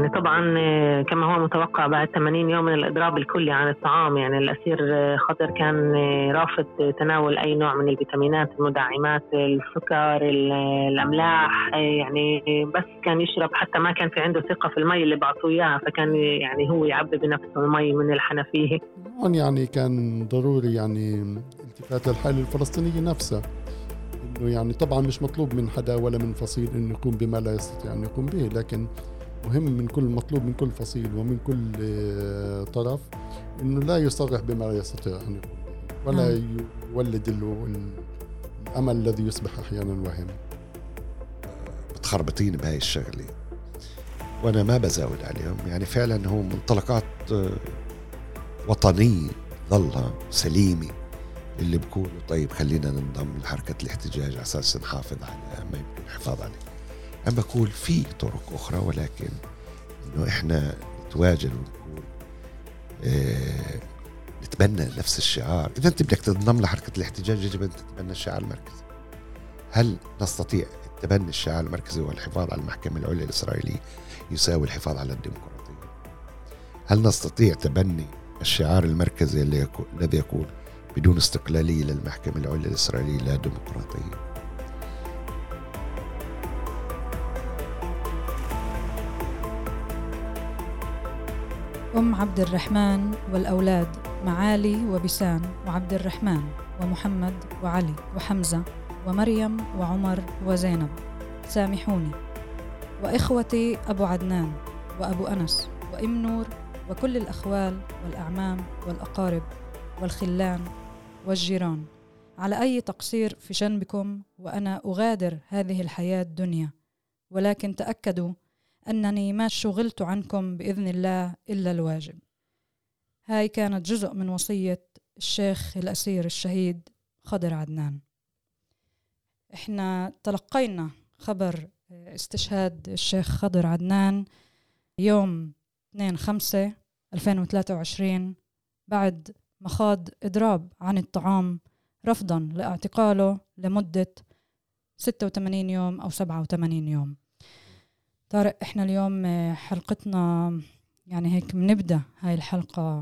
يعني طبعا كما هو متوقع بعد 80 يوم من الإضراب الكلي عن الطعام، يعني الأسير خضر كان رافض تناول أي نوع من الفيتامينات، المدعمات، السكر، الأملاح، يعني بس كان يشرب، حتى ما كان في عنده ثقة في المي اللي بعطوه إياها، فكان يعني هو يعبي بنفسه المي من الحنفية. يعني كان ضروري يعني التفات الحالة الفلسطينية نفسها، إنه يعني طبعا مش مطلوب من حدا ولا من فصيل إنه يقوم بما لا يستطيع أن يقوم به، لكن مهم من كل مطلوب من كل فصيل ومن كل طرف إنه لا يصرح بما لا يستطيع أن يقوم به، ولا يولد له الأمل الذي يصبح أحيانا وهم. بتخربطين بهاي الشغلة وأنا ما بزاود عليهم، يعني فعلا هو منطلقات وطنية ظلها سليمة، اللي بقولوا طيب خلينا ننضم لحركة الاحتجاج على أساس نحافظ على ما يمكن الحفاظ عليه. أنا بقول في طرق أخرى، ولكن إنه إحنا نتواجد ونقول نتبنى نفس الشعار. إذا أنت بدك تنضم لحركة الاحتجاج يجب أن تتبنى الشعار المركزي. هل نستطيع تبني الشعار المركزي والحفاظ على المحكمة العليا الإسرائيلية يساوي الحفاظ على الديمقراطية؟ هل نستطيع تبني الشعار المركزي الذي يقول بدون استقلالية للمحكمة العليا الإسرائيلية لا ديمقراطية؟ أم عبد الرحمن والأولاد معالي وبسام وعبد الرحمن ومحمد وعلي وحمزة ومريم وعمر وزينب، سامحوني، وإخوتي أبو عدنان وأبو أنس وإم نور وكل الأخوال والأعمام والأقارب والخلان والجيران على أي تقصير في جنبكم، وأنا أغادر هذه الحياة الدنيا، ولكن تأكدوا أنني ما شغلت عنكم بإذن الله إلا الواجب. هاي كانت جزء من وصية الشيخ الأسير الشهيد خضر عدنان. إحنا تلقينا خبر استشهاد الشيخ خضر عدنان يوم 2/5/2023 بعد مخاض إضراب عن الطعام رفضاً لاعتقاله لمدة 86 يوم أو 87 يوم. طارق، إحنا اليوم حلقتنا يعني هيك بنبدأ هاي الحلقة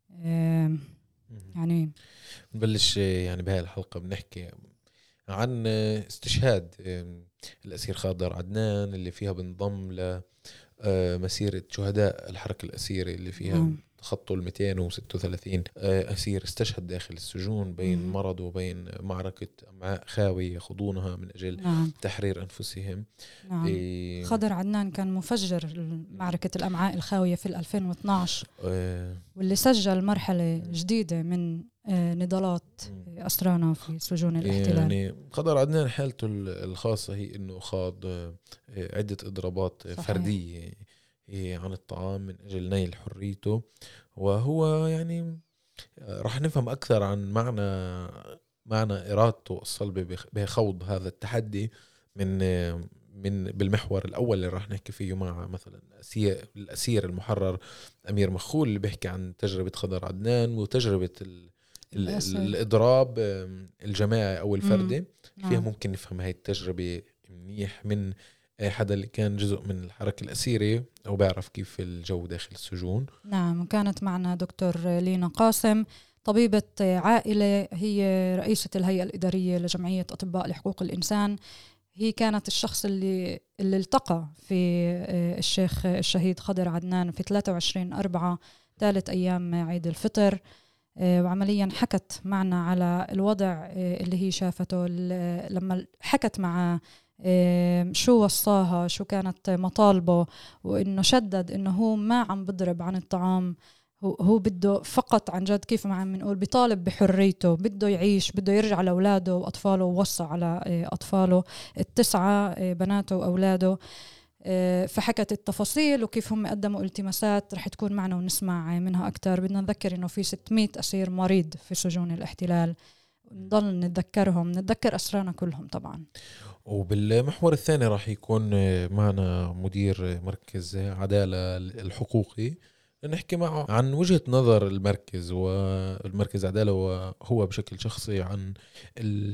يعني نبلش يعني بهاي الحلقة بنحكي عن استشهاد الأسير خضر عدنان اللي فيها بنضم لمسيرة شهداء الحركة الأسيرة اللي فيها تخطوا 236 أسير استشهد داخل السجون بين مرض وبين معركة أمعاء خاوية يخوضونها من أجل تحرير أنفسهم. خضر عدنان كان مفجر معركة الأمعاء الخاوية في 2012 واللي سجل مرحلة جديدة من نضالات أسرانا في سجون الاحتلال. يعني خضر عدنان حالته الخاصة هي إنه خاض عدة إضرابات فردية عن الطعام من أجل نيل حريته، وهو يعني راح نفهم أكثر عن معنى إرادته الصلبة بخوض هذا التحدي من بالمحور الأول اللي راح نحكي فيه مع مثلا الأسير المحرر أمير مخول اللي بيحكي عن تجربة خضر عدنان وتجربة الإضراب الجماعي أو الفردي. فيها ممكن نفهم هاي التجربة منيح من حدا اللي كان جزء من الحركة الأسيرة أو بيعرف كيف الجو داخل السجون. نعم، كانت معنا دكتور لينا قاسم، طبيبة عائلة، هي رئيسة الهيئة الإدارية لجمعية أطباء لحقوق الإنسان. هي كانت الشخص اللي التقى في الشيخ الشهيد خضر عدنان في 23/4 ثالث أيام عيد الفطر، وعمليا حكت معنا على الوضع اللي هي شافته. لما حكت مع شو وصاها، شو كانت مطالبه، وإنه شدد إنه هو ما عم بضرب عن الطعام، هو بده فقط عن جد كيف ما عم نقول بيطالب بحريته، بده يعيش، بده يرجع لأولاده وأطفاله، ووصى على أطفاله 9 بناته وأولاده. فحكت التفاصيل وكيف هم قدموا التماسات، رح تكون معنا ونسمع منها أكتر. بدنا نذكر إنه في 600 أسير مريض في سجون الاحتلال، نضل نتذكرهم، نتذكر أسرانا كلهم طبعا. وبالمحور الثاني راح يكون معنا مدير مركز عدالة الحقوقي، نحكي معه عن وجهة نظر المركز والمركز عدالة وهو بشكل شخصي عن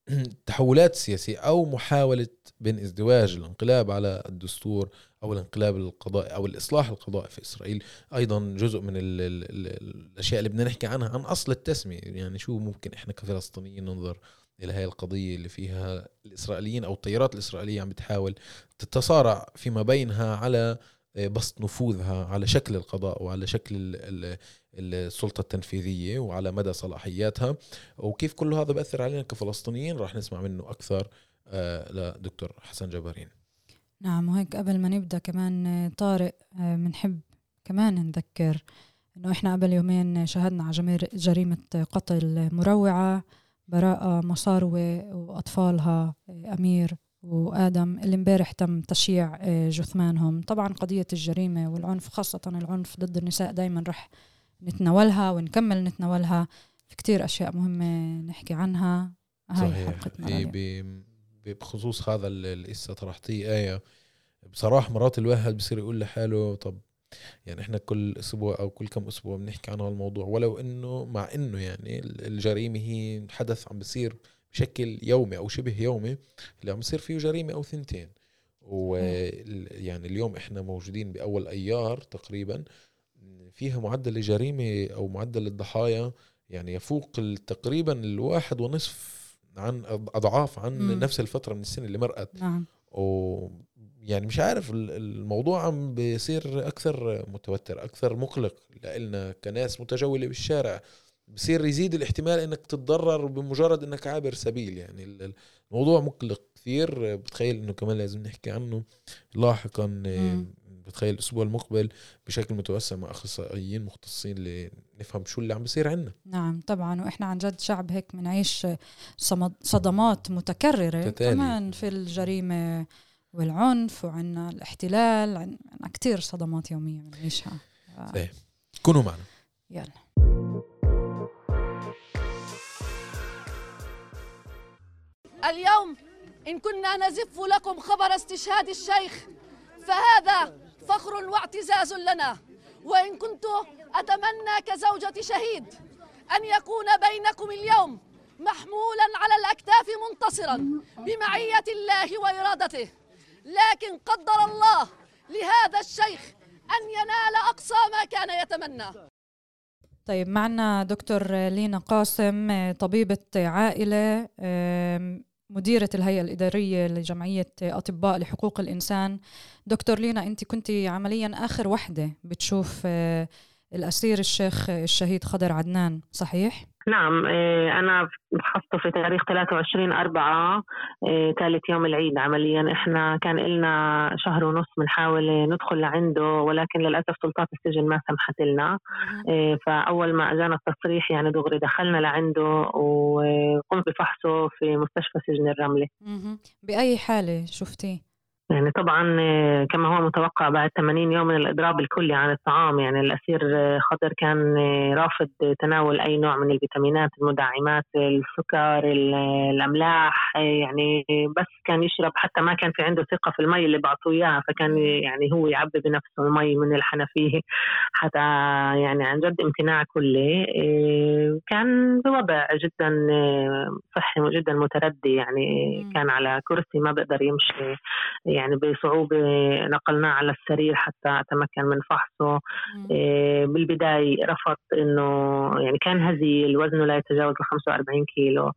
تحولات سياسية أو محاولة بين ازدواج الانقلاب على الدستور أو الانقلاب القضائي أو الإصلاح القضائي في إسرائيل أيضا جزء من الأشياء اللي بدنا نحكي عنها، عن أصل التسمية. يعني شو ممكن إحنا كفلسطينيين ننظر إلى هاي القضية اللي فيها الإسرائيليين أو التيارات الإسرائيلية عم بتحاول تتصارع فيما بينها على بسط نفوذها على شكل القضاء وعلى شكل السلطة التنفيذية وعلى مدى صلاحياتها، وكيف كل هذا بأثر علينا كفلسطينيين. راح نسمع منه أكثر لدكتور حسن جبارين. نعم، وهيك قبل ما نبدأ كمان طارق منحب كمان نذكر إنه إحنا قبل يومين شاهدنا على جريمة قتل مروعة براءة مصاروة وأطفالها أمير وآدم اللي امبارح تم تشييع جثمانهم. طبعا قضية الجريمة والعنف، خاصة العنف ضد النساء، دايما رح نتناولها ونكمل نتناولها. في كتير أشياء مهمة نحكي عنها. هاي حلقتنا بخصوص هذا اللي لسه طرحتيه آية. بصراحة مرات الواحد بصير يقول لحاله طب يعني احنا كل اسبوع او كل كم اسبوع بنحكي عن هالموضوع، ولو انه مع انه يعني الجريمة هي حدث عم بصير بشكل يومي او شبه يومي، اللي عم يصير فيه جريمة او ثنتين. ويعني اليوم احنا موجودين باول ايار تقريبا فيها معدل الجريمة او معدل الضحايا يعني يفوق تقريبا 1.5 عن اضعاف عن نفس الفترة من السنة اللي مرقت. نعم. يعني مش عارف الموضوع عم بيصير أكثر متوتر، أكثر مقلق لإلنا كناس متجولة بالشارع. بصير يزيد الاحتمال إنك تتضرر بمجرد إنك عابر سبيل. يعني الموضوع مقلق كثير. بتخيل إنه كمان لازم نحكي عنه لاحقا. بتخيل الأسبوع المقبل بشكل متوسع مع أخصائيين مختصين لنفهم شو اللي عم بيصير عنا. نعم طبعا، وإحنا عن جد شعب هيك منعيش صدمات متكررة كمان في الجريمة والعنف، وعنا الاحتلال، عنا كتير صدمات يومية بنعيشها. كونوا معنا. يلا. اليوم إن كنا نزف لكم خبر استشهاد الشيخ فهذا فخر واعتزاز لنا، وإن كنت أتمنى كزوجة شهيد أن يكون بينكم اليوم محمولا على الأكتاف منتصرا بمعية الله وإرادته، لكن قدر الله لهذا الشيخ أن ينال أقصى ما كان يتمنى. طيب معنا دكتور لينا قاسم، طبيبة عائلة، مديرة الهيئة الإدارية لجمعية أطباء لحقوق الإنسان. دكتور لينا، أنت كنتي عمليا آخر وحدة بتشوف الأسير الشيخ الشهيد خضر عدنان، صحيح؟ نعم، أنا فحصته في تاريخ 23/4 ثالث يوم العيد. عمليا إحنا كان إلنا شهر ونص بنحاول ندخل لعنده، ولكن للأسف سلطات السجن ما سمحت لنا. فأول ما أجانا التصريح يعني دغري دخلنا لعنده وقمت بفحصه في مستشفى سجن الرملة. بأي حالة شفتيه؟ يعني طبعا كما هو متوقع بعد 80 يوم من الإضراب الكلي عن الطعام، يعني الأسير خضر كان رافض تناول أي نوع من الفيتامينات، المدعمات، السكر، الأملاح، يعني بس كان يشرب. حتى ما كان في عنده ثقة في المي اللي بعطوه إياها، فكان يعني هو يعبي بنفسه المي من الحنفية حتى يعني عن جد امتناع كلي. كان بوضع جدا صحي وجدا متردي، يعني كان على كرسي ما بقدر يمشي، يعني بصعوبة نقلناه على السرير حتى أتمكن من فحصه. بالبداية رفض إنه يعني كان هزيل، وزنه لا يتجاوز 45 كيلو،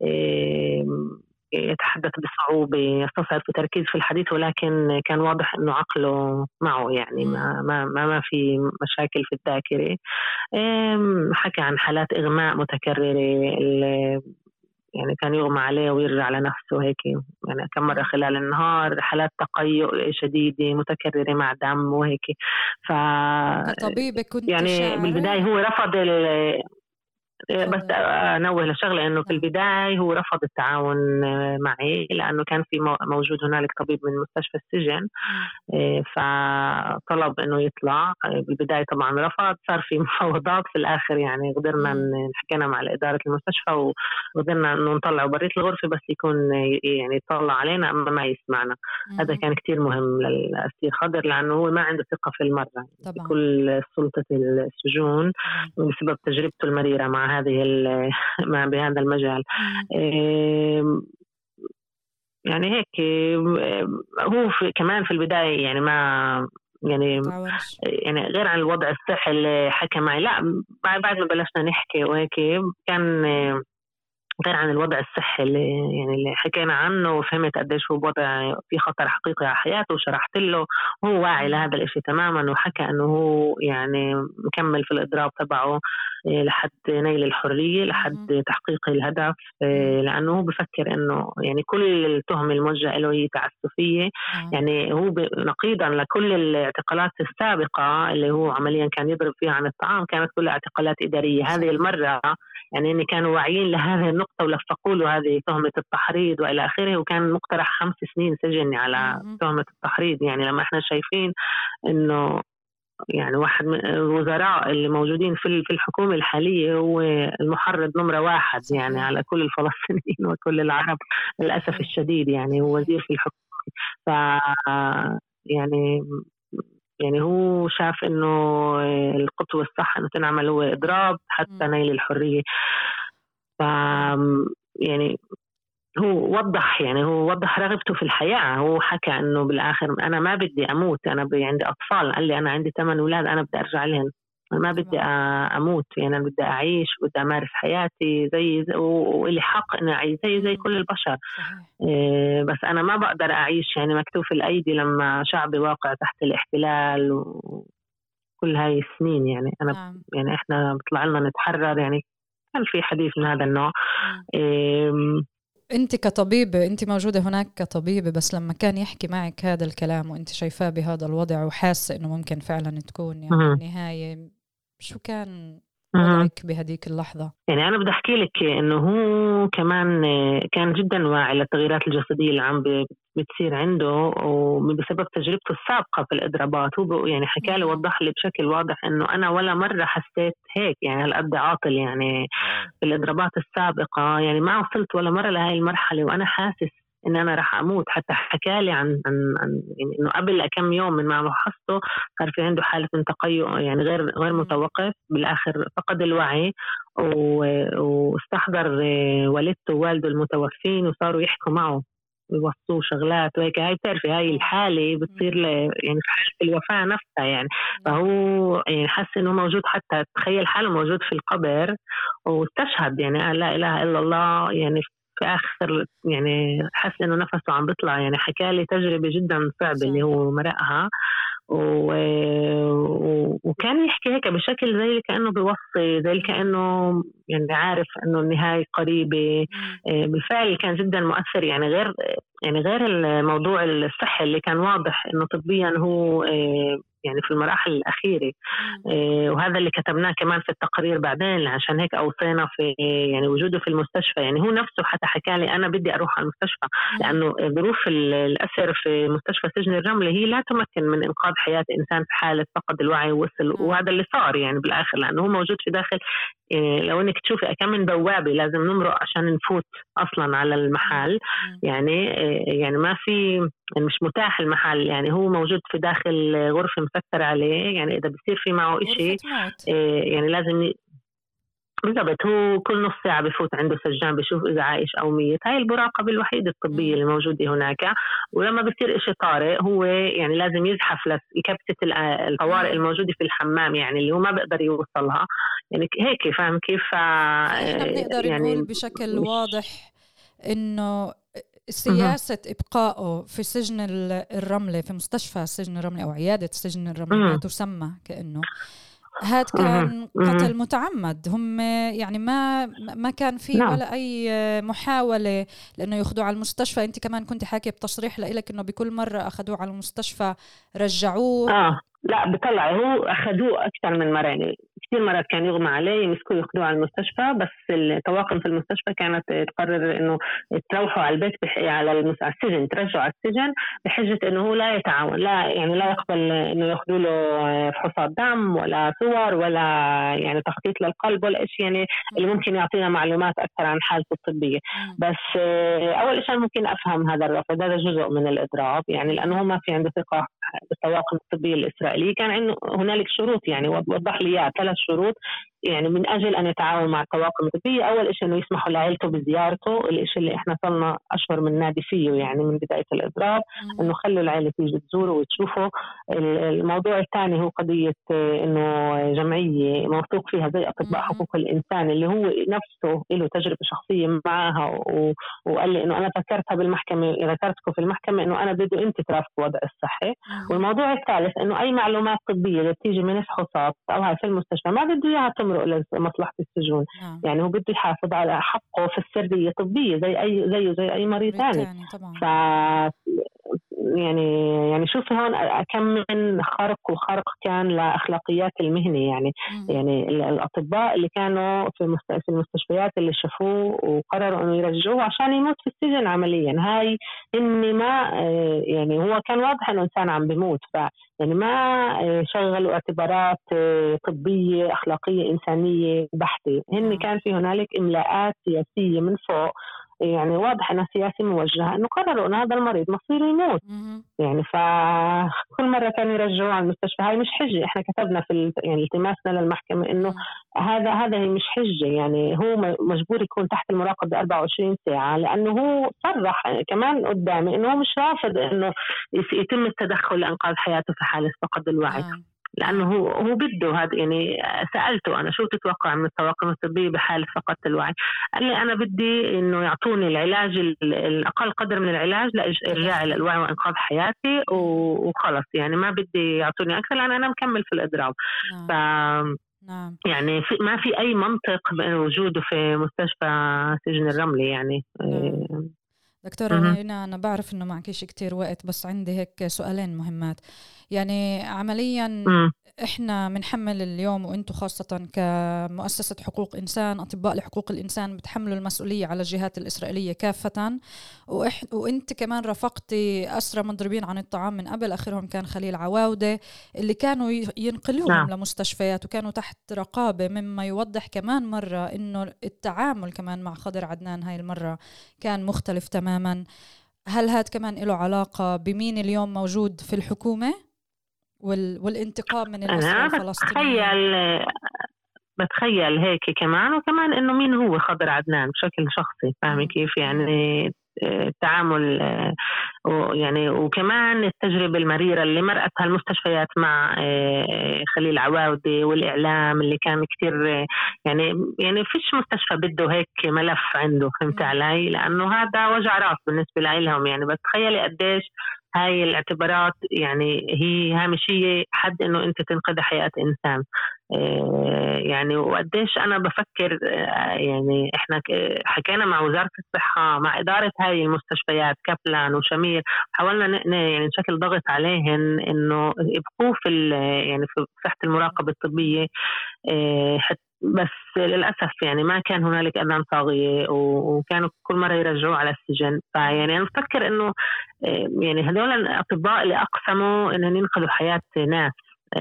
يتحدث بصعوبة، يستصعب في تركيز في الحديث، ولكن كان واضح إنه عقله معه، يعني ما في مشاكل في الذاكرة. حكى عن حالات إغماء متكررة، يعني كان يغمى عليه ويرجع على نفسه هيك، يعني كم مرة خلال النهار، حالات تقيؤ شديدة متكررة مع دم وهيك. كطبيبة كنت يعني بالبداية هو رفض بس أنوه لشغلة إنه في البداية هو رفض التعاون معي، لأنه كان في موجود هنالك طبيب من مستشفى السجن، فطلب إنه يطلع. بالبداية طبعا رفض، صار في مفاوضات في الآخر، يعني قدرنا نحكينا مع إدارة المستشفى وقدرنا إنه نطلعه بريت الغرفة، بس يكون يعني يطلع علينا أما ما يسمعنا. هذا كان كتير مهم للأسير خضر، لأنه هو ما عنده ثقة في المرة في كل سلطة السجون بسبب تجربته المريرة مع بهذا المجال. يعني هيك هو كمان في البداية يعني ما يعني غير عن الوضع الصحي اللي حكى معي، لا بعد ما بلشنا نحكي وهيك كان غير عن الوضع الصحي اللي حكينا عنه، وفهمت قديش هو وضع في خطر حقيقي على حياته، وشرحت له هو واعي لهذا الاشي تماما، وحكى انه هو يعني مكمل في الاضراب تبعه لحد نيل الحرية، لحد تحقيق الهدف، لانه هو بفكر انه يعني كل التهم الموجهة له هي تعسفية. يعني هو نقيضا لكل الاعتقالات السابقة اللي هو عمليا كان يضرب فيها عن الطعام، كانت كلها اعتقالات إدارية. هذه المرة يعني إن كانوا واعيين لهذه النقطة ولفقوا له هذه تهمة التحريض وإلى آخره، وكان مقترح 5 سنين سجن على تهمة التحريض. يعني لما إحنا شايفين إنه يعني واحد من الوزراء اللي موجودين في الحكومة الحالية هو المحرض نمرة 1 يعني على كل الفلسطينيين وكل العرب للأسف الشديد، يعني هو وزير في الحكومة. ف يعني هو شاف إنه الخطوة الصح إنه تنعمل هو إضراب حتى نيل الحرية. ف يعني هو وضح رغبته في الحياة. هو حكى إنه بالآخر أنا ما بدي أموت، أنا عندي أطفال، قال لي أنا عندي 8 أولاد، أنا بدي أرجع لهم، ما بدي أموت، يعني أنا بدي أعيش، بدي أمارس حياتي زي وإلي حق إني أعيش زي كل البشر. بس أنا ما بقدر أعيش يعني مكتوف الأيدي لما شعبي واقع تحت الاحتلال وكل هاي السنين. يعني أنا يعني إحنا بطلع لنا نتحرر، يعني كان في حديث من هذا النوع. أنت كطبيبة، أنت موجودة هناك كطبيبة، بس لما كان يحكي معك هذا الكلام وأنت شايفاه بهذا الوضع وحاسة إنه ممكن فعلا تكون يعني النهاية، شو كان وضعك بهديك اللحظة؟ يعني أنا بدي أحكي لك إنه هو كمان كان جدا واعي للتغييرات الجسدية اللي عم بتصير عنده، وبسبب تجربته السابقة في الإضرابات. هو يعني حكى لي وضح لي بشكل واضح إنه أنا ولا مرة حسيت هيك، يعني هالقد عاطل يعني في الإضرابات السابقة، يعني ما وصلت ولا مرة لهاي المرحلة وأنا حاسس إن أنا رح أموت. حتى حكالي عن يعني إنه قبل كم يوم من ما لاحظته صار في عنده حالة من تقيؤ يعني غير متوقف، بالآخر فقد الوعي واستحضر والدته ووالده المتوفين وصاروا يحكوا معه ويوصوا شغلات وهيك. هاي بتعرفي هاي الحالة بتصير يعني في حالة الوفاة نفسها يعني. فهو يعني حس إنه موجود، حتى تخيل حاله موجود في القبر واستشهد، يعني قال لا إله إلا الله، يعني في آخر يعني حس إنه نفسه عم بيطلع. يعني حكالي تجربة جدا صعبة اللي هو مرقها، وكان يحكي هيك بشكل زي كأنه بيوصي، زي كأنه يعني عارف إنه النهاية قريبة. بالفعل كان جدا مؤثر، يعني غير الموضوع الصحي اللي كان واضح إنه طبيا هو يعني في المراحل الأخيرة. وهذا اللي كتبناه كمان في التقرير بعدين، عشان هيك أوصينا في يعني وجوده في المستشفى. يعني هو نفسه حتى حكالي أنا بدي أروح على المستشفى، لأنه ظروف الأسر في مستشفى سجن الرملة هي لا تمكن من إنقاذ حياة إنسان في حالة فقد الوعي ووصل. وهذا اللي صار يعني بالآخر، لأنه هو موجود في داخل. لو إنك تشوفي كم من بوابة لازم نمرق عشان نفوت أصلا على المحل. يعني ما في، يعني مش متاح المحل، يعني هو موجود في داخل غرفة مسكر عليه. يعني إذا بصير في معه إشي يعني لازم بالضبط هو كل نص ساعة بفوت عنده سجان بيشوف إذا عايش أو ميت. هاي المراقبة الوحيدة الطبية اللي موجودة هناك. ولما بصير إشي طارئ هو يعني لازم يزحف لكبسة الطوارئ الموجودة في الحمام، يعني اللي هو ما بقدر يوصلها. يعني هيك فاهم كيف؟ إحنا بنقدر يعني نقول بشكل واضح إنه سياسة إبقائه في سجن الرملة، في مستشفى سجن الرملة أو عيادة سجن الرملة ما تسمى كأنه هاد كان قتل متعمد. هم يعني ما كان في ولا أي محاولة لأنه يأخذوه على المستشفى. أنت كمان كنت حاكي بتصريح لإلك إنه بكل مرة أخذوه على المستشفى رجعوه. لا بطلع هو أخذوه أكثر من مرة، يعني كثير مرات كان يغمى عليه يمسكوه يأخذوه على المستشفى، بس الطواقم في المستشفى كانت تقرر إنه تروحوا على البيت على السجن، ترجعوا على السجن بحجة إنه هو لا يتعاون، لا يقبل إنه يأخذوا له فحوصات دم ولا صور ولا يعني تخطيط للقلب ولا إشي يعني اللي ممكن يعطينا معلومات أكثر عن حالته الطبية. بس أول شيء ممكن أفهم هذا الرفض، هذا جزء من الإضراب، يعني لأنه ما في عنده ثقة بالطواقم الطبية الإسرائيلية. كان عنده هنالك شروط، يعني وضح لي 3 شروط يعني من أجل أن يتعاون مع الطواقم الطبية. أول شيء إنه يسمحوا لعائلته بزيارته، الشيء اللي إحنا صلنا أشهر من نادي فيه يعني من بداية الإضراب، إنه خلوا العائلة تيجي تزوره وتشوفه. الموضوع الثاني هو قضية إنه جمعية موثوق فيها زي أطباء حقوق الإنسان اللي هو نفسه له تجربة شخصية معها، وقال لي إنه أنا ذكرتها بالمحكمة، ذكرتكم في المحكمة إنه أنا بده أنت ترافقوا وضع الصحي. والموضوع الثالث إنه أي معلومات طبية اللي بتيجي من فحوصات أو هاي في المستشفى ما بده إياها تمرق لمصلحة السجون. يعني هو بده يحافظ على حقه في السرية الطبية زي أي مريض ثاني. ف يعني شوفي هون كم من خرق كان لأخلاقيات المهنة. يعني الأطباء اللي كانوا في المستشفيات اللي شافوه وقرروا إنه يرجعوه عشان يموت في السجن عمليا، هاي إني ما يعني هو كان واضح إنه إنسان عم بيموت، يعني ما شغلوا اعتبارات طبية أخلاقية إنسانية بحتة. كان في هنالك إملاءات سياسية من فوق، يعني واضح أنها سياسي موجهة، إنه قرروا أن هذا المريض مصيره يموت. يعني فكل مرة كانوا يرجعوه على المستشفى. هاي مش حجة، إحنا كتبنا في يعني التماسنا للمحكمة إنه هذا هي مش حجة. يعني هو مجبور يكون تحت المراقبة 24 ساعة، لأنه هو صرح كمان قدامي إنه هو مش رافض إنه يتم التدخل لإنقاذ حياته في حالة فقد الوعي. لأنه هو بده هذا. يعني سألته أنا شو تتوقع من الطواقم الطبية بحالة فقدت الوعي؟ قال لي أنا بدي إنه يعطوني العلاج الأقل قدر من العلاج لإرجاع الوعي وإنقاذ حياتي وخلص. يعني ما بدي يعطوني أكثر لأن أنا مكمل في الإضراب. يعني ما في أي منطق بوجوده في مستشفى سجن الرملي. يعني دكتورة لينا، أنا بعرف إنه معكيش كتير وقت، بس عندي هيك سؤالين مهمات. يعني عمليا إحنا منحمل اليوم، وإنتو خاصة كمؤسسة حقوق إنسان، أطباء لحقوق الإنسان، بتحملوا المسؤولية على الجهات الإسرائيلية كافة. وإنت كمان رافقتي أسرى مضربين عن الطعام من قبل، آخرهم كان خليل عواودة، اللي كانوا ينقلوهم لمستشفيات وكانوا تحت رقابة، مما يوضح كمان مرة إنه التعامل كمان مع خضر عدنان هاي المرة كان مختلف تماما. هل هاد كمان له علاقة بمين اليوم موجود في الحكومة والانتقام من الأسرى الفلسطينيين؟ بتخيل هيك كمان، وكمان إنه مين هو خضر عدنان بشكل شخصي. فاهمة كيف؟ يعني التعامل يعني وكمان التجربة المريرة اللي مرأتها المستشفيات مع خليل عواودة والإعلام اللي كان كتير يعني فيش مستشفى بده هيك ملف عنده. فهمت علي؟ لأنه هذا وجع راس بالنسبة لهم. يعني بس تخيلي قديش هاي الاعتبارات يعني هي هامشية حد إنه أنت تنقذ حياة إنسان. يعني وقديش أنا بفكر يعني إحنا حكينا مع وزارة الصحة مع إدارة هاي المستشفيات كابلان وشمير، حاولنا يعني نشكل ضغط عليهن إنه يبقوا يعني في تحت المراقبة الطبية. بس للأسف يعني ما كان هنالك أذان صاغية، وكانوا كل مرة يرجعوا على السجن. فيعني أنا بفكر إنه يعني هذول الأطباء اللي أقسموا إنهم ينقذوا حياة ناس،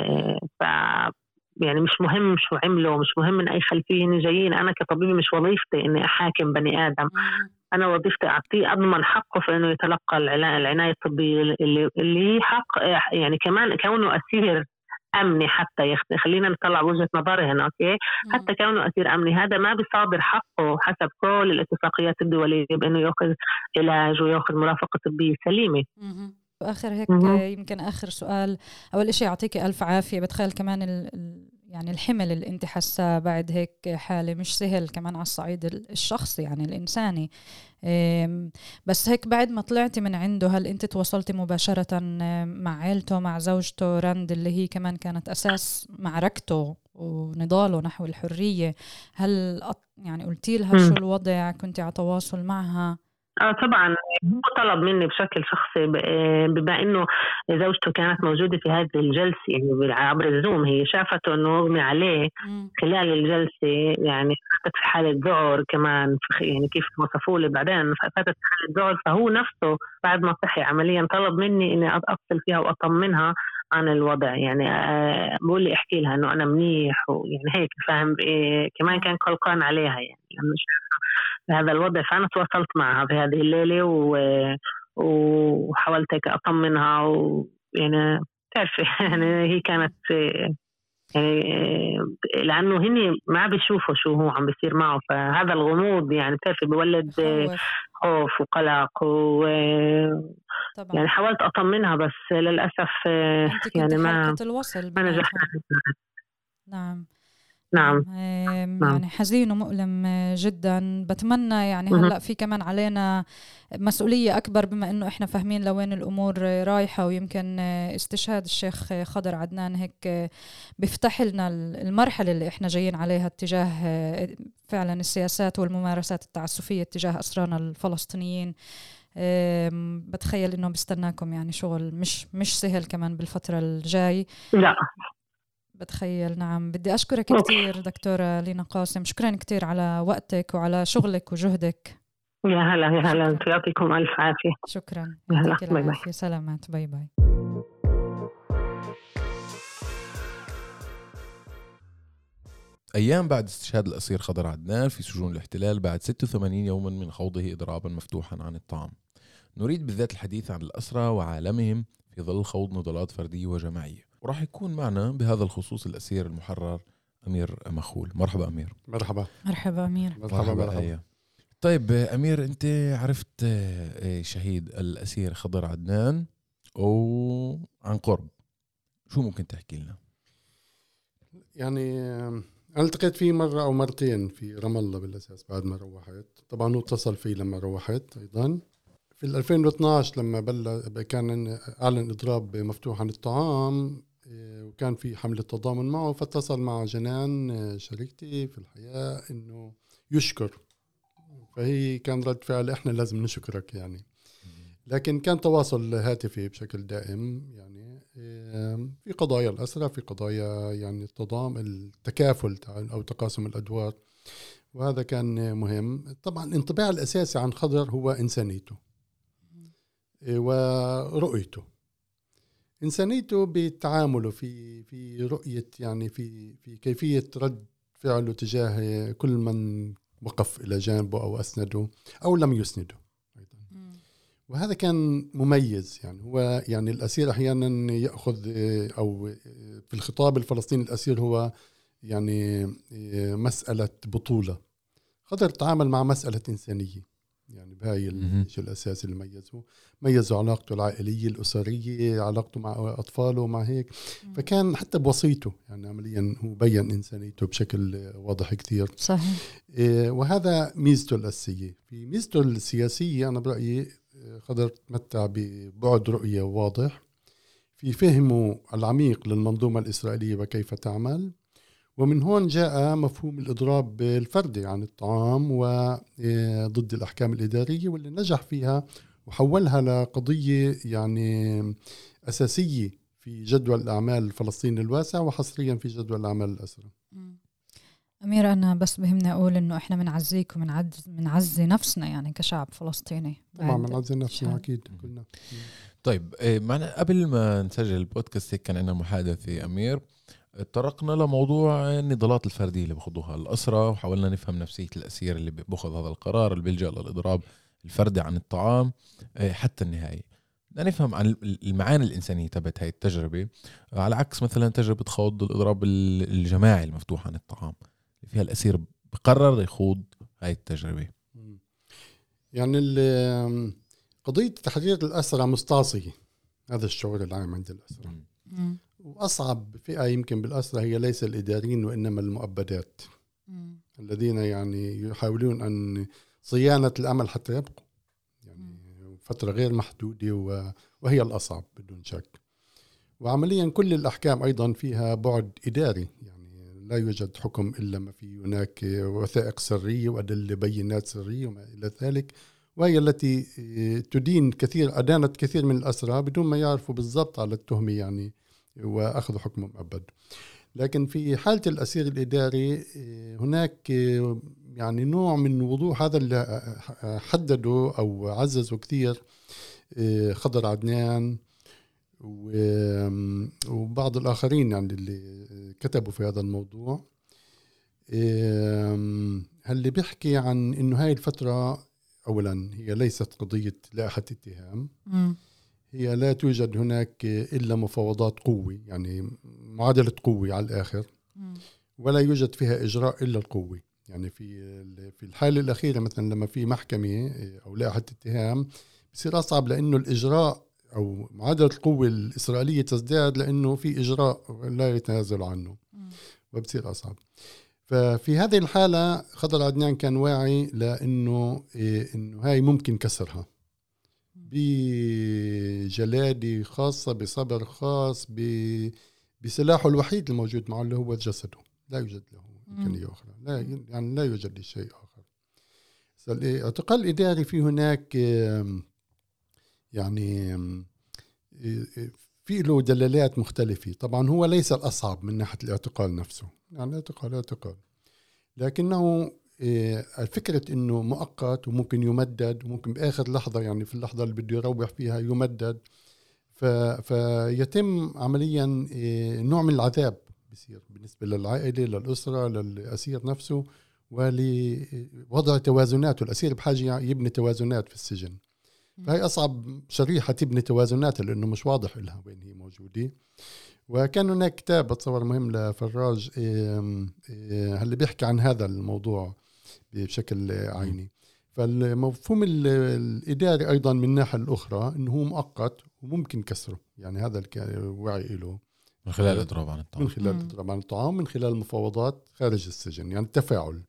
يعني مش مهم شو عملوا، مش مهم من أي خلفية جايين. أنا كطبيب مش وظيفتي إني أحاكم بني آدم، أنا وظيفتي أعطيه أضمن حقه في إنه يتلقى العناية الطبية اللي حق. يعني كمان كونه أسير أمني، حتى خلينا نطلع وجهة نظري هنا، أوكي؟ حتى كونه أسير أمني هذا ما بيصادر حقه حسب كل الاتفاقيات الدولية بأنه يأخذ علاج ويأخذ مرافقة طبية سليمة. وآخر هيك يمكن آخر سؤال. أول إشي يعطيك ألف عافية. بتخيل كمان يعني الحمل اللي انت حاسة بعد هيك حالة مش سهل كمان على الصعيد الشخصي يعني الإنساني. بس هيك بعد ما طلعتي من عنده، هل انت تواصلتي مباشرة مع عائلته، مع زوجته رند اللي هي كمان كانت أساس معركته ونضاله نحو الحرية؟ هل يعني قلتي لها شو الوضع؟ كنتي على تواصل معها؟ طبعا هو طلب مني بشكل شخصي، بما انه زوجته كانت موجودة في هذه الجلسة يعني عبر الزوم، هي شافته انه اغمي عليه خلال الجلسة، يعني فاتت في حالة ذعر كمان، يعني كيف وصفوا لي بعدين فاتت في حالة ذعر. فهو نفسه بعد ما صحي عمليا طلب مني اني اتصل فيها واطمنها عن الوضع. يعني بقول لي احكي لها انه انا منيح ويعني هيك فاهم. كمان كان قلقان عليها يعني مش هذا الوضع. فأنا تواصلت معها في هذه الليلة وحاولت هيك أطمنها، ويعني تعرفي يعني هي كانت لأنه هني ما بيشوفوا شو هو عم بيصير معه، فهذا الغموض يعني بتعرفي بيولد خوف وقلق طبعا. يعني حاولت أطمنها بس للأسف يعني ما الوصل ما نجحت. نعم. يعني حزين ومؤلم جدا. بتمنى يعني هلأ في كمان علينا مسؤولية أكبر بما أنه إحنا فاهمين لوين الأمور رايحة، ويمكن استشهاد الشيخ خضر عدنان هيك بيفتح لنا المرحلة اللي إحنا جايين عليها اتجاه فعلا السياسات والممارسات التعسفية اتجاه أسرانا الفلسطينيين. بتخيل إنه بيستناكم يعني شغل مش سهل كمان بالفترة الجاي. لا بتخيل. نعم. بدي أشكرك كتير دكتورة لينا قاسم، شكرا كتير على وقتك وعلى شغلك وجهدك. يا هلا يعطيكم ألف عافية. شكرا. يعطيك العافية. سلامات. باي باي. أيام بعد استشهاد الأسير خضر عدنان في سجون الاحتلال بعد 86 يوما من خوضه إضرابا مفتوحا عن الطعام، نريد بالذات الحديث عن الأسرى وعالمهم في ظل خوض نضالات فردية وجماعية، وراح يكون معنا بهذا الخصوص الأسير المحرر أمير مخول. مرحبا أمير. مرحبا أمير. مرحبا. طيب أمير، أنت عرفت شهيد الأسير خضر عدنان وعن قرب، شو ممكن تحكي لنا؟ يعني أنا التقيت فيه مرة أو مرتين في رام الله بالأساس بعد ما روحت. طبعا هو اتصل فيه لما روحت أيضا في 2012 لما كان أعلن إضراب مفتوح عن الطعام، وكان في حملة تضامن معه، فاتصل مع جنان شريكتي في الحياة إنه يشكر، فهي كان رد فعل إحنا لازم نشكرك يعني. لكن كان تواصل هاتفي بشكل دائم يعني في قضايا الأسرة، في قضايا يعني التكافل أو تقاسم الأدوار، وهذا كان مهم. طبعا الانطباع الأساسي عن خضر هو إنسانيته ورؤيته، إنسانيته بتعامله في رؤية يعني في كيفية رد فعله تجاه كل من وقف إلى جانبه أو أسنده أو لم يسنده أيضا. وهذا كان مميز يعني. هو يعني الأسير أحيانا يأخذ أو في الخطاب الفلسطيني الأسير هو يعني مسألة بطولة. خضر تعامل مع مسألة إنسانية يعني بهاي الشيء الأساسي اللي ميزوا علاقته العائلية الأسرية، علاقته مع أطفاله مع هيك. فكان حتى بوصيته يعني عمليا هو بيّن إنسانيته بشكل واضح كتير. صحيح. وهذا ميزته الأساسية. في ميزته السياسية أنا برأيي خضر تمتع ببعد رؤية واضح في فهمه العميق للمنظومة الإسرائيلية وكيف تعمل، ومن هون جاء مفهوم الإضراب الفردي عن الطعام وضد الأحكام الإدارية، واللي نجح فيها وحولها لقضية يعني أساسية في جدول الأعمال الفلسطيني الواسع وحصريا في جدول الأعمال الأسرى. أمير، أنا بس بهمني أقول إنه إحنا بنعزيك وبنعزي نفسنا يعني كشعب فلسطيني. طبعا بنعزي نفسنا أكيد كلنا. طيب معنا قبل ما نسجل البودكاست كان عندنا محادثة أمير، طرقنا لموضوع النضالات الفردية اللي بخضوها الأسرى، وحاولنا نفهم نفسية الأسير اللي بأخذ هذا القرار اللي بيلجأ للإضراب الفردي عن الطعام حتى النهاية. بدنا نفهم عن المعاني الإنسانية تبعت هاي التجربة، على عكس مثلا تجربة خوض الإضراب الجماعي المفتوح عن الطعام اللي فيها الأسير بقرر يخوض هاي التجربة. يعني قضية تحرير الأسرى مستعصية، هذا الشعور العام عند الأسرى. وأصعب فئة يمكن بالأسرى هي ليس الإداريين وإنما المؤبدات الذين يعني يحاولون أن صيانة الأمل حتى يبقوا يعني فترة غير محدودة، وهي الأصعب بدون شك. وعمليا كل الأحكام أيضا فيها بعد إداري، يعني لا يوجد حكم إلا ما في هناك وثائق سرية وأدلة بينات سرية وما إلى ذلك، وهي التي أدانت كثير من الأسرى بدون ما يعرفوا بالضبط على التهمة يعني وأخذوا حكم مؤبد. لكن في حالة الأسير الإداري هناك يعني نوع من وضوح، هذا اللي حددوا أو عززوا كثير خضر عدنان وبعض الآخرين يعني اللي كتبوا في هذا الموضوع. اللي بيحكي عن إنه هاي الفترة أولا هي ليست قضية لائحة اتهام، هي لا توجد هناك إلا مفاوضات قوة، يعني معادلة قوة على الآخر، ولا يوجد فيها إجراء إلا القوة. يعني في الحالة الأخيرة مثلا لما في محكمة أو لائحة اتهام بصير أصعب، لأنه الإجراء أو معادلة القوة الإسرائيلية تزداد، لأنه في إجراء لا يتنازل عنه وبصير أصعب. ففي هذه الحالة خضر عدنان كان واعي لأنه إنه هاي ممكن كسرها بجلادة خاصة، بصبر خاص، بسلاحه الوحيد الموجود معه اللي هو جسده، لا يوجد له إمكانية أخرى، لا يوجد لي شيء آخر. الاعتقال الإداري في هناك يعني في له دلالات مختلفة. طبعا هو ليس الأصعب من ناحية الاعتقال نفسه، يعني اعتقال، لكنه الفكرة إنه مؤقت وممكن يمدد، وممكن بآخر لحظة يعني في اللحظة اللي بده يروح فيها يمدد، فيتم عمليا نوع من العذاب بيصير بالنسبة للعائلة، للأسرة، للأسير نفسه، ولوضع توازنات. الأسير بحاجة يبني توازنات في السجن، فهي أصعب شريحة تبني توازنات لأنه مش واضح لها وين هي موجودة. وكان هناك كتاب بتصور مهم لفراج اللي بيحكي عن هذا الموضوع بشكل عيني. فالمفهوم الإداري أيضا من الناحية الأخرى إنه هو مؤقت وممكن كسره، يعني هذا الوعي له من خلال الإضراب عن الطعام، من خلال المفاوضات خارج السجن، يعني التفاعل.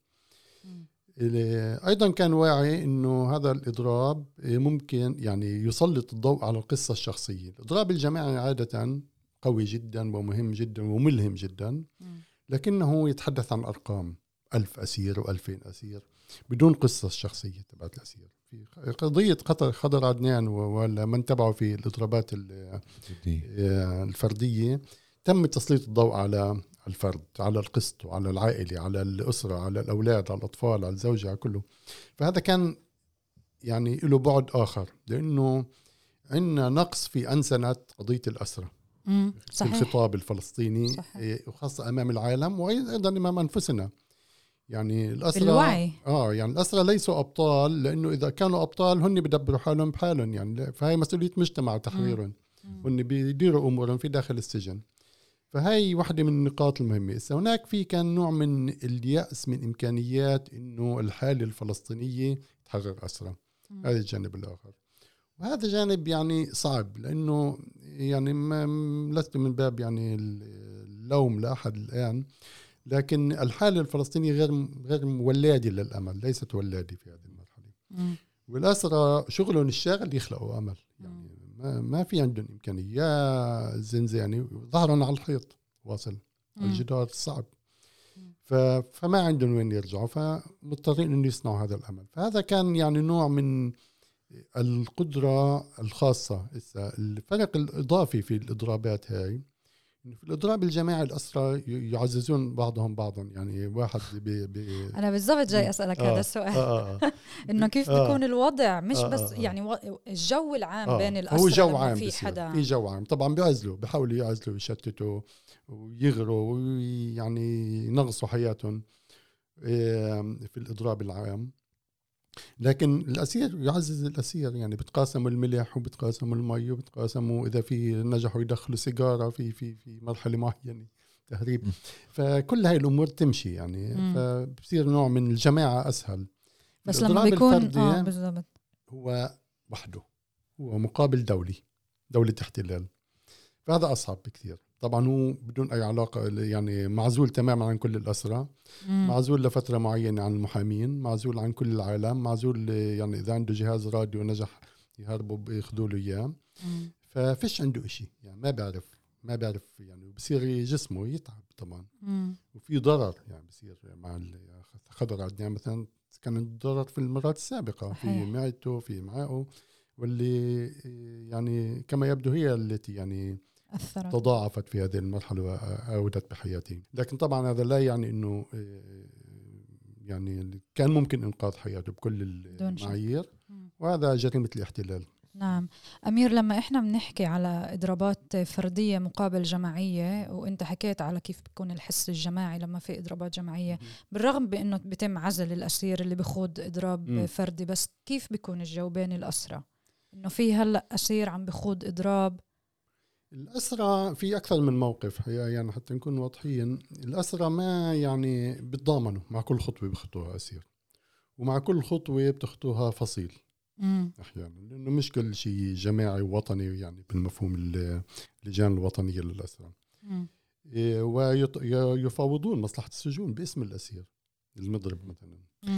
أيضا كان واعي إنه هذا الإضراب ممكن يعني يسلط الضوء على القصة الشخصية. الإضراب الجماعي عادة قوي جدا ومهم جدا وملهم جدا، لكنه يتحدث عن أرقام 1000 أسير و2000 أسير بدون قصة شخصية تبعت الأسير. في قضية خضر عدنان ولا من تبعه في الإضرابات الفردية تم تسليط الضوء على الفرد، على القسط، وعلى العائلة، على الأسرة، على الأولاد، على الأطفال، على الزوجة، على كله. فهذا كان يعني له بعد آخر، لأنه عندنا نقص في أنسنة قضية الأسرة في الخطاب الفلسطيني، صحيح. وخاصة أمام العالم وأيضا أمام أنفسنا. يعني الأسرة يعني الأسرة ليسوا أبطال، لأنه إذا كانوا أبطال هن بدبروا حالهم بحالهم، يعني فهي مسؤولية مجتمع تحريرهم، هن بيديروا أمورهم في داخل السجن. فهي واحدة من النقاط المهمة. هناك كان نوع من اليأس من إمكانيات إنه الحالة الفلسطينية تحرر أسرى. هذا الجانب الآخر، وهذا جانب يعني صعب، لأنه يعني لست من باب يعني اللوم لأحد الآن، لكن الحالة الفلسطينية غير ولادة للأمل، ليست ولادة في هذه المرحلة. والأسرى شغلهم الشاغل يخلقوا أمل، يعني ما في عندهم إمكانية. يا زنزاني ظهرهم على الحيط واصل الجدار الصعب، فما عندهم وين يرجعوا، فمضطرين أن يصنعوا هذا الأمل. فهذا كان يعني نوع من القدرة الخاصة. الفرق الإضافي في الإضرابات هاي إنه في الإضراب الجماعي الأسرى يعززون بعضهم بعضا، يعني واحد أنا بالضبط جاي أسألك هذا السؤال. إنه كيف بيكون الوضع، مش بس يعني الجو العام بين الأسرى. هو جو عام، في حدا في جو عام طبعا بيحاولوا يعزلوا ويشتتوا ويغروا ويعني ينغصوا حياتهم في الإضراب العام. لكن الأسير يعزز الأسير، يعني بتقاسموا الملح وبتقاسموا المي وبتقاسموا إذا في نجحوا يدخلوا سيجارة في مرحلة معينة تهريب. فكل هاي الأمور تمشي يعني، فبصير نوع من الجماعة أسهل. بس لما بيكون بالضبط هو وحده، هو مقابل دولة احتلال، فهذا أصعب بكثير. طبعا هو بدون أي علاقة، يعني معزول تماما عن كل الأسرى، معزول لفترة معينة عن المحامين، معزول عن كل العالم، معزول يعني إذا عنده جهاز راديو نجح يهربوا بياخذوا له إياه، ففيش عنده إشي، يعني ما بعرف يعني بصير جسمه يتعب طبعا. وفي ضرر يعني بصير مع خضر عدنان مثلا، كان ضرر في المرات السابقة في معدته، في معاقه، واللي يعني كما يبدو هي التي يعني أثرت، تضاعفت في هذه المرحلة وأودت بحياته. لكن طبعا هذا لا يعني أنه يعني كان ممكن إنقاذ حياته بكل المعايير، وهذا جريمة الاحتلال. نعم أمير، لما إحنا بنحكي على إضرابات فردية مقابل جماعية، وإنت حكيت على كيف بيكون الحس الجماعي لما في إضرابات جماعية، بالرغم بأنه بيتم عزل الأسير اللي بيخوض إضراب فردي، بس كيف بيكون الجو بين الأسرى؟ إنه في هلأ أسير عم بخوض إضراب؟ الأسرى في أكثر من موقف يعني حتى نكون واضحين. الأسرى ما يعني بتضامنوا مع كل خطوة بخطوها أسير، ومع كل خطوة بتخطوها فصيل أحيانا، لأنه مش كل شيء جماعي ووطني يعني بالمفهوم اللجان الوطنية للأسرى. ويفاوضون مصلحة السجون باسم الأسير المضرب مثلا،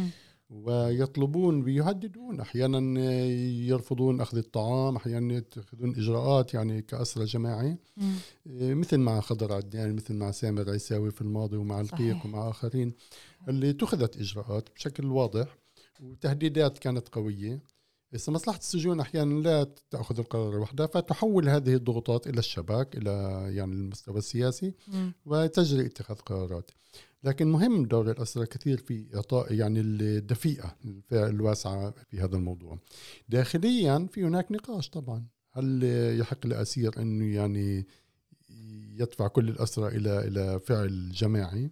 ويطلبون ويهددون، أحيانا يرفضون أخذ الطعام، أحيانا يتخذون إجراءات يعني كأسرى جماعي، مثل مع خضر عدنان، مثل مع سامر عيساوي في الماضي، ومع القيق ومع آخرين اللي اتخذت إجراءات بشكل واضح وتهديدات كانت قوية. بس مصلحة السجون أحيانا لا تأخذ القرار وحدها، فتحول هذه الضغوطات إلى الشباك، إلى يعني المستوى السياسي، وتجري اتخاذ قرارات. لكن مهم دور الأسرى كثير في إعطاء يعني الدفئة الواسعة في هذا الموضوع. داخليا في هناك نقاش طبعا، هل يحق لأسير أنه يعني يدفع كل الأسرى إلى فعل جماعي،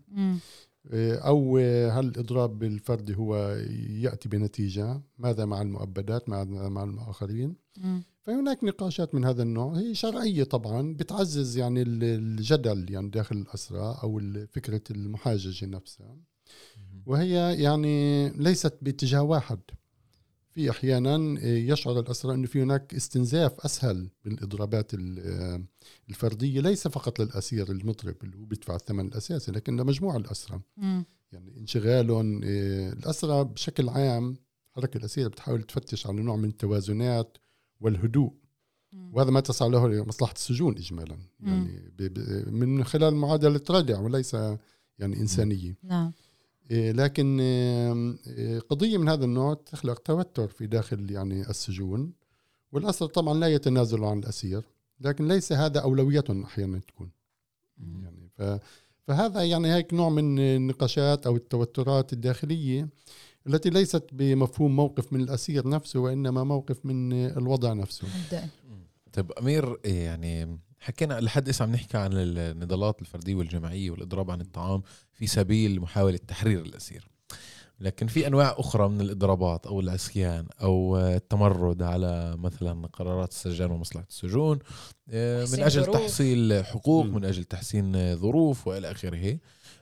أو هل الإضراب بالفرد هو يأتي بنتيجة؟ ماذا مع المؤبدات، ماذا مع الآخرين؟ فهناك نقاشات من هذا النوع، هي شرعية طبعا بتعزز يعني الجدل يعني داخل الأسرى أو فكرة المحاججة نفسها، وهي يعني ليست باتجاه واحد. في أحيانا يشعر الأسرى أنه في هناك استنزاف أسهل بالإضرابات الفردية، ليس فقط للأسير المضرب اللي هو بيدفع الثمن الأساسي، لكن لمجموعة الأسرى. يعني انشغالهم الأسرى بشكل عام، حركة الأسير بتحاول تفتش على نوع من التوازنات والهدوء، وهذا ما تسعى له مصلحة السجون إجمالا، يعني من خلال معادلة ردع وليس يعني إنسانية. نعم. لكن قضية من هذا النوع تخلق توتر في داخل يعني السجون، والأسر طبعا لا يتنازل عن الأسير، لكن ليس هذا أولويتهم أحيانا تكون يعني. فهذا يعني هيك نوع من النقاشات أو التوترات الداخلية التي ليست بمفهوم موقف من الأسير نفسه، وإنما موقف من الوضع نفسه. طيب أمير، يعني حكينا لحد إسا عم نحكي عن النضالات الفردية والجماعية والإضراب عن الطعام في سبيل محاولة تحرير الأسير، لكن في أنواع أخرى من الإضرابات أو العصيان أو التمرد على مثلا قرارات السجان ومصلحة السجون من أجل تحصيل حقوق، من أجل تحسين ظروف وإلى آخره.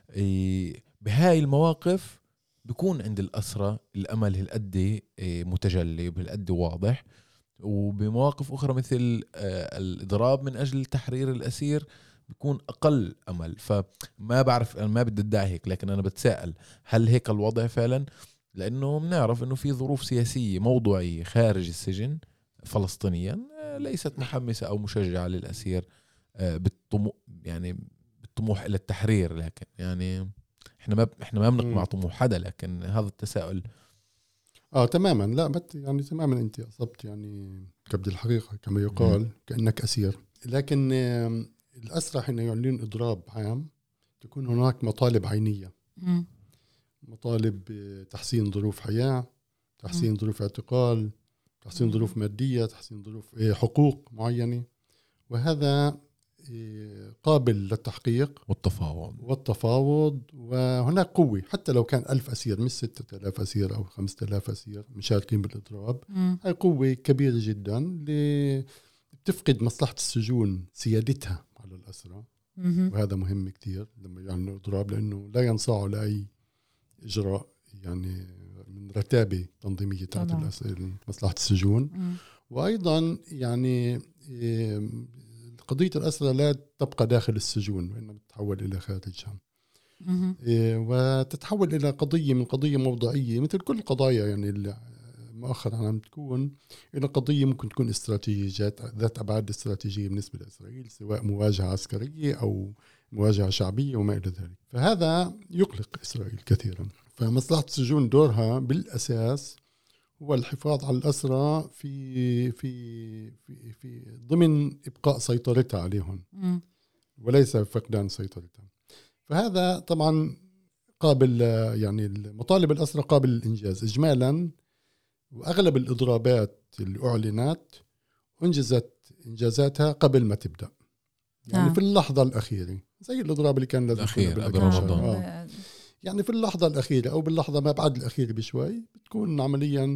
بهاي المواقف بيكون عند الأسرى الأمل هالقد متجلي وبهالقد واضح، وبمواقف أخرى مثل الإضراب من أجل تحرير الأسير بيكون أقل أمل. فما بعرف، أنا ما بدي أدعي هيك، لكن أنا بتساءل هل هيك الوضع فعلا؟ لأنه بنعرف أنه في ظروف سياسية موضوعية خارج السجن فلسطينيا ليست محمسة أو مشجعة للأسير بالطموح إلى التحرير. لكن يعني إحنا ما بنقمع طموح حدا، لكن هذا التساؤل. تماما، لا يعني تماما أنت أصبت يعني كبد الحقيقة كما يقال، كأنك أسير. لكن الأسرى حين يعلنون إضراب عام تكون هناك مطالب عينية، مطالب تحسين ظروف حياة، تحسين ظروف اعتقال، تحسين ظروف مادية، تحسين ظروف حقوق معينة، وهذا قابل للتحقيق والتفاوض. وهناك قوة، حتى لو كان 1000 أسير مش 6000 أسير أو 5000 أسير مشاركين بالإضراب، هاي قوة كبيرة جدا بتفقد مصلحة السجون سيادتها على الأسرى. وهذا مهم كتير لما يعلنوا إضراب، لأنه لا ينصاعوا لأي إجراء يعني من رتابة تنظيمية تحت مصلحة السجون. وأيضا يعني قضية الأسرى لا تبقى داخل السجون، وإنما تتحول إلى خارجها، وتتحول إلى قضية موضوعية مثل كل القضايا يعني اللي مؤخرا عم تكون، إلى قضية ممكن تكون استراتيجية ذات أبعاد استراتيجية بالنسبة لإسرائيل، سواء مواجهة عسكرية أو مواجهة شعبية وما إلى ذلك. فهذا يقلق إسرائيل كثيرا. فمصلحة السجون دورها بالأساس هو الحفاظ على الأسرى في في في في ضمن إبقاء سيطرتها عليهم، وليس فقدان سيطرتها. فهذا طبعا قابل، يعني مطالب الأسرى قابل للإنجاز إجمالا. وأغلب الإضرابات اللي أعلنت أنجزت إنجازاتها قبل ما تبدأ، يعني في اللحظة الأخيرة، زي الإضراب اللي كان لازم قبل رمضان. يعني في اللحظة الأخيرة أو باللحظة ما بعد الأخيرة بشوي بتكون عمليا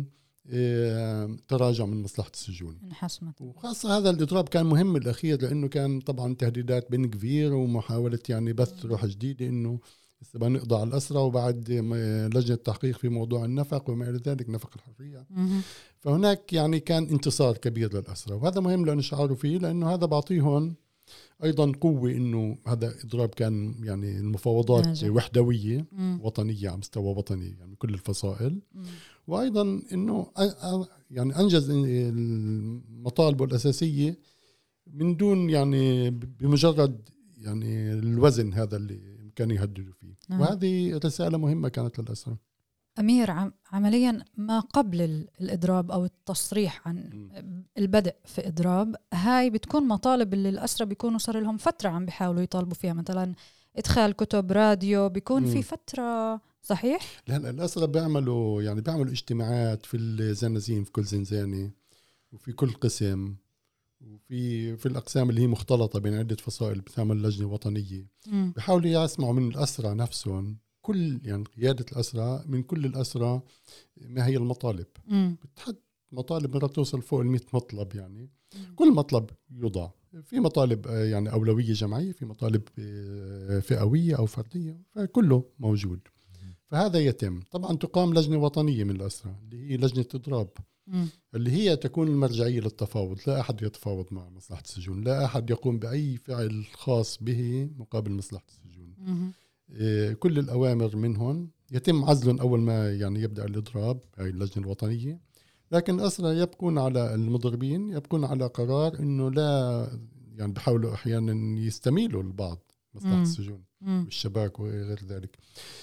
تراجع من مصلحة السجون انحسمت. وخاصة هذا الإضراب كان مهم الأخير لأنه كان طبعا تهديدات بن كفير ومحاولة يعني بث روح جديدة إنه سبا نقضى على الأسرى وبعد لجنة تحقيق في موضوع النفق وما إلى ذلك، نفق الحرية. فهناك يعني كان انتصار كبير للأسرى، وهذا مهم لأن شعروا فيه، لأنه هذا بعطيهم أيضا قوة إنه هذا إضراب كان يعني المفاوضات ناجح. وحدوية وطنية على مستوى وطني يعني كل الفصائل، وأيضا إنه يعني أنجز المطالبه الأساسية من دون يعني بمجرد يعني الوزن هذا اللي كان يهددوا فيه. وهذه رسالة مهمة كانت للأسرى. أمير، عمليا ما قبل الإضراب أو التصريح عن البدء في إضراب، هاي بتكون مطالب اللي الأسرى بيكونوا صار لهم فترة عم بيحاولوا يطالبوا فيها، مثلا إدخال كتب، راديو، بيكون في فترة. صحيح؟ لأن الأسرى بيعملوا اجتماعات في الزنازين، في كل زنزانة وفي كل قسم وفي الأقسام اللي هي مختلطة بين عدة فصائل بتعمل لجنة وطنية. بيحاولوا يسمعوا من الأسرى نفسهم، كل يعني قيادة الأسرى من كل الأسرى ما هي المطالب. بتحط مطالب مرة توصل فوق 100 مطلب، يعني كل مطلب يوضع في مطالب يعني أولوية جماعية، في مطالب فئوية أو فردية، فكله موجود. فهذا يتم. طبعا تقام لجنة وطنية من الأسرى اللي هي لجنة إضراب، اللي هي تكون المرجعية للتفاوض. لا أحد يتفاوض مع مصلحة السجون، لا أحد يقوم بأي فعل خاص به مقابل مصلحة السجون. كل الأوامر منهم يتم عزلهم أول ما يعني يبدأ الإضراب، هاي اللجنة الوطنية. لكن الأسرى يبقون على المضربين، يبقون على قرار إنه لا، يعني بحاولوا أحيانا يستميلوا البعض مصلحة السجون والشباك وغير ذلك.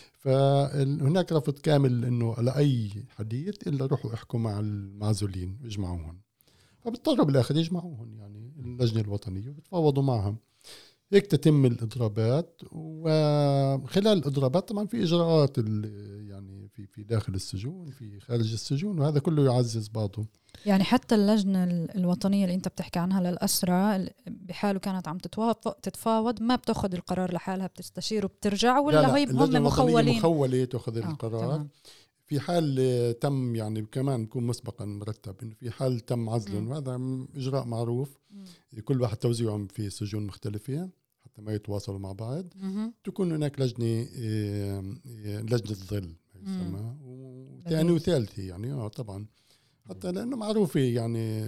فهناك رفض كامل إنه على أي حديث إلا روحوا احكوا مع المعزولين واجمعوهم. فبالطرق بالآخر يجمعوهم يعني اللجنة الوطنية وبتفاوضوا معهم. هيك تتم الإضرابات. وخلال الإضرابات طبعا في إجراءات يعني في داخل السجون، في خارج السجون، وهذا كله يعزز بعضه. يعني حتى اللجنة الوطنية اللي أنت بتحكي عنها للأسرى بحاله كانت عم تتفاوض، ما بتأخذ القرار لحالها، بتستشير وبترجع، ولا هي هم مخولة تأخذ القرار. تمام. في حال تم يعني كمان يكون مسبقا مرتب إنه في حال تم عزلهم، وهذا إجراء معروف. كل واحد توزيعهم في سجون مختلفة حتى ما يتواصلوا مع بعض. تكون هناك لجنة ظل يسمى، وثاني وثالثي يعني طبعا، حتى لأنه معروفة يعني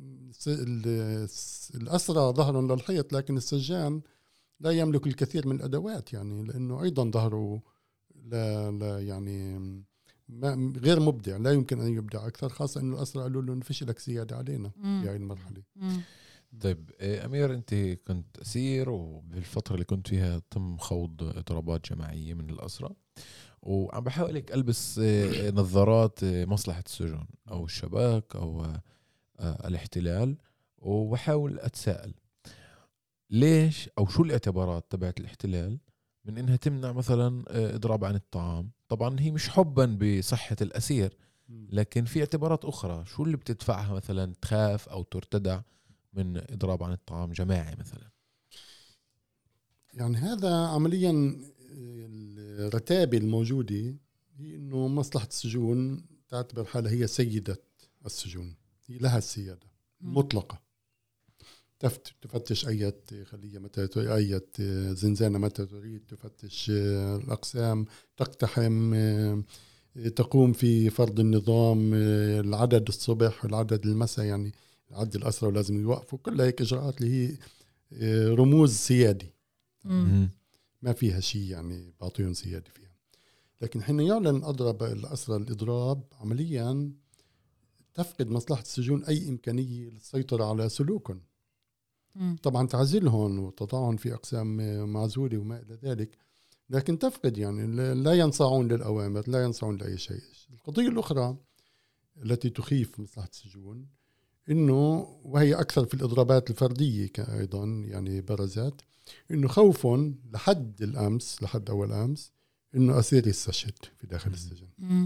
الأسرى ظهرا للحيط، لكن السجان لا يملك الكثير من الأدوات، يعني لأنه أيضا ظهروا لا يعني غير مبدع، لا يمكن أن يبدع أكثر، خاصة أنه الأسرى قالوا له نفش لك سيادة علينا في هذه المرحلة. طيب أمير، أنت كنت أسير، وبالفترة اللي كنت فيها تم خوض إضرابات جماعية من الأسرى، وعم بحاولك ألبس نظارات مصلحة السجون أو الشباك أو الاحتلال، وبحاول أتساءل ليش أو شو الاعتبارات تبعت الاحتلال من إنها تمنع مثلا إضراب عن الطعام. طبعا هي مش حبا بصحة الأسير، لكن في اعتبارات أخرى. شو اللي بتدفعها مثلا تخاف أو ترتدع من إضراب عن الطعام جماعي مثلا؟ يعني هذا عمليا الرتابة الموجودة هي إنه مصلحة السجون تعتبر حالها هي سيدة السجون، هي لها السيادة مطلقة. تفتش أي خلية متى تريد، أي زنزانة متى تريد، تفتش الأقسام، تقتحم، تقوم في فرض النظام، العدد الصبح والعدد المساء، يعني عد الأسرى ولازم يوقفوا. كل هيك إجراءات اللي هي رموز سيادي ما فيها شيء يعني بعطيهم سيادة فيها. لكن حين يعلن أضرب الأسرى الإضراب، عمليا تفقد مصلحة السجون أي إمكانية للسيطرة على سلوكهم. طبعا تعزلهم وتضعهم في أقسام معزولة وما إلى ذلك، لكن تفقد يعني لا ينصاعون للأوامر، لا ينصاعون لأي شيء. القضية الأخرى التي تخيف مصلحة السجون إنه، وهي أكثر في الإضرابات الفردية أيضا يعني برزت، إنه خوفهم لحد أول أمس إنه أسير يستشهد في داخل السجن.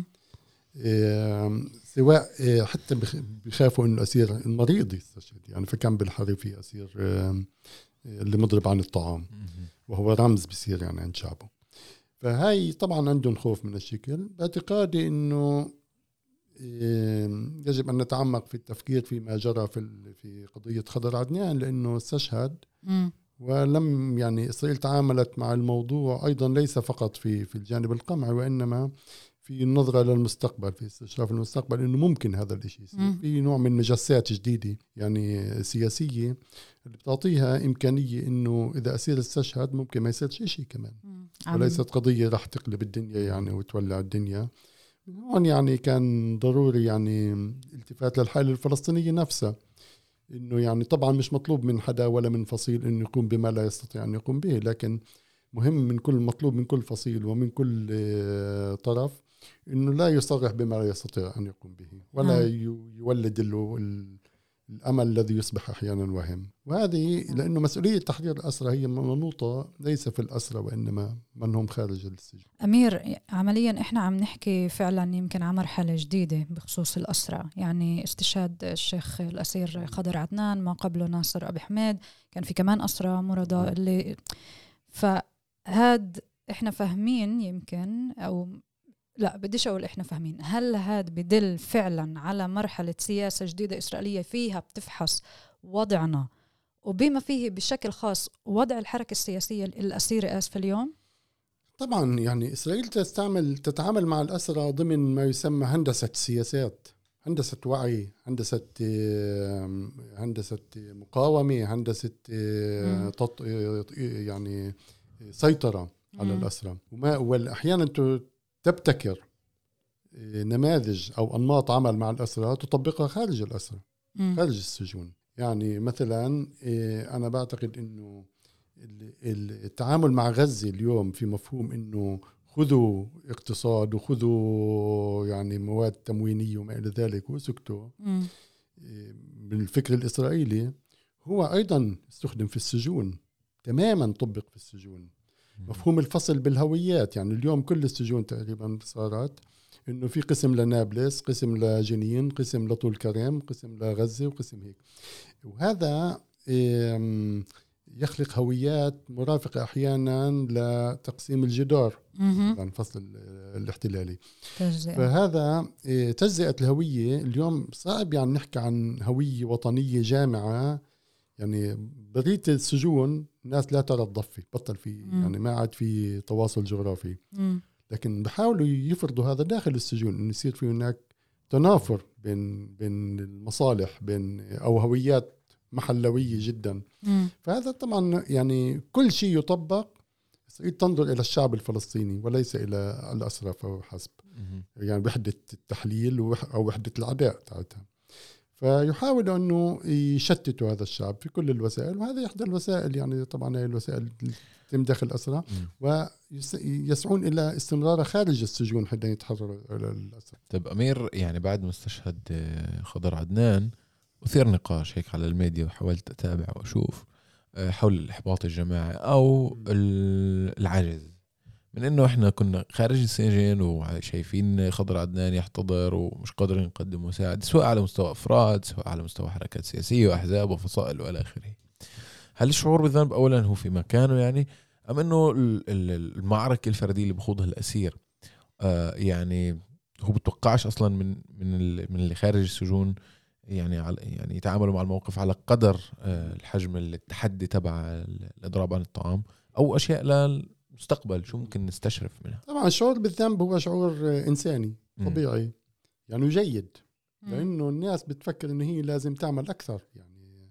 سواء حتى بيخافوا إنه أسير المريض يستشهد، يعني فكان بالحري في أسير اللي مضرب عن الطعام، وهو رمز بيصير يعني عند شعبه. فهاي طبعا عندهم خوف من الشكل. باعتقادي إنه يجب أن نتعمق في التفكير فيما جرى في قضية خضر عدنان، لأنه استشهد ولم يعني إسرائيل تعاملت مع الموضوع أيضا ليس فقط في الجانب القمعي، وإنما في النظرة للمستقبل، في استشراف المستقبل إنه ممكن هذا الشيء يصير، في نوع من مجسات جديدة يعني سياسية اللي بتعطيها إمكانية إنه إذا أسير استشهد ممكن ما يصيرش شيء كمان، وليست قضية راح تقلب الدنيا يعني وتولع الدنيا. هون يعني كان ضروري يعني التفات للحالة الفلسطينية نفسها، إنه يعني طبعا مش مطلوب من حدا ولا من فصيل إنه يقوم بما لا يستطيع أن يقوم به، لكن مهم من كل مطلوب من كل فصيل ومن كل طرف إنه لا يصرح بما لا يستطيع أن يقوم به، ولا يولد له الأمل الذي يصبح أحيانا وهم. وهذه لأنه مسؤولية تحرير الأسرى هي منوطة ليس في الأسرى وإنما من هم خارج السجن. أمير، عمليا إحنا عم نحكي فعلا يمكن عن مرحلة جديدة بخصوص الأسرى، يعني استشهاد الشيخ الأسير خضر عدنان، ما قبله ناصر أبي حميد، كان في كمان أسرى مرضى اللي فهاد إحنا فاهمين يمكن، أو لا بديش أقول إحنا فاهمين، هل هاد بدل فعلا على مرحلة سياسة جديدة إسرائيلية فيها بتفحص وضعنا وبما فيه بشكل خاص وضع الحركة السياسية الأسيرة آسف اليوم؟ طبعا يعني إسرائيل تتعامل مع الأسرى ضمن ما يسمى هندسة سياسات، هندسة وعي، هندسة مقاومة، هندسة يعني سيطرة على الأسرى. والأحيانا تبتكر نماذج أو أنماط عمل مع الأسرى تطبقها خارج الأسرى، خارج السجون. يعني مثلا أنا بعتقد أنه التعامل مع غزة اليوم في مفهوم أنه خذوا اقتصاد وخذوا يعني مواد تموينية وما إلى ذلك وسكتوا من الفكر الإسرائيلي، هو أيضا استخدم في السجون، تماما طبق في السجون. مفهوم الفصل بالهويات، يعني اليوم كل السجون تقريبا صارت إنه في قسم لنابلس، قسم لجنين، قسم لطول كرم، قسم لغزة، وقسم هيك. وهذا يخلق هويات مرافقة أحيانا لتقسيم الجدار، الفصل الاحتلالي. فهذا تجزئة الهوية اليوم صعب يعني نحكي عن هوية وطنية جامعة. يعني برية السجون الناس لا ترى الضفة، بطل في يعني ما عاد في تواصل جغرافي، لكن بحاولوا يفرضوا هذا داخل السجون، إنه يصير في هناك تنافر بين المصالح، أو هويات محلوية جدا. فهذا طبعا يعني كل شيء يطبق، إسرائيل تنظر إلى الشعب الفلسطيني وليس إلى الأسرى فحسب، يعني وحدة التحليل أو وحدة العداء تاعتها. فيحاولوا أنه يشتتوا هذا الشعب في كل الوسائل، وهذا إحدى الوسائل. يعني طبعا هي الوسائل تم داخل الأسرى، ويسعون إلى استمرار خارج السجون حتى يتحرروا الأسرى. طيب أمير، يعني بعد ما استشهد خضر عدنان أثير نقاش هيك على الميديا، وحاولت أتابع وأشوف حول الإحباط الجماعي أو العجز من إنه إحنا كنا خارج السجن وشايفين خضر عدنان يحتضر ومش قادرين نقدم مساعدة، سواء على مستوى أفراد، سواء على مستوى حركات سياسية وأحزاب وفصائل وإلى آخره. هل الشعور بالذنب أولا هو في مكانه يعني، أم إنه المعركة الفردية اللي بخوضها الأسير يعني هو بتوقعش أصلا من اللي خارج السجون يعني يتعاملوا مع الموقف على قدر الحجم التحدي تبع الإضراب عن الطعام، أو أشياء للمستقبل شو ممكن نستشرف منها؟ طبعا الشعور بالذنب هو شعور إنساني طبيعي يعني جيد، لأنه الناس بتفكر إنه هي لازم تعمل أكثر. يعني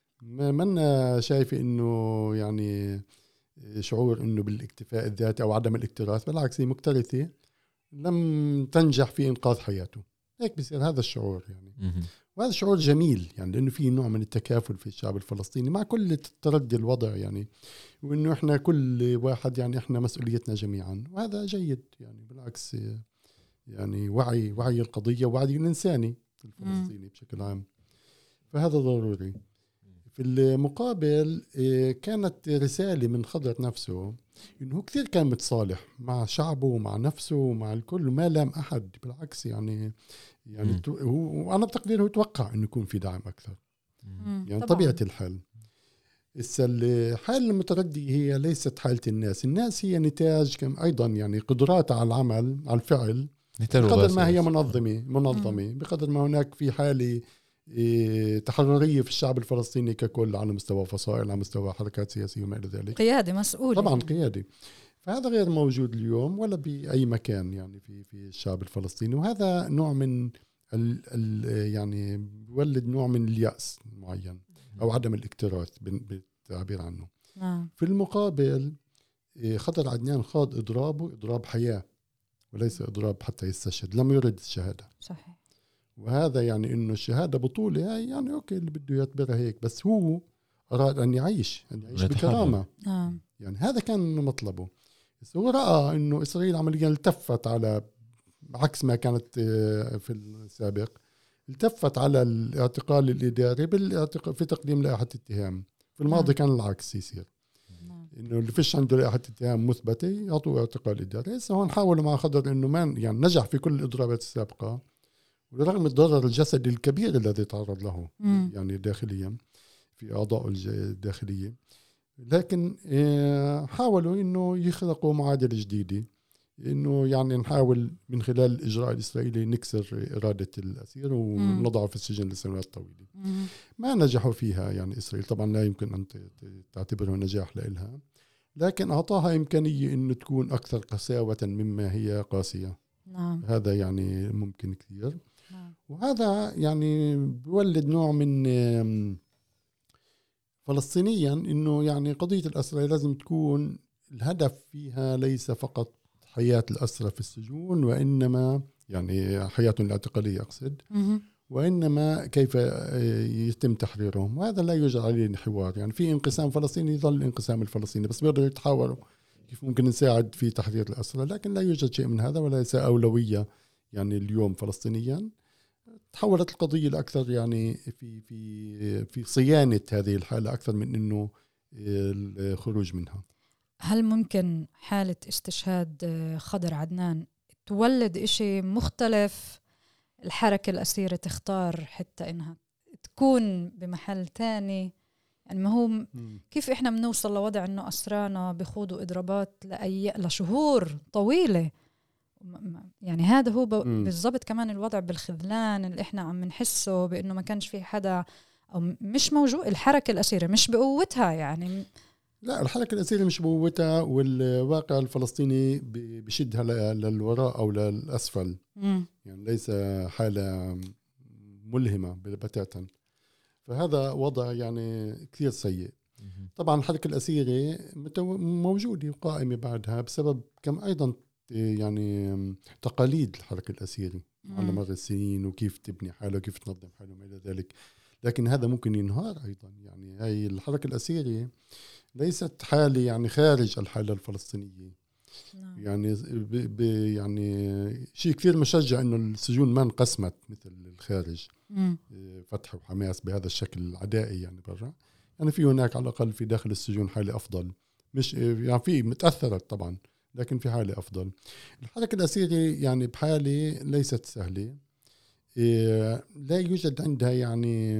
ما شايف إنه يعني شعور إنه بالاكتفاء الذاتي أو عدم الاكتراث، بالعكس هي مكترثة لم تنجح في إنقاذ حياته، هيك بيصير هذا الشعور يعني. وهذا شعور جميل يعني، لأنه فيه نوع من التكافل في الشعب الفلسطيني مع كل تردي الوضع يعني، وإنه إحنا كل واحد يعني إحنا مسؤوليتنا جميعا، وهذا جيد يعني. بالعكس يعني وعي القضية ووعي الإنساني الفلسطيني بشكل عام، فهذا ضروري. في المقابل كانت رسالة من خضر نفسه إنه كثير كان متصالح مع شعبه ومع نفسه ومع الكل، وما لام أحد. بالعكس يعني وأنا بتقديره يتوقع إنه يكون في دعم أكثر يعني طبعاً. طبيعة الحال. الحالة المتردية هي ليست حالة الناس هي نتاج أيضا يعني قدرات على العمل على الفعل بقدر ما هي منظمة بقدر ما هناك في حالة تحررية في الشعب الفلسطيني ككل على مستوى فصائل، على مستوى حركات سياسية وما إلى ذلك، قيادة مسؤولة طبعا قيادة. فهذا غير موجود اليوم ولا بأي مكان يعني في الشعب الفلسطيني، وهذا نوع من يعني بيولد نوع من اليأس معين أو عدم الاكتراث بالتعبير عنه. في المقابل خضر عدنان خاض إضراب حياة وليس إضراب حتى يستشهد، لم يرد الشهادة. صحيح. وهذا يعني إنه الشهادة بطولة يعني أوكي اللي بده يعتبرها هيك، بس هو أراد أن يعيش بكرامة. يعني هذا كان مطلبه. بس هو رأى إنه إسرائيل عمليا التفت على عكس ما كانت في السابق، التفت على الاعتقال الإداري في تقديم لائحة اتهام. في الماضي كان العكس يصير، إنه اللي فيش عنده لائحة اتهام مثبتة يعطوه اعتقال إداري. هسه هون حاولوا مع خضر إنه ما يعني نجح في كل الإضرابات السابقة، ورغم الضرر الجسدي الكبير الذي تعرض له يعني داخليا في أعضائه الداخلية، لكن حاولوا إنه يخلقوا معادلة جديدة، إنه يعني نحاول من خلال الإجراء الإسرائيلي نكسر إرادة الأسير ونضعه في السجن لسنوات طويلة. ما نجحوا فيها يعني إسرائيل، طبعا لا يمكن أن تعتبره نجاح لإلها، لكن أعطاها إمكانية إنه تكون أكثر قساوة مما هي قاسية. هذا يعني ممكن كثير. وهذا يعني بيولد نوع من فلسطينيا إنه يعني قضية الأسرى لازم تكون الهدف فيها ليس فقط حياة الأسرى في السجون، وإنما يعني حياتهم الاعتقالية أقصد، وإنما كيف يتم تحريرهم. وهذا لا يوجد عليه حوار. يعني في انقسام فلسطيني يظل الانقسام الفلسطيني، بس بيقدروا يتحاوروا كيف ممكن نساعد في تحرير الأسرى، لكن لا يوجد شيء من هذا وليس أولوية. يعني اليوم فلسطينيا تحولت القضية لأكثر يعني في صيانة هذه الحالة أكثر من إنه الخروج منها. هل ممكن حالة استشهاد خضر عدنان تولد إشي مختلف، الحركة الأسيرة تختار حتى إنها تكون بمحل تاني؟ يعني ما هو كيف إحنا بنوصل لوضع إنه أسرانا بخوضوا إضرابات لشهور طويلة؟ يعني هذا هو بالضبط كمان الوضع بالخذلان اللي إحنا عم نحسه، بإنه ما كانش في حدا أو مش موجود. الحركة الأسيرة مش بقوتها يعني. لا، الحركة الأسيرة مش بقوتها، والواقع الفلسطيني بشدها للوراء أو للأسفل. يعني ليس حالة ملهمة بتاتا. فهذا وضع يعني كثير سيء. طبعا الحركة الأسيرة موجودة وقائمة بعدها بسبب كم أيضا يعني تقاليد الحركة الأسيرة على مر السنين، وكيف تبني حاله وكيف تنظم حاله وما إلى ذلك. لكن هذا ممكن ينهار أيضا. يعني هاي الحركة الأسيرة ليست حالة يعني خارج الحالة الفلسطينية. يعني يعني شيء كثير مشجع إنه السجون ما انقسمت مثل الخارج، فتح وحماس بهذا الشكل العدائي يعني برا. يعني في هناك على الأقل في داخل السجون حالة أفضل، مش يعني في متأثرت طبعا، لكن في حالة أفضل. الحركة الأسيرة يعني بحالة ليست سهلة. لا يوجد عندها يعني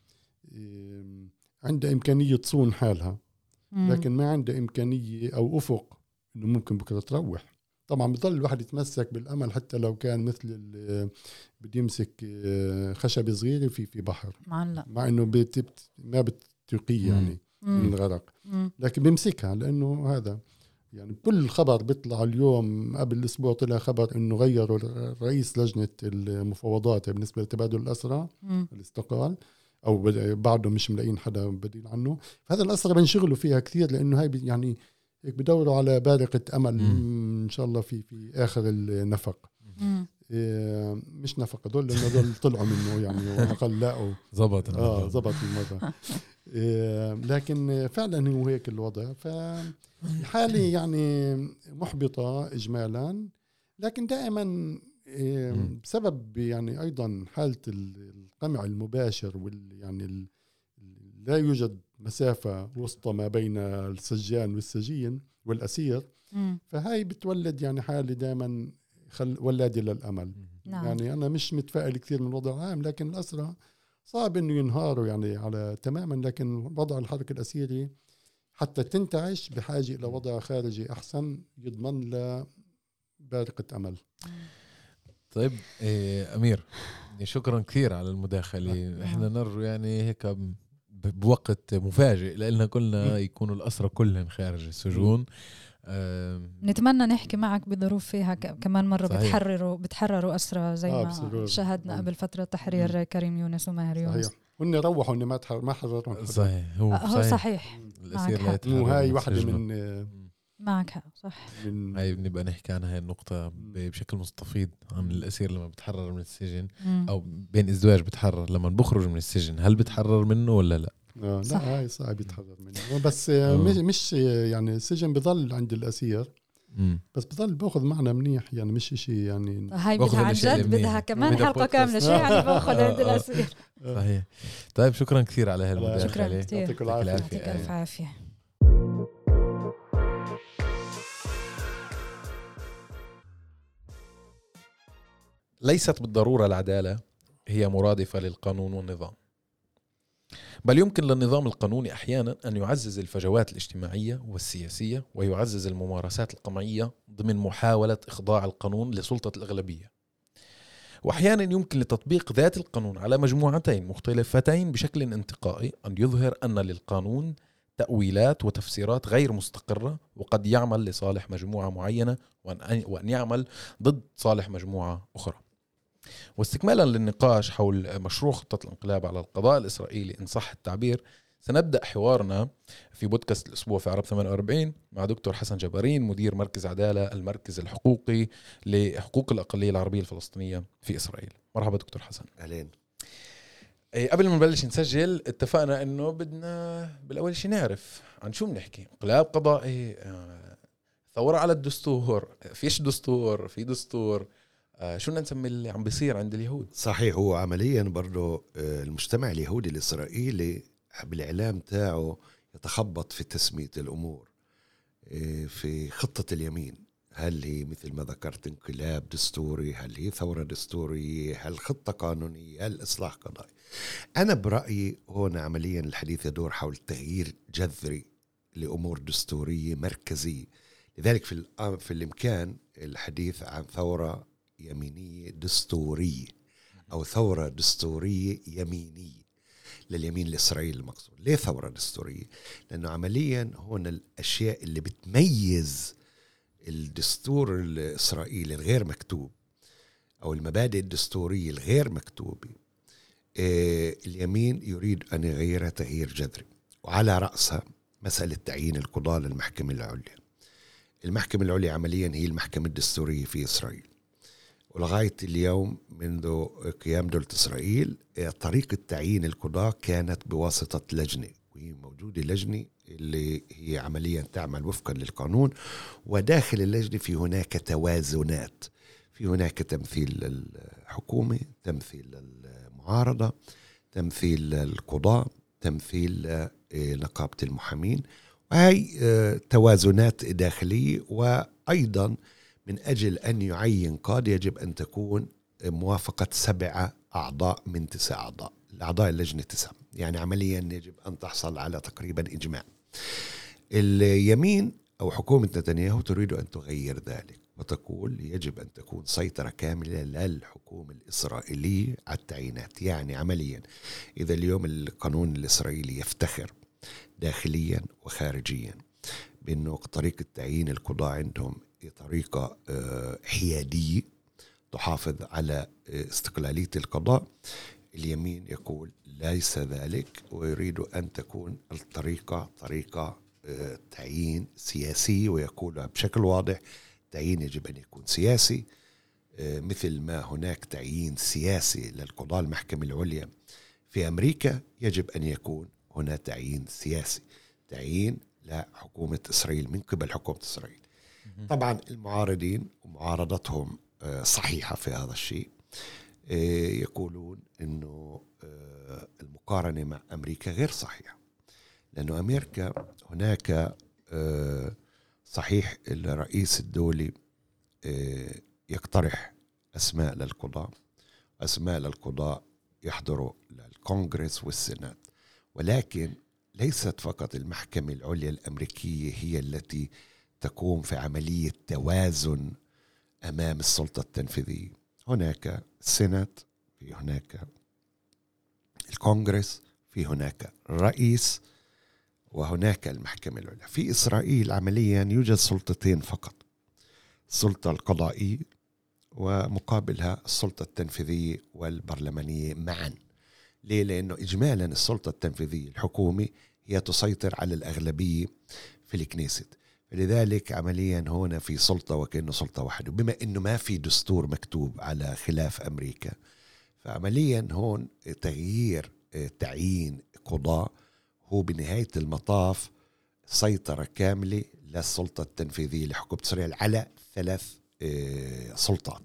عندها إمكانية تصون حالها، لكن ما عندها إمكانية أو أفق إنه ممكن بكرة تروح. طبعا بيضل الواحد يتمسك بالأمل حتى لو كان مثل بدي يمسك خشبة صغيرة في بحر معلق، مع إنه ما بتقيه يعني من الغرق، لكن بيمسكها لأنه هذا. يعني كل خبر بيطلع اليوم، قبل الأسبوع طلع خبر إنه غيروا رئيس لجنة المفاوضات بالنسبة لتبادل الأسرى الاستقال، أو بعده مش ملاقين حدا بديل عنه. فهذا الأسرى بنشغلوا فيها كثير، لأنه هاي يعني هيك بدوروا على بارقة أمل إن شاء الله في آخر النفق. مش نفق هذول، لأن هذول طلعوا منه يعني وأقل لاقوا زبط المرة. لكن فعلا هو هيك الوضع. فالحالة يعني محبطة إجمالا، لكن دائما بسبب يعني أيضا حالة القمع المباشر يعني لا يوجد مسافة وسطى ما بين السجان والسجين والأسير. فهاي بتولد يعني حالة دائما ولادي للأمل. يعني أنا مش متفائل كثير من الوضع العام، لكن الأسرى صعب إنه ينهاروا يعني على تماما. لكن وضع الحركة الأسيري حتى تنتعش بحاجة إلى وضع خارجي أحسن يضمن له بارقة أمل. طيب أمير، شكرا كثير على المداخلة. احنا نرجو يعني هيك بوقت مفاجئ لأننا كلنا يكونوا الأسرى كلهم خارج السجون. نتمنى نحكي معك بظروف فيها كمان مرة. صحيح. بتحرروا أسرى زي ما شاهدنا قبل فترة تحرير كريم يونس وماهر يونس. هن روحوا إن ما حررهم. صحيح. هو صحيح. الأسير هاي واحدة من معك حق. صح. هاي بنبقى نحكي عن هاي النقطة بشكل مستفيض عن الأسير لما بتحرر من السجن أو بين ازدواج بتحرر لما بخرج من السجن، هل بتحرر منه ولا لا؟ لا هاي صعب يتحرر منه، بس مش يعني السجن بضل عند الأسير بس بضل باخذ معنا منيح، يعني مش إشي يعني هاي بدها عن جد بدها كمان حلقة كاملة شو يعني باخذ عند الأسير. صحيح. طيب شكرا كثير على هالمداخلة. شكرا كثير. يعطيك العافية. يعطيك ألف عافية. ليست بالضرورة العدالة هي مرادفة للقانون والنظام، بل يمكن للنظام القانوني أحيانا أن يعزز الفجوات الاجتماعية والسياسية ويعزز الممارسات القمعية ضمن محاولة إخضاع القانون لسلطة الأغلبية، وأحيانا يمكن لتطبيق ذات القانون على مجموعتين مختلفتين بشكل انتقائي أن يظهر أن للقانون تأويلات وتفسيرات غير مستقرة وقد يعمل لصالح مجموعة معينة وأن يعمل ضد صالح مجموعة أخرى. واستكمالا للنقاش حول مشروع خطة الانقلاب على القضاء الإسرائيلي إن صح التعبير، سنبدأ حوارنا في بودكاست الأسبوع في عرب 48 مع دكتور حسن جبارين، مدير مركز عدالة، المركز الحقوقي لحقوق الأقلية العربية الفلسطينية في إسرائيل. مرحبا دكتور حسن. أهلين. قبل ما نبلش نسجل اتفقنا إنه بدنا بالأول شيء نعرف عن شو بنحكي. انقلاب قضائي، ثورة على الدستور، فيش دستور، في دستور، شو نسمي اللي عم بيصير عند اليهود؟ صحيح. هو عمليا برضو المجتمع اليهودي الإسرائيلي بالإعلام تاعه يتخبط في تسمية الأمور في خطة اليمين. هل هي مثل ما ذكرت انقلاب دستوري، هل هي ثورة دستورية، هل خطة قانونية، هل إصلاح قضائي؟ أنا برأيي هنا عمليا الحديث يدور حول تغيير جذري لأمور دستورية مركزية. لذلك في الإمكان الحديث عن ثورة يمينية دستورية أو ثورة دستورية يمينية لليمين الإسرائيلي المقصود. ليه ثورة دستورية؟ لأنه عمليا هنا الأشياء اللي بتميز الدستور الإسرائيلي الغير مكتوب أو المبادئ الدستورية الغير مكتوبة، اليمين يريد أن يغيرها تغيير جذري، وعلى رأسها مسألة تعيين القضاة للمحكمة العليا. المحكمة العليا عمليا هي المحكمة الدستورية في إسرائيل، ولغاية اليوم منذ قيام دولة إسرائيل طريقة تعيين القضاة كانت بواسطة لجنة، وهي موجودة لجنة اللي هي عمليا تعمل وفقا للقانون، وداخل اللجنة في هناك توازنات، في هناك تمثيل الحكومة، تمثيل المعارضة، تمثيل القضاة، تمثيل نقابة المحامين، وهي توازنات داخلية. وأيضا من أجل أن يعين قاضي يجب أن تكون موافقة 7 أعضاء من 9 أعضاء. الأعضاء اللجنة 9، يعني عمليا يجب أن تحصل على تقريبا إجماع. اليمين أو حكومة نتنياهو تريد أن تغير ذلك وتقول يجب أن تكون سيطرة كاملة للحكومة الإسرائيلية على التعيينات. يعني عمليا إذا اليوم القانون الإسرائيلي يفتخر داخليا وخارجيا بأنه طريقة تعيين القضاء عندهم طريقة حيادية تحافظ على استقلالية القضاء، اليمين يقول ليس ذلك ويريد أن تكون الطريقة طريقة تعيين سياسي، ويقولها بشكل واضح تعيين يجب أن يكون سياسي، مثل ما هناك تعيين سياسي للقضاء المحكمة العليا في أمريكا يجب أن يكون هنا تعيين سياسي، تعيين لحكومة إسرائيل من قبل حكومة إسرائيل. طبعا المعارضين ومعارضتهم صحيحة في هذا الشيء، يقولون أنه المقارنة مع أمريكا غير صحيحة، لأنه أمريكا هناك صحيح الرئيس الدولي يقترح أسماء للقضاء، أسماء للقضاء يحضروا للكونغرس والسنات، ولكن ليست فقط المحكمة العليا الأمريكية هي التي تقوم في عملية توازن أمام السلطة التنفيذية. هناك السنات، في هناك الكونغرس، في هناك الرئيس، وهناك المحكمة العليا. في إسرائيل عمليا يوجد سلطتين فقط، السلطة القضائية ومقابلها السلطة التنفيذية والبرلمانية معا. ليه؟ لأنه إجمالا السلطة التنفيذية الحكومي هي تسيطر على الأغلبية في الكنيست، فلذلك عمليا هنا في سلطة وكأنه سلطة واحدة. بما أنه ما في دستور مكتوب على خلاف أمريكا، فعمليا هون تغيير تعيين قضاء هو بنهاية المطاف سيطرة كاملة للسلطة التنفيذية لحكومة إسرائيل على 3 سلطات.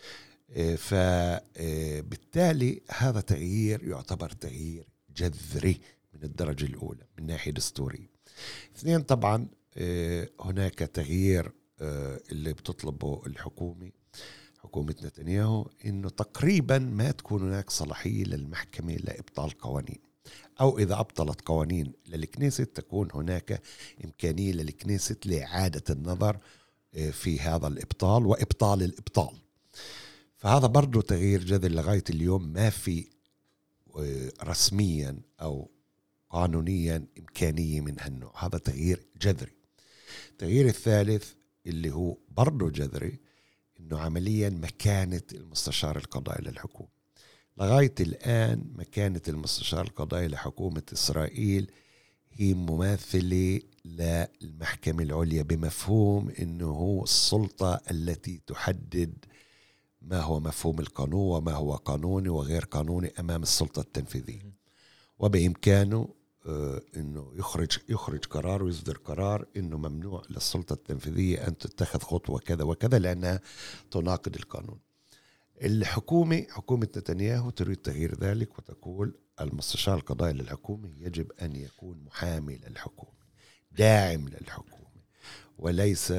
فبالتالي هذا تغيير يعتبر تغيير جذري من الدرجة الأولى من ناحية دستورية. 2 طبعا هناك تغيير اللي بتطلبه الحكومة، حكومة نتنياهو، إنه تقريبا ما تكون هناك صلاحية للمحكمة لإبطال قوانين، أو إذا أبطلت قوانين للكنيست تكون هناك إمكانية للكنيست لإعادة النظر في هذا الإبطال وإبطال الإبطال. فهذا برضو تغيير جذري. لغاية اليوم ما في رسميا أو قانونيا إمكانية من هالنوع. هذا تغيير جذري. التغيير الثالث اللي هو برضو جذري، إنه عمليا مكانة المستشار القضائي للحكومة. لغاية الآن مكانة المستشار القضائي لحكومة إسرائيل هي مماثلة للمحكمة العليا، بمفهوم إنه هو السلطة التي تحدد ما هو مفهوم القانون وما هو قانوني وغير قانوني أمام السلطة التنفيذية. وبإمكانه إنه يخرج قرار ويصدر قرار إنه ممنوع للسلطة التنفيذية أن تتخذ خطوة كذا وكذا لأنها تناقض القانون. الحكومة، حكومة نتنياهو، تريد تغيير ذلك وتقول المستشار القضائي للحكومة يجب أن يكون محامي للحكومة، داعم للحكومة، وليس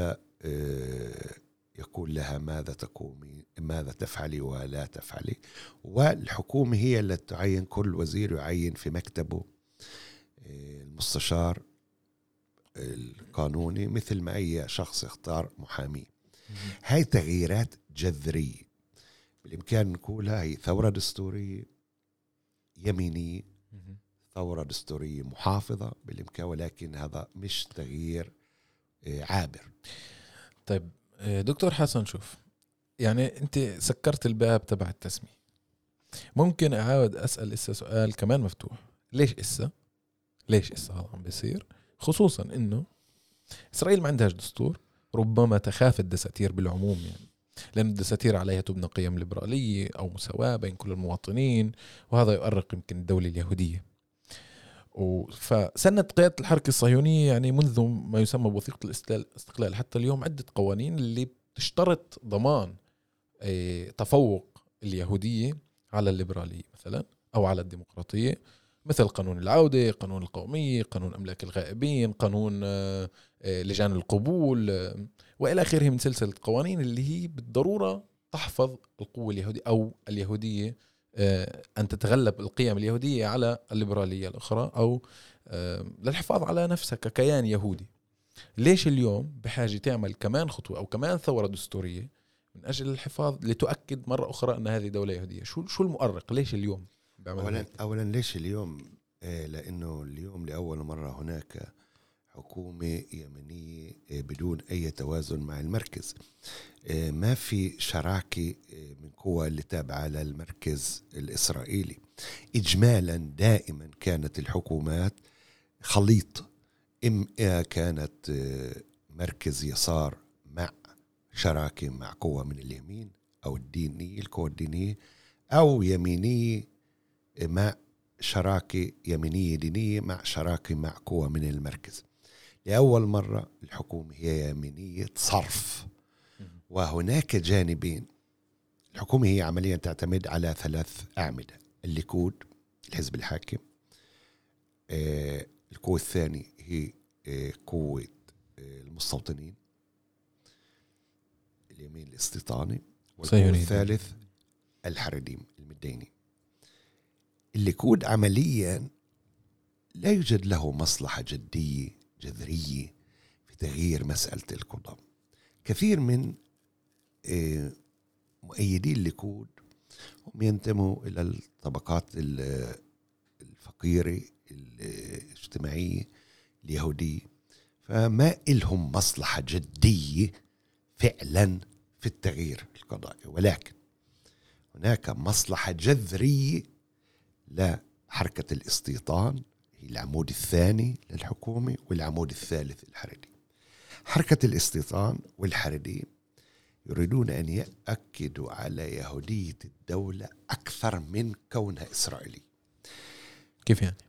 يقول لها ماذا تقومي، ماذا تفعلي ولا تفعلي. والحكومة هي التي تعين، كل وزير يعين في مكتبه المستشار القانوني مثل ما أي شخص يختار محامي. هاي تغييرات جذرية بالإمكان نقولها هي ثورة دستورية يمينية، ثورة دستورية محافظة بالإمكان، ولكن هذا مش تغيير عابر. طيب دكتور حسن، شوف يعني أنت سكرت الباب تبع التسمية، ممكن أعاود أسأل إسا سؤال كمان مفتوح. ليش إسا هذا عم بيصير، خصوصا إنه إسرائيل ما عندهاش دستور، ربما تخاف الدساتير بالعموم، يعني لأن الدساتير عليها تبنى قيم ليبرالية أو مساواة بين كل المواطنين، وهذا يؤرق يمكن الدولة اليهودية. فسنة قيادة الحركة الصهيونية يعني منذ ما يسمى بوثيقة الاستقلال حتى اليوم عدة قوانين اللي بتشترط ضمان تفوق اليهودية على الليبرالية مثلا أو على الديمقراطية، مثل قانون العودة، قانون القومية، قانون أملاك الغائبين، قانون لجان القبول وإلى آخره من سلسلة قوانين اللي هي بالضرورة تحفظ القوة اليهودية أو اليهودية، أن تتغلب القيم اليهودية على الليبرالية الأخرى، أو للحفاظ على نفسها ككيان يهودي. ليش اليوم بحاجة تعمل كمان خطوة أو كمان ثورة دستورية من أجل الحفاظ لتؤكد مرة أخرى أن هذه دولة يهودية؟ شو المؤرق؟ ليش اليوم؟ أولا ليش اليوم؟ لأنه اليوم لأول مرة هناك حكومة يمنية بدون أي توازن مع المركز. ما في شراكة من قوى اللي تابعة للمركز الإسرائيلي. إجمالا دائما كانت الحكومات خليط، كانت مركز يسار مع شراكة مع قوة من اليمين أو الدينية، القوى الدينية، أو يمينية مع شراكة يمينية دينية مع شراكة مع قوة من المركز. لأول مرة الحكومة هي يمينية صرف، وهناك جانبين. الحكومة هي عمليا تعتمد على 3 أعمدة: الليكود الحزب الحاكم، القوة الثانية هي قوة المستوطنين اليمين الاستيطاني، والقوة الثالث الحريديم المديني. الليكود عمليا لا يوجد له مصلحة جدية جذرية في تغيير مسألة القضاء. كثير من مؤيدي الليكود هم ينتموا إلى الطبقات الفقيرة الاجتماعية اليهودية، فما إلهم مصلحة جدية فعلا في التغيير القضائي، ولكن هناك مصلحة جذرية لحركة الاستيطان، هي العمود الثاني للحكومة والعمود الثالث الحريدي. حركة الاستيطان والحريدي يريدون أن يأكدوا على يهودية الدولة أكثر من كونها إسرائيلي. كيف يعني؟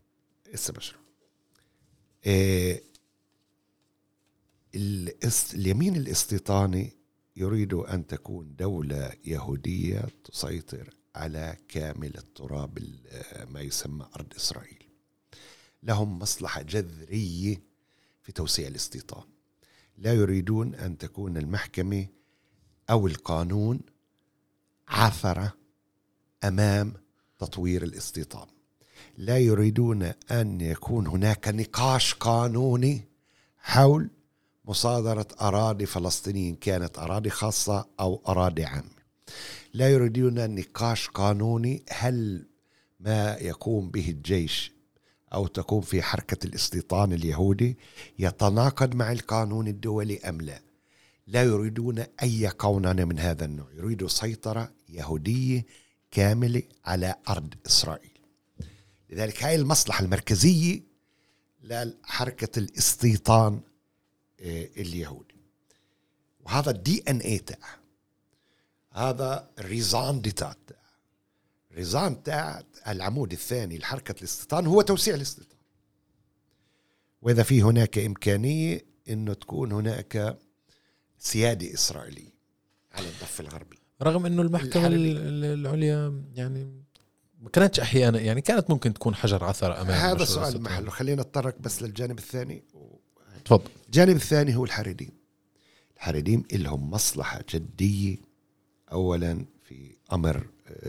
اليمين الاستيطاني يريد أن تكون دولة يهودية تسيطر على كامل التراب ما يسمى أرض إسرائيل. لهم مصلحة جذرية في توسيع الاستيطان، لا يريدون أن تكون المحكمة أو القانون عثرة أمام تطوير الاستيطان، لا يريدون أن يكون هناك نقاش قانوني حول مصادرة أراضي فلسطينيين، كانت أراضي خاصة أو أراضي عامة. لا يريدون نقاش قانوني هل ما يقوم به الجيش أو تقوم في حركة الاستيطان اليهودي يتناقض مع القانون الدولي أم لا. لا يريدون أي قانون من هذا النوع، يريدوا سيطرة يهودية كاملة على أرض إسرائيل. لذلك هاي المصلحة المركزية لحركة الاستيطان اليهودي، وهذا DNA تاع هذا الريزان ديتات، الريزان تاع العمود الثاني لحركة الاستيطان هو توسيع الاستيطان، وإذا في هناك إمكانية إنه تكون هناك سيادة إسرائيلية على الضفة الغربي، رغم إنه المحكمة العليا يعني ما كانتش أحيانا، يعني كانت ممكن تكون حجر عثرة أمام. هذا سؤال محله، خلينا نتطرق بس للجانب الثاني. تفضل. الجانب الثاني هو الحريديم. الحريديم لهم مصلحة جدية أولا في أمر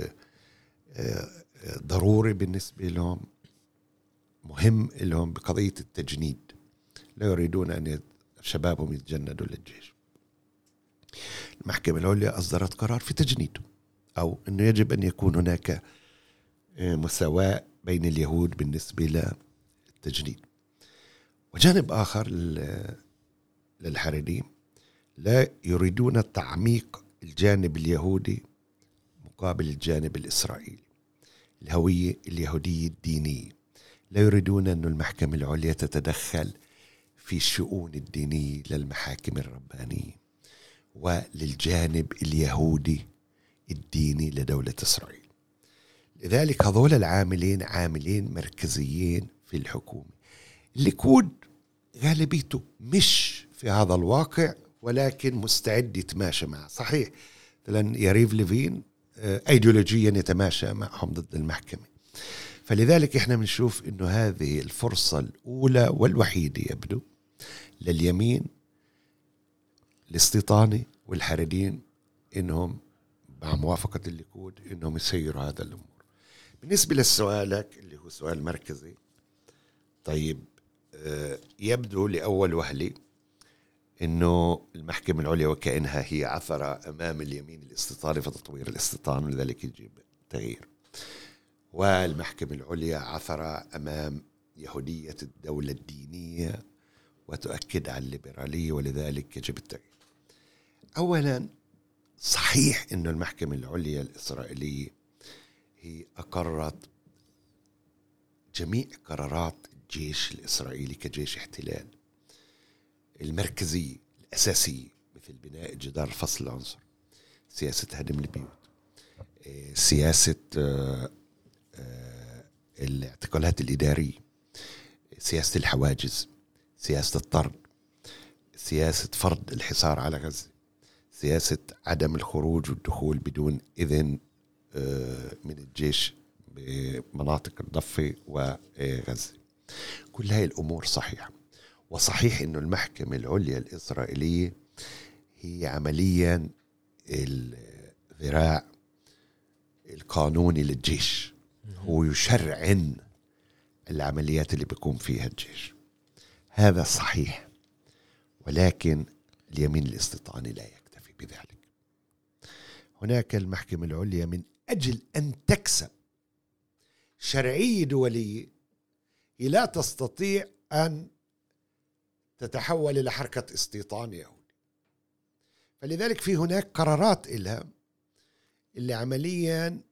ضروري بالنسبة لهم، مهم لهم بقضية التجنيد. لا يريدون أن شبابهم يتجندوا للجيش. المحكمة العليا أصدرت قرار في تجنيده، أو أنه يجب أن يكون هناك مساواة بين اليهود بالنسبة للتجنيد. وجانب آخر للحريديم لا يريدون تعميق الجانب اليهودي مقابل الجانب الإسرائيلي، الهوية اليهودية الدينية. لا يريدون أن المحكمة العليا تتدخل في الشؤون الدينية للمحاكم الربانية وللجانب اليهودي الديني لدولة إسرائيل. لذلك هذول العاملين عاملين مركزيين في الحكومة. الليكود غالبيته مش في هذا الواقع، ولكن مستعد يتماشى معه. صحيح مثلا يريف ليفين ايديولوجيا يتماشى معهم ضد المحكمة، فلذلك احنا بنشوف انه هذه الفرصة الاولى والوحيدة يبدو لليمين الاستيطاني والحريديين انهم مع موافقة الليكود انهم يسيروا هذا الامور. بالنسبة لسؤالك اللي هو سؤال مركزي، طيب يبدو لأول وهلة إنه المحكمة العليا وكأنها هي عثرة أمام اليمين الاستيطاني في تطوير الاستيطان، ولذلك يجيب تغيير، والمحكمة العليا عثرة أمام يهودية الدولة الدينية وتؤكد على الليبرالية، ولذلك يجب التغيير. أولا صحيح إنه المحكمة العليا الإسرائيلية هي أقرت جميع قرارات الجيش الإسرائيلي كجيش احتلال، المركزية الأساسية مثل بناء جدار فصل العنصر، سياسة هدم البيوت، سياسة الاعتقالات الإدارية، سياسة الحواجز، سياسة الطرد، سياسة فرض الحصار على غزة، سياسة عدم الخروج والدخول بدون إذن من الجيش بمناطق الضفة وغزة. كل هاي الأمور صحيحة، وصحيح أنه المحكمة العليا الإسرائيلية هي عمليا الذراع القانوني للجيش، هو يشرعن العمليات اللي بيقوم فيها الجيش. هذا صحيح، ولكن اليمين الاستيطاني لا يكتفي بذلك. هناك المحكمة العليا من أجل أن تكسب شرعية دولية هي لا تستطيع أن تتحول إلى حركة استيطان يهودي. فلذلك في هناك قرارات إلها اللي عمليا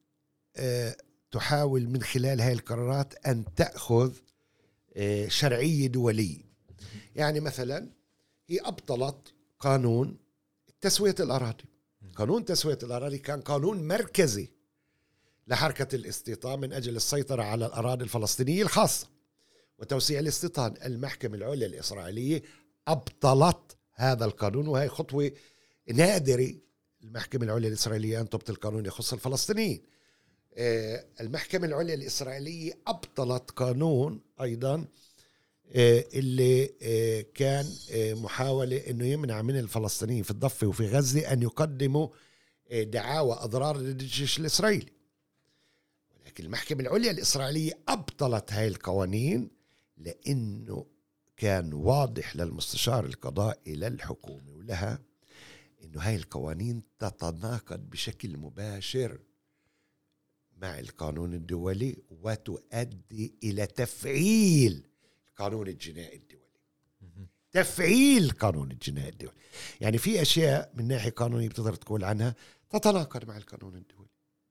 تحاول من خلال هاي القرارات أن تأخذ شرعية دولية. يعني مثلا هي أبطلت قانون تسوية الأراضي. قانون تسوية الأراضي كان قانون مركزي لحركة الاستيطان من أجل السيطرة على الأراضي الفلسطينية الخاصة وتوسيع الاستيطان. المحكمة العليا الإسرائيلية أبطلت هذا القانون، وهي خطوة نادرة المحكمة العليا الإسرائيلية أن تبطل قانون يخص الفلسطينيين. المحكمة العليا الإسرائيلية أبطلت قانون أيضا اللي كان محاولة أنه يمنع من الفلسطينيين في الضفة وفي غزة أن يقدموا دعاوى أضرار للجيش الإسرائيلي. ولكن المحكمة العليا الإسرائيلية أبطلت هاي القوانين لأنه كان واضح للمستشار القضائي للحكومة ولها أنه هاي القوانين تتناقض بشكل مباشر مع القانون الدولي وتؤدي إلى تفعيل القانون الجنائي الدولي. تفعيل القانون الجنائي الدولي يعني في أشياء من ناحية قانونية بتقدر تقول عنها تتناقض مع القانون الدولي،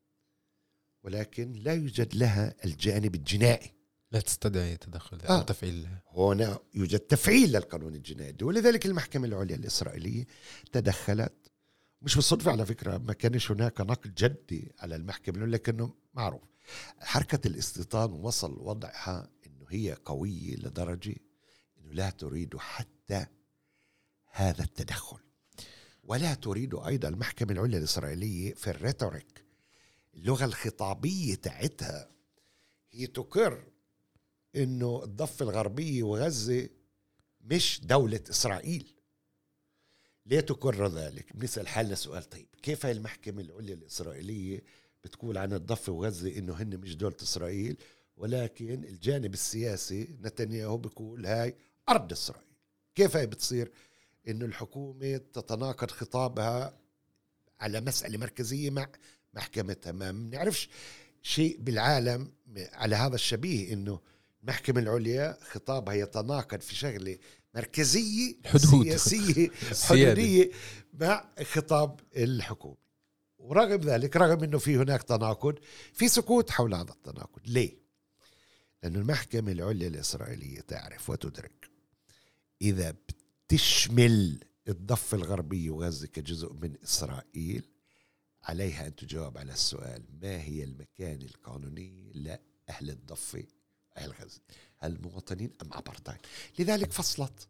ولكن لا يوجد لها الجانب الجنائي، لا تستدعي تدخل أو تفعيل. هنا يوجد تفعيل للقانون الجنائي الدولي. ولذلك المحكمة العليا الإسرائيلية تدخلت. مش بالصدفة على فكرة، ما كانش هناك نقد جدي على المحكمة العليا، لكنه معروف حركة الاستيطان وصل وضعها إنه هي قوية لدرجة إنه لا تريد حتى هذا التدخل، ولا تريد أيضا المحكمة العليا الإسرائيلية في الريتوريك اللغة الخطابية تاعتها هي تقر إنه الضفة الغربية وغزة مش دولة إسرائيل. ليه تقر ذلك؟ بنسأل حالنا سؤال، طيب كيف المحكمة العليا الإسرائيلية بتقول عن الضفة وغزة إنه هن مش دولة إسرائيل، ولكن الجانب السياسي نتنياهو بيقول هاي أرض إسرائيل؟ كيف هي بتصير إنه الحكومة تتناقض خطابها على مسألة مركزية مع محكمتها؟ ما بنعرفش شيء بالعالم على هذا الشبيه، إنه المحكمة العليا خطابها يتناقض في شغلة مركزية سياسية حدودية مع خطاب الحكومة. ورغم ذلك، رغم أنه في هناك تناقض، في سكوت حول هذا التناقض. ليه؟ لأن المحكمة العليا الإسرائيلية تعرف وتدرك إذا بتشمل الضفة الغربية وغزة كجزء من إسرائيل، عليها أن تجاوب على السؤال: ما هي المكان القانوني لأهل الضفة أهل غزة؟ هل مواطنين أم أبرتاين؟ لذلك فصلت.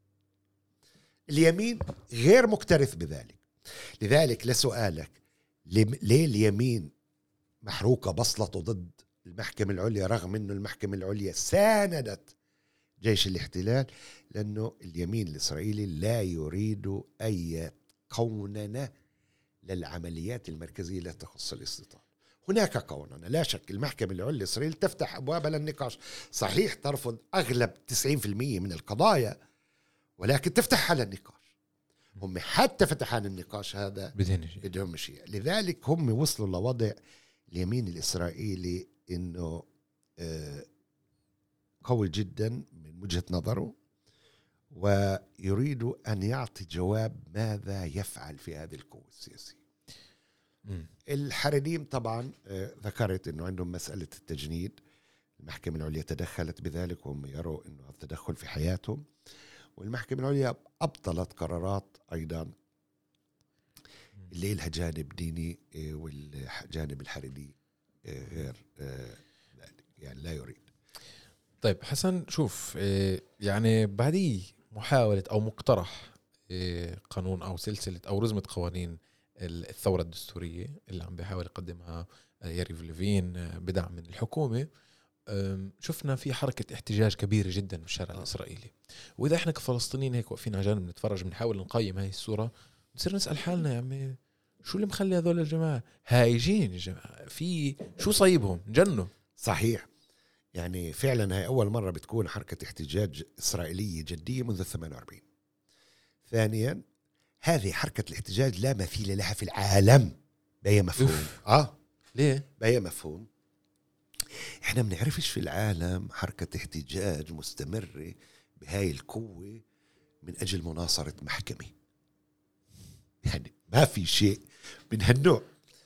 اليمين غير مكترث بذلك. لذلك لسؤالك ليه اليمين محروقة بصلته ضد المحكمة العليا رغم أنه المحكمة العليا ساندت جيش الاحتلال؟ لأنه اليمين الإسرائيلي لا يريد أي قوننة للعمليات المركزية التي تخص الاستيطان. هناك قوننة لا شك. المحكمة العليا الإسرائيلية تفتح أبوابها للنقاش، صحيح ترفض أغلب 90% من القضايا، ولكن تفتح على النقاش. هم حتى فتحان النقاش هذا بدون شيء. لذلك هم وصلوا لوضع اليمين الإسرائيلي إنه قوي جدا من وجهة نظره، ويريد أن يعطي جواب ماذا يفعل في هذه القوة السياسية. الحريديم طبعا ذكرت أنه عندهم مسألة التجنيد، المحكمة العليا تدخلت بذلك وهم يروا أنه التدخل في حياتهم، والمحكمة العليا أبطلت قرارات أيضا اللي لها جانب ديني والجانب الحريدي غير يعني لا يريد. طيب حسن، شوف يعني بعديه محاولة أو مقترح قانون أو سلسلة أو رزمة قوانين الثورة الدستورية اللي عم بيحاول يقدمها ياريف ليفين بدعم من الحكومة، شفنا في حركة احتجاج كبيرة جدا بالشارع الإسرائيلي. وإذا إحنا كفلسطينيين هيك واقفين على جانب نتفرج بنحاول نقيم هاي الصورة، نصير نسأل حالنا يا عمي شو اللي مخلي هذول الجماعة هايجين؟ الجماعة في شو صيبهم جنوا؟ صحيح، يعني فعلا هاي أول مرة بتكون حركة احتجاج إسرائيلية جدية منذ 48. ثانيا، هذه حركة الاحتجاج لا مثيل لها في العالم. بأي مفهوم؟ ليه؟ بأي مفهوم؟ احنا بنعرفش في العالم حركة احتجاج مستمرة بهاي القوة من أجل مناصرة محكمة، يعني ما في شيء من هالنوع.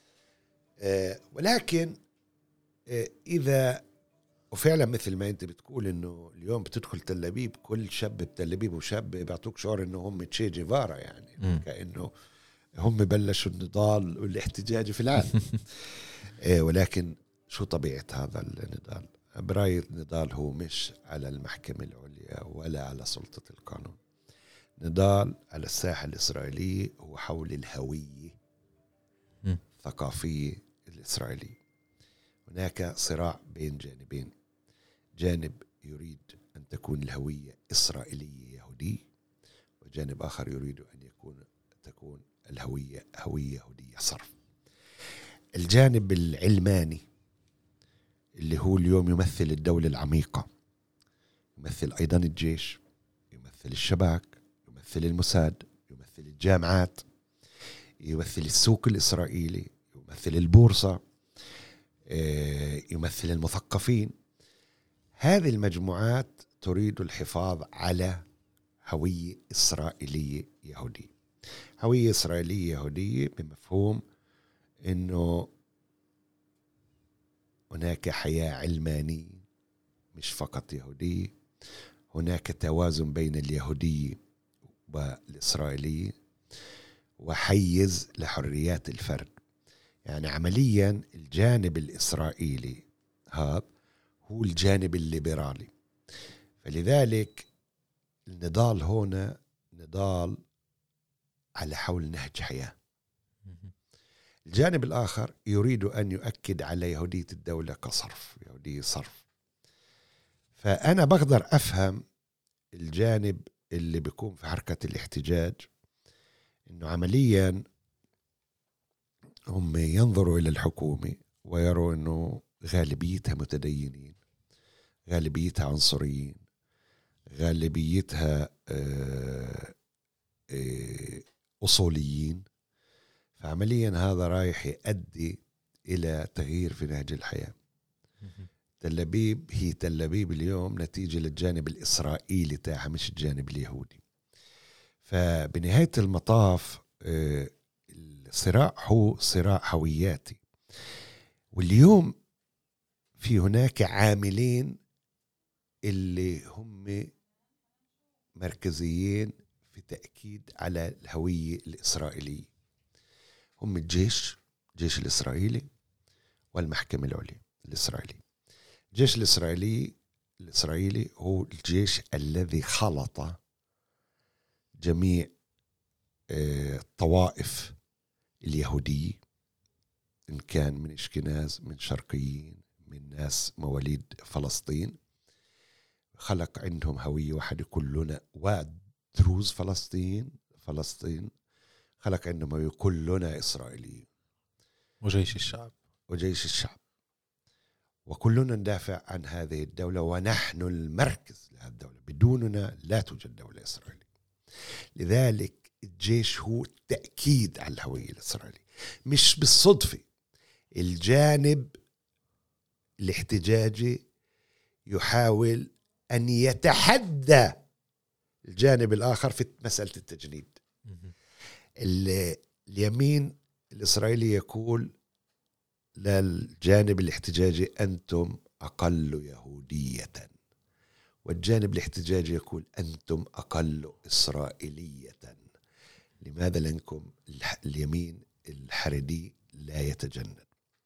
ولكن إذا وفعلا مثل ما أنت بتقول إنه اليوم بتدخل تل أبيب، كل شاب بتل أبيب وشاب بيعطوك شعور إنه هم تشي جيفارا، يعني كأنه هم بلشوا النضال والاحتجاج في العالم. ولكن شو طبيعة هذا النضال؟ برأيي النضال هو مش على المحكمة العليا ولا على سلطة القانون. نضال على الساحة الإسرائيلية هو حول الهوية الثقافية الإسرائيلية. هناك صراع بين جانبين، جانب يريد أن تكون الهوية إسرائيلية يهودية، وجانب آخر يريد أن تكون الهوية هوية يهودية صرف. الجانب العلماني اللي هو اليوم يمثل الدولة العميقة، يمثل أيضا الجيش، يمثل الشباك، يمثل الموساد، يمثل الجامعات، يمثل السوق الإسرائيلي، يمثل البورصة، يمثل المثقفين. هذه المجموعات تريد الحفاظ على هوية إسرائيلية يهودية. هوية إسرائيلية يهودية بمفهوم إنه هناك حياة علمانية مش فقط يهودية، هناك توازن بين اليهودية والإسرائيلية، وحيز لحريات الفرد. يعني عمليا الجانب الإسرائيلي هذا هو الجانب الليبرالي، فلذلك النضال هنا نضال على حول نهج حياة. الجانب الآخر يريد أن يؤكد على يهودية الدولة كصرف، يهودية صرف. فأنا بقدر أفهم الجانب اللي بيكون في حركة الاحتجاج، إنه عمليا هم ينظروا إلى الحكومة ويروا إنه غالبيتها متدينين، غالبيتها عنصريين، غالبيتها أصوليين. فعمليا هذا رايح يؤدي إلى تغيير في نهج الحياة. تل أبيب هي تل أبيب اليوم نتيجة للجانب الإسرائيلي تاعها مش الجانب اليهودي. فبنهاية المطاف الصراع هو صراع هوياتي. واليوم في هناك عاملين اللي هم مركزيين في تأكيد على الهوية الإسرائيلية، هم الجيش الإسرائيلي والمحكمة العليا الإسرائيلية. الجيش الإسرائيلي هو الجيش الذي خلط جميع الطوائف اليهودية، إن كان من إشكناز، من شرقيين، من ناس مواليد فلسطين، خلق عندهم هوية واحدة كلنا، ودروز فلسطين خلق عندهم هوية كلنا إسرائيليين، وجيش الشعب، وكلنا ندافع عن هذه الدولة، ونحن المركز لهذه الدولة، بدوننا لا توجد دولة إسرائيلية. لذلك الجيش هو تأكيد على الهوية الإسرائيلية. مش بالصدفة الجانب الاحتجاجي يحاول أن يتحدى الجانب الآخر في مسألة التجنيد. اليمين الإسرائيلي يقول للجانب الاحتجاجي أنتم أقل يهودية، والجانب الاحتجاجي يقول أنتم أقل إسرائيلية. لماذا؟ لأنكم اليمين الحردي لا يتجند.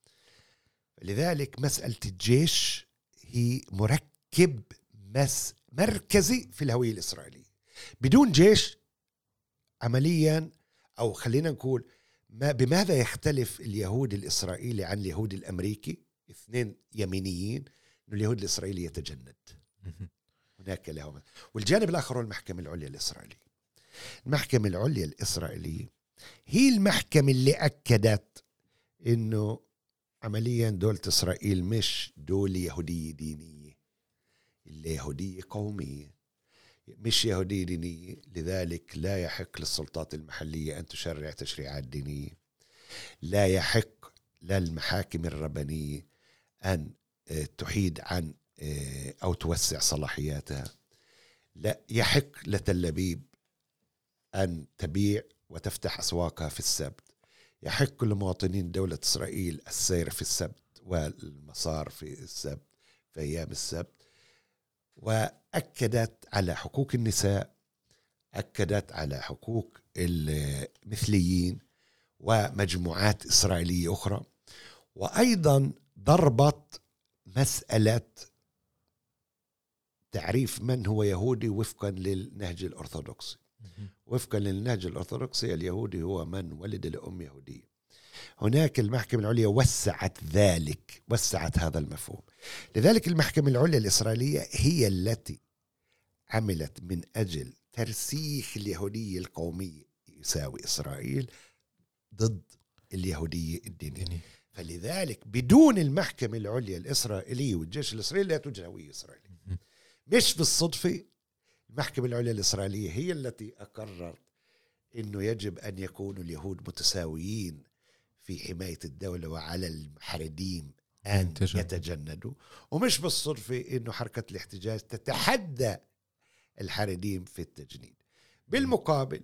لذلك مسألة الجيش هي مركب مركزي في الهوية الإسرائيلية. بدون جيش عمليا، أو خلينا نقول بماذا يختلف اليهود الإسرائيلي عن اليهود الأمريكي؟ اثنين يمينيين، إنه اليهود الإسرائيلي يتجند، هناك لهم. والجانب الآخر هو المحكمة العليا الإسرائيلية. المحكمة العليا الإسرائيلية هي المحكمة اللي أكدت إنه عمليا دولة إسرائيل مش دولة يهودية دينية، اللي يهودية قومية، مش يهودية دينية. لذلك لا يحق للسلطات المحلية أن تشرع تشريعات دينية. لا يحق للمحاكم الربانية أن تحيد عن أو توسع صلاحياتها. لا يحق لتل أبيب أن تبيع وتفتح أسواقها في السبت. يحق لمواطنين دولة إسرائيل السير في السبت والمسار في السبت في أيام السبت. وأكدت على حقوق النساء، أكدت على حقوق المثليين ومجموعات إسرائيلية أخرى. وأيضا ضربت مسألة تعريف من هو يهودي وفقا للنهج الأرثوذكسي. وفقا للنهج الأرثوذكسي اليهودي هو من ولد لأم يهودية. هناك المحكمة العليا وسعت ذلك، وسعت هذا المفهوم. لذلك المحكمة العليا الإسرائيلية هي التي عملت من أجل ترسيخ اليهودية القومية يساوي إسرائيل ضد اليهودية الدينية. فلذلك بدون المحكمة العليا الإسرائيلية والجيش الإسرائيلي لا توجد هوية إسرائيلية. مش بالصدفة المحكمة العليا الإسرائيلية هي التي أقررت إنه يجب أن يكونوا اليهود متساويين في حماية الدولة وعلى المحاربين أن يتجندوا. ومش بالصدفة إنه حركة الاحتجاج تتحدى الحارديم في التجنيد. بالمقابل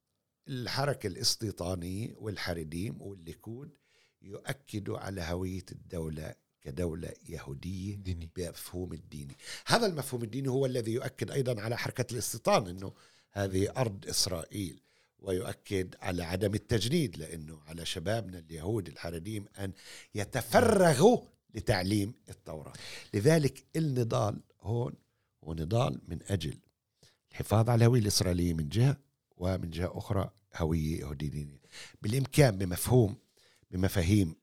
الحركة الاستيطانية والحارديم والليكود يؤكدوا على هوية الدولة كدولة يهودية ديني. بمفهوم الديني. هذا المفهوم الديني هو الذي يؤكد أيضا على حركة الاستيطان أنه هذه أرض إسرائيل، ويؤكد على عدم التجنيد لأنه على شبابنا اليهود الحارديم أن يتفرغوا لتعليم التوراة. لذلك النضال هون هو نضال من أجل الحفاظ على الهوية الإسرائيلية من جهة، ومن جهة أخرى هوية يهودية دينية بالإمكان بمفاهيم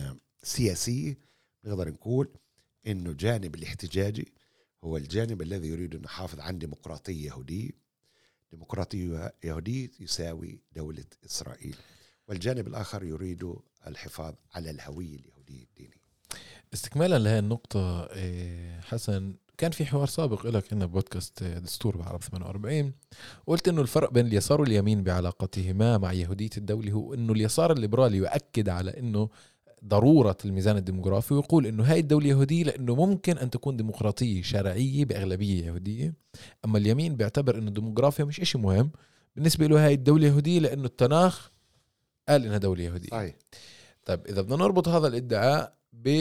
سياسية. نقدر نقول إنه جانب الاحتجاجي هو الجانب الذي يريد أن يحافظ عن ديمقراطية يهودية. ديمقراطية يهودية يساوي دولة إسرائيل. والجانب الآخر يريد الحفاظ على الهوية اليهودية الدينية. استكمالا لهذه النقطة حسن، كان في حوار سابق لك هنا بودكاست دستور بعرب 48، قلت إنه الفرق بين اليسار واليمين بعلاقتهما مع يهودية الدولة هو إنه اليسار الليبرالي يؤكد على إنه ضرورة الميزان الديموغرافي، ويقول إنه هاي الدولة يهودية لأنه ممكن أن تكون ديمقراطية شرعية بأغلبية يهودية. أما اليمين بيعتبر إنه الديموغرافيا مش إشي مهم بالنسبة له، هاي الدولة يهودية لأنه التناخ قال إنها دولة يهودية. طيب إذا بدنا نربط هذا الادعاء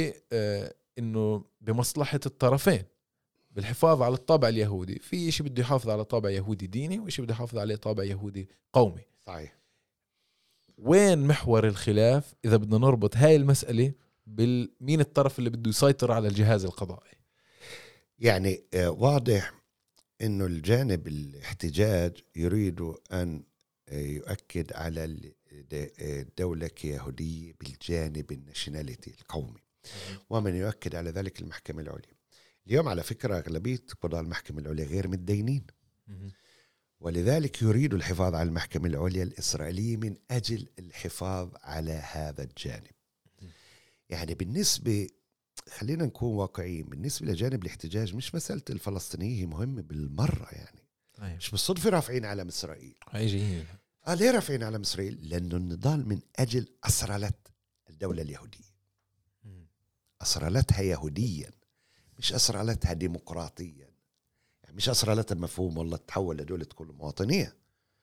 بإنه بمصلحة الطرفين بالحفاظ على الطابع اليهودي، في إشي بده يحافظ على طابع يهودي ديني وإشي بده يحافظ عليه طابع يهودي قومي. صحيح. وين محور الخلاف إذا بدنا نربط هاي المسألة بالمين الطرف اللي بده يسيطر على الجهاز القضائي؟ يعني واضح إنه الجانب الاحتجاج يريد أن يؤكد على الدولة كيهودية بالجانب الناشوناليتي القومي، ومن يؤكد على ذلك المحكمة العليا. اليوم على فكرة أغلبية قضاء المحكمة العليا غير متدينين، ولذلك يريد الحفاظ على المحكمة العليا الإسرائيلية من أجل الحفاظ على هذا الجانب. يعني بالنسبة، خلينا نكون واقعيين، بالنسبة لجانب الاحتجاج مش مسألة الفلسطينية مهمة بالمرة. يعني مش بالصدفة رافعين علم إسرائيل. ليه رافعين علم إسرائيل؟ لأنه النضال من أجل أسرلت الدولة اليهودية، أسرلتها يهوديا، مش أسرلتها ديمقراطيا. يعني مش أسرلتها المفهوم والله تحول لدولة كل مواطنية.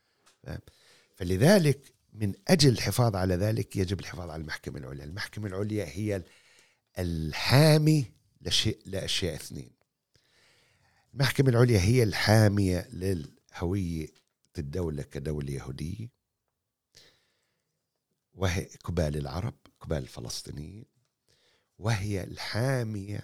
فلذلك من أجل الحفاظ على ذلك يجب الحفاظ على المحكمة العليا. المحكمة العليا هي الحامي لأشياء اثنين. المحكمة العليا هي الحامية للهوية الدولة كدولة يهودية، وهي قبال العرب قبال الفلسطينيين، وهي الحامية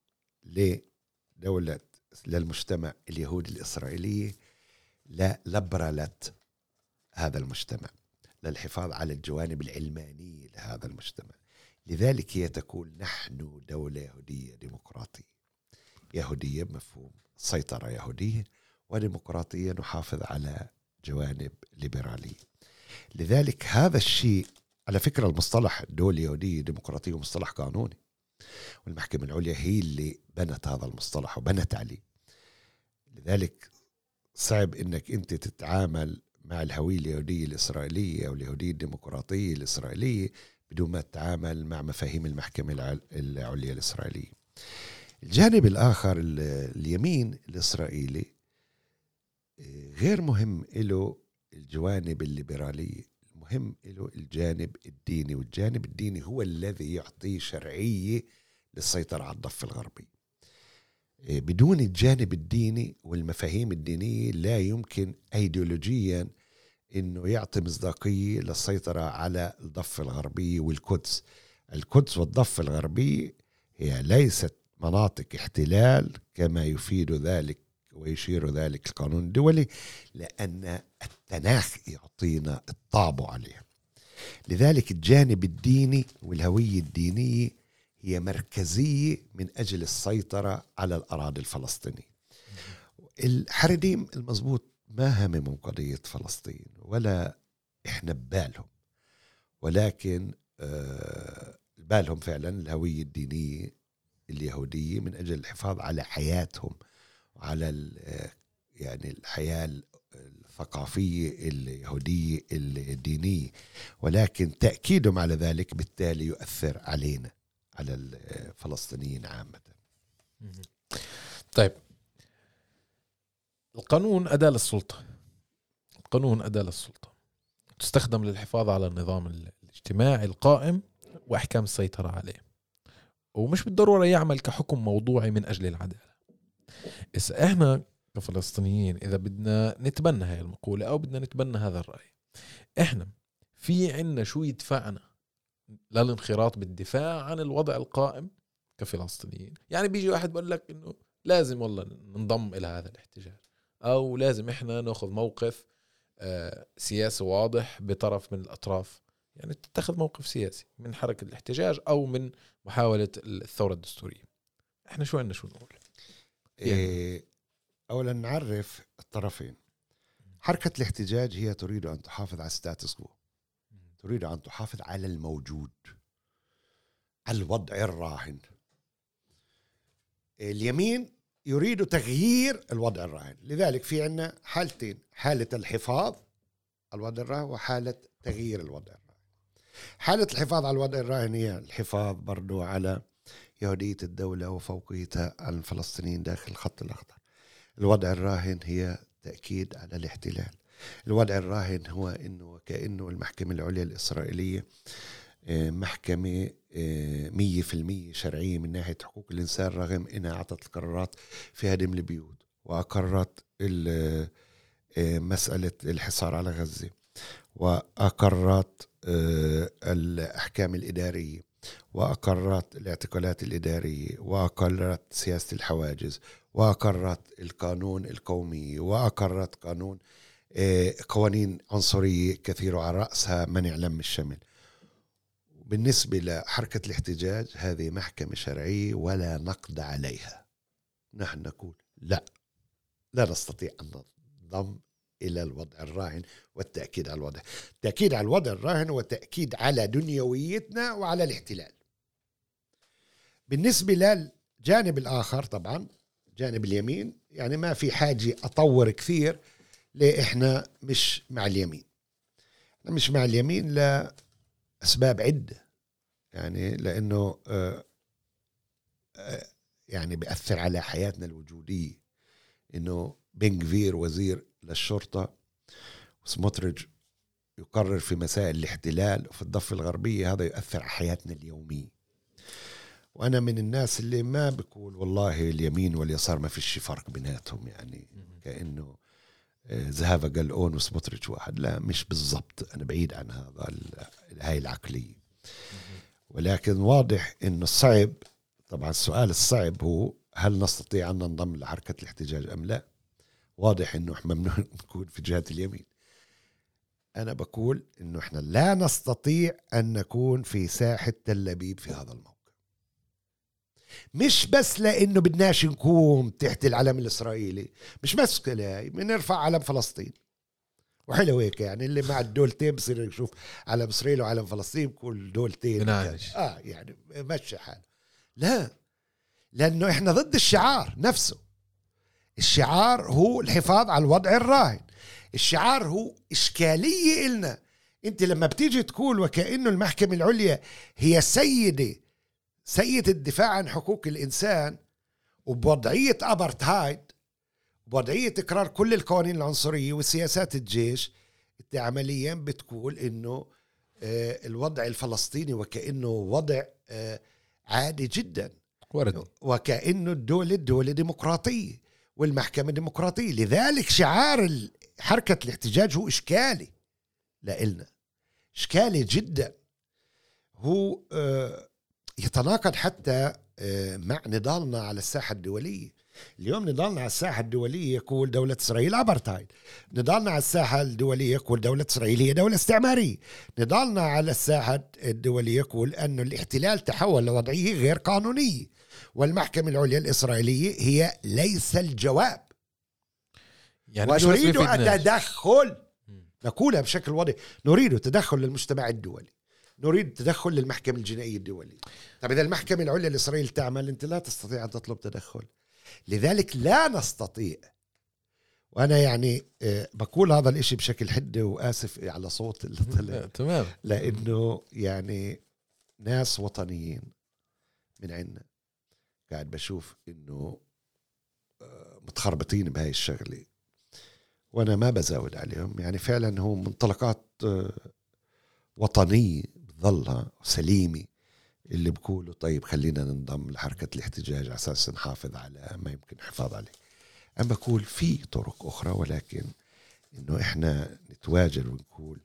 للمجتمع اليهودي الإسرائيلي للبرلة هذا المجتمع، للحفاظ على الجوانب العلمانية لهذا المجتمع. لذلك هي تقول نحن دولة يهودية ديمقراطية، يهودية بمفهوم سيطرة يهودية، وديمقراطية نحافظ على جوانب ليبرالية. لذلك هذا الشيء، على فكرة المصطلح دولة يهودية ديمقراطية مصطلح قانوني، والمحكمة العليا هي اللي بنت هذا المصطلح وبنت عليه. لذلك صعب انك انت تتعامل مع الهوية اليهودية الإسرائيلية أو اليهودية الديمقراطية الإسرائيلية بدون ما تتعامل مع مفاهيم المحكمة العليا الإسرائيلية. الجانب الآخر اليمين الإسرائيلي غير مهم له الجوانب الليبرالية، مهم له الجانب الديني، والجانب الديني هو الذي يعطي شرعية للسيطرة على الضفة الغربية. بدون الجانب الديني والمفاهيم الدينية لا يمكن أيديولوجيا إنه يعطي مصداقية للسيطرة على الضفة الغربية والقدس. القدس والضفة الغربية هي ليست مناطق احتلال كما يفيد ذلك ويشير ذلك القانون الدولي، لأن التناخ يعطينا الطابع عليها. لذلك الجانب الديني والهوية الدينية هي مركزية من أجل السيطرة على الأراضي الفلسطينية. الحرديم المضبوط ما همهم قضية فلسطين ولا إحنا ببالهم، ولكن بالهم فعلا الهوية الدينية اليهودية من أجل الحفاظ على حياتهم وعلى يعني الحياة الثقافية اليهودية الدينية، ولكن تأكيدهم على ذلك بالتالي يؤثر علينا على الفلسطينيين عامة. طيب، القانون أداة للسلطة، القانون أداة للسلطة تستخدم للحفاظ على النظام الاجتماعي القائم وأحكام السيطرة عليه، ومش بالضرورة يعمل كحكم موضوعي من أجل العدالة. إذا إحنا كفلسطينيين إذا بدنا نتبنى هاي المقولة أو بدنا نتبنى هذا الرأي، إحنا في عنا شو يدفعنا للانخراط بالدفاع عن الوضع القائم كفلسطينيين. يعني بيجي واحد بقول لك إنه لازم والله ننضم إلى هذا الاحتجاج، أو لازم إحنا نأخذ موقف سياسي واضح بطرف من الأطراف، يعني تتخذ موقف سياسي من حركة الاحتجاج أو من محاولة الثورة الدستورية. إحنا شو عنا شو نقول؟ أولا نعرف الطرفين. حركة الاحتجاج هي تريد أن تحافظ على ستاتس كو، تريد أن تحافظ على الموجود، على الوضع الراهن. اليمين يريد تغيير الوضع الراهن. لذلك في عنا حالتين، حالة الحفاظ على الوضع الراهن وحالة تغيير الوضع الراهن. حالة الحفاظ على الوضع الراهن هي الحفاظ برضو على يهودية الدولة وفوقيتها على الفلسطينيين داخل الخط الأخضر. الوضع الراهن هي تأكيد على الاحتلال. الوضع الراهن هو إنه كأنه المحكمة العليا الإسرائيلية محكمة 100% شرعية من ناحية حقوق الإنسان، رغم إنها أعطت القرارات في هدم البيوت، وأقرت مسألة الحصار على غزة، وأقرت الأحكام الإدارية، وأقرت الاعتقالات الإدارية، وأقرت سياسة الحواجز، وأقرت القانون القومي، وأقرت قوانين عنصرية كثيرة على رأسها منع لم الشمل. بالنسبة لحركة الاحتجاج هذه محكمة شرعية ولا نقد عليها. نحن نقول لا نستطيع أن ننضم إلى الوضع الراهن والتأكيد على الوضع. التأكيد على الوضع الراهن وتأكيد على دنيويتنا وعلى الاحتلال. بالنسبة للجانب الآخر طبعا جانب اليمين، يعني ما في حاجة أطور كثير، ليه إحنا مش مع اليمين. إحنا مش مع اليمين لأسباب عدة، يعني لأنه يعني بيأثر على حياتنا الوجودية. إنه بن غفير وزير للشرطة وسموتريج يقرر في مسائل الاحتلال وفي الضفة الغربية، هذا يؤثر على حياتنا اليومية. وأنا من الناس اللي ما بقول والله اليمين واليسار ما فيش فرق بيناتهم، يعني كأنه ذهب قلقون وسموتريج واحد. لا، مش بالضبط، أنا بعيد عن هاي العقلية. ولكن واضح إنه الصعب، طبعا السؤال الصعب هو هل نستطيع أن ننضم لحركة الاحتجاج أم لا؟ واضح إنه ممنوع نكون في جهة اليمين. أنا بقول إنه إحنا لا نستطيع أن نكون في ساحة تل أبيب في هذا الموقع، مش بس لأنه بدناش نكون تحت العلم الإسرائيلي، مش بس كده، بنرفع علم فلسطين وحلو هيك، يعني اللي مع الدولتين بصير يشوف علم إسرائيل وعلم فلسطين كل دولتين يعني ماشي حال. لا، لأنه إحنا ضد الشعار نفسه. الشعار هو الحفاظ على الوضع الراهن. الشعار هو إشكالية إلنا انت لما بتيجي تقول وكأنه المحكمة العليا هي سيد الدفاع عن حقوق الإنسان وبوضعية أبرتهايد، بوضعية إقرار كل القوانين العنصرية وسياسات الجيش، انت عمليا بتقول انه الوضع الفلسطيني وكأنه وضع عادي جدا وردي، وكأنه الدولة ديمقراطية والمحكمة ديمقراطية. لذلك شعار حركة الاحتجاج هو إشكالي لإلنا، إشكالي جدا، هو يتناقض حتى مع نضالنا على الساحة الدولية. اليوم نضالنا على الساحة الدولية يقول دولة إسرائيل أبرتايد، نضالنا على الساحة الدولية يقول دولة إسرائيل هي دولة استعمارية، نضالنا على الساحة الدولية يقول أن الاحتلال تحول لوضعية غير قانونية، والمحكمة العليا الإسرائيلية هي ليس الجواب. يعني ونريد التدخل، نقولها بشكل واضح، نريد تدخل للمجتمع الدولي، نريد تدخل للمحكمة الجنائية الدولية. طب إذا المحكمة العليا الإسرائيلية تعمل، أنت لا تستطيع أن تطلب تدخل. لذلك لا نستطيع، وأنا يعني بقول هذا الإشي بشكل حد وآسف على صوت اللي طلع تمام، لأنه يعني ناس وطنيين من عنا قاعد بشوف إنه متخربطين بهاي الشغلة، وأنا ما بزاود عليهم. يعني فعلا هو منطلقات وطنية بظلها سليمة، اللي بقولوا طيب خلينا ننضم لحركة الاحتجاج على أساس نحافظ على ما يمكن الحفاظ عليه. أنا بقول في طرق أخرى، ولكن إنه إحنا نتواجد ونقول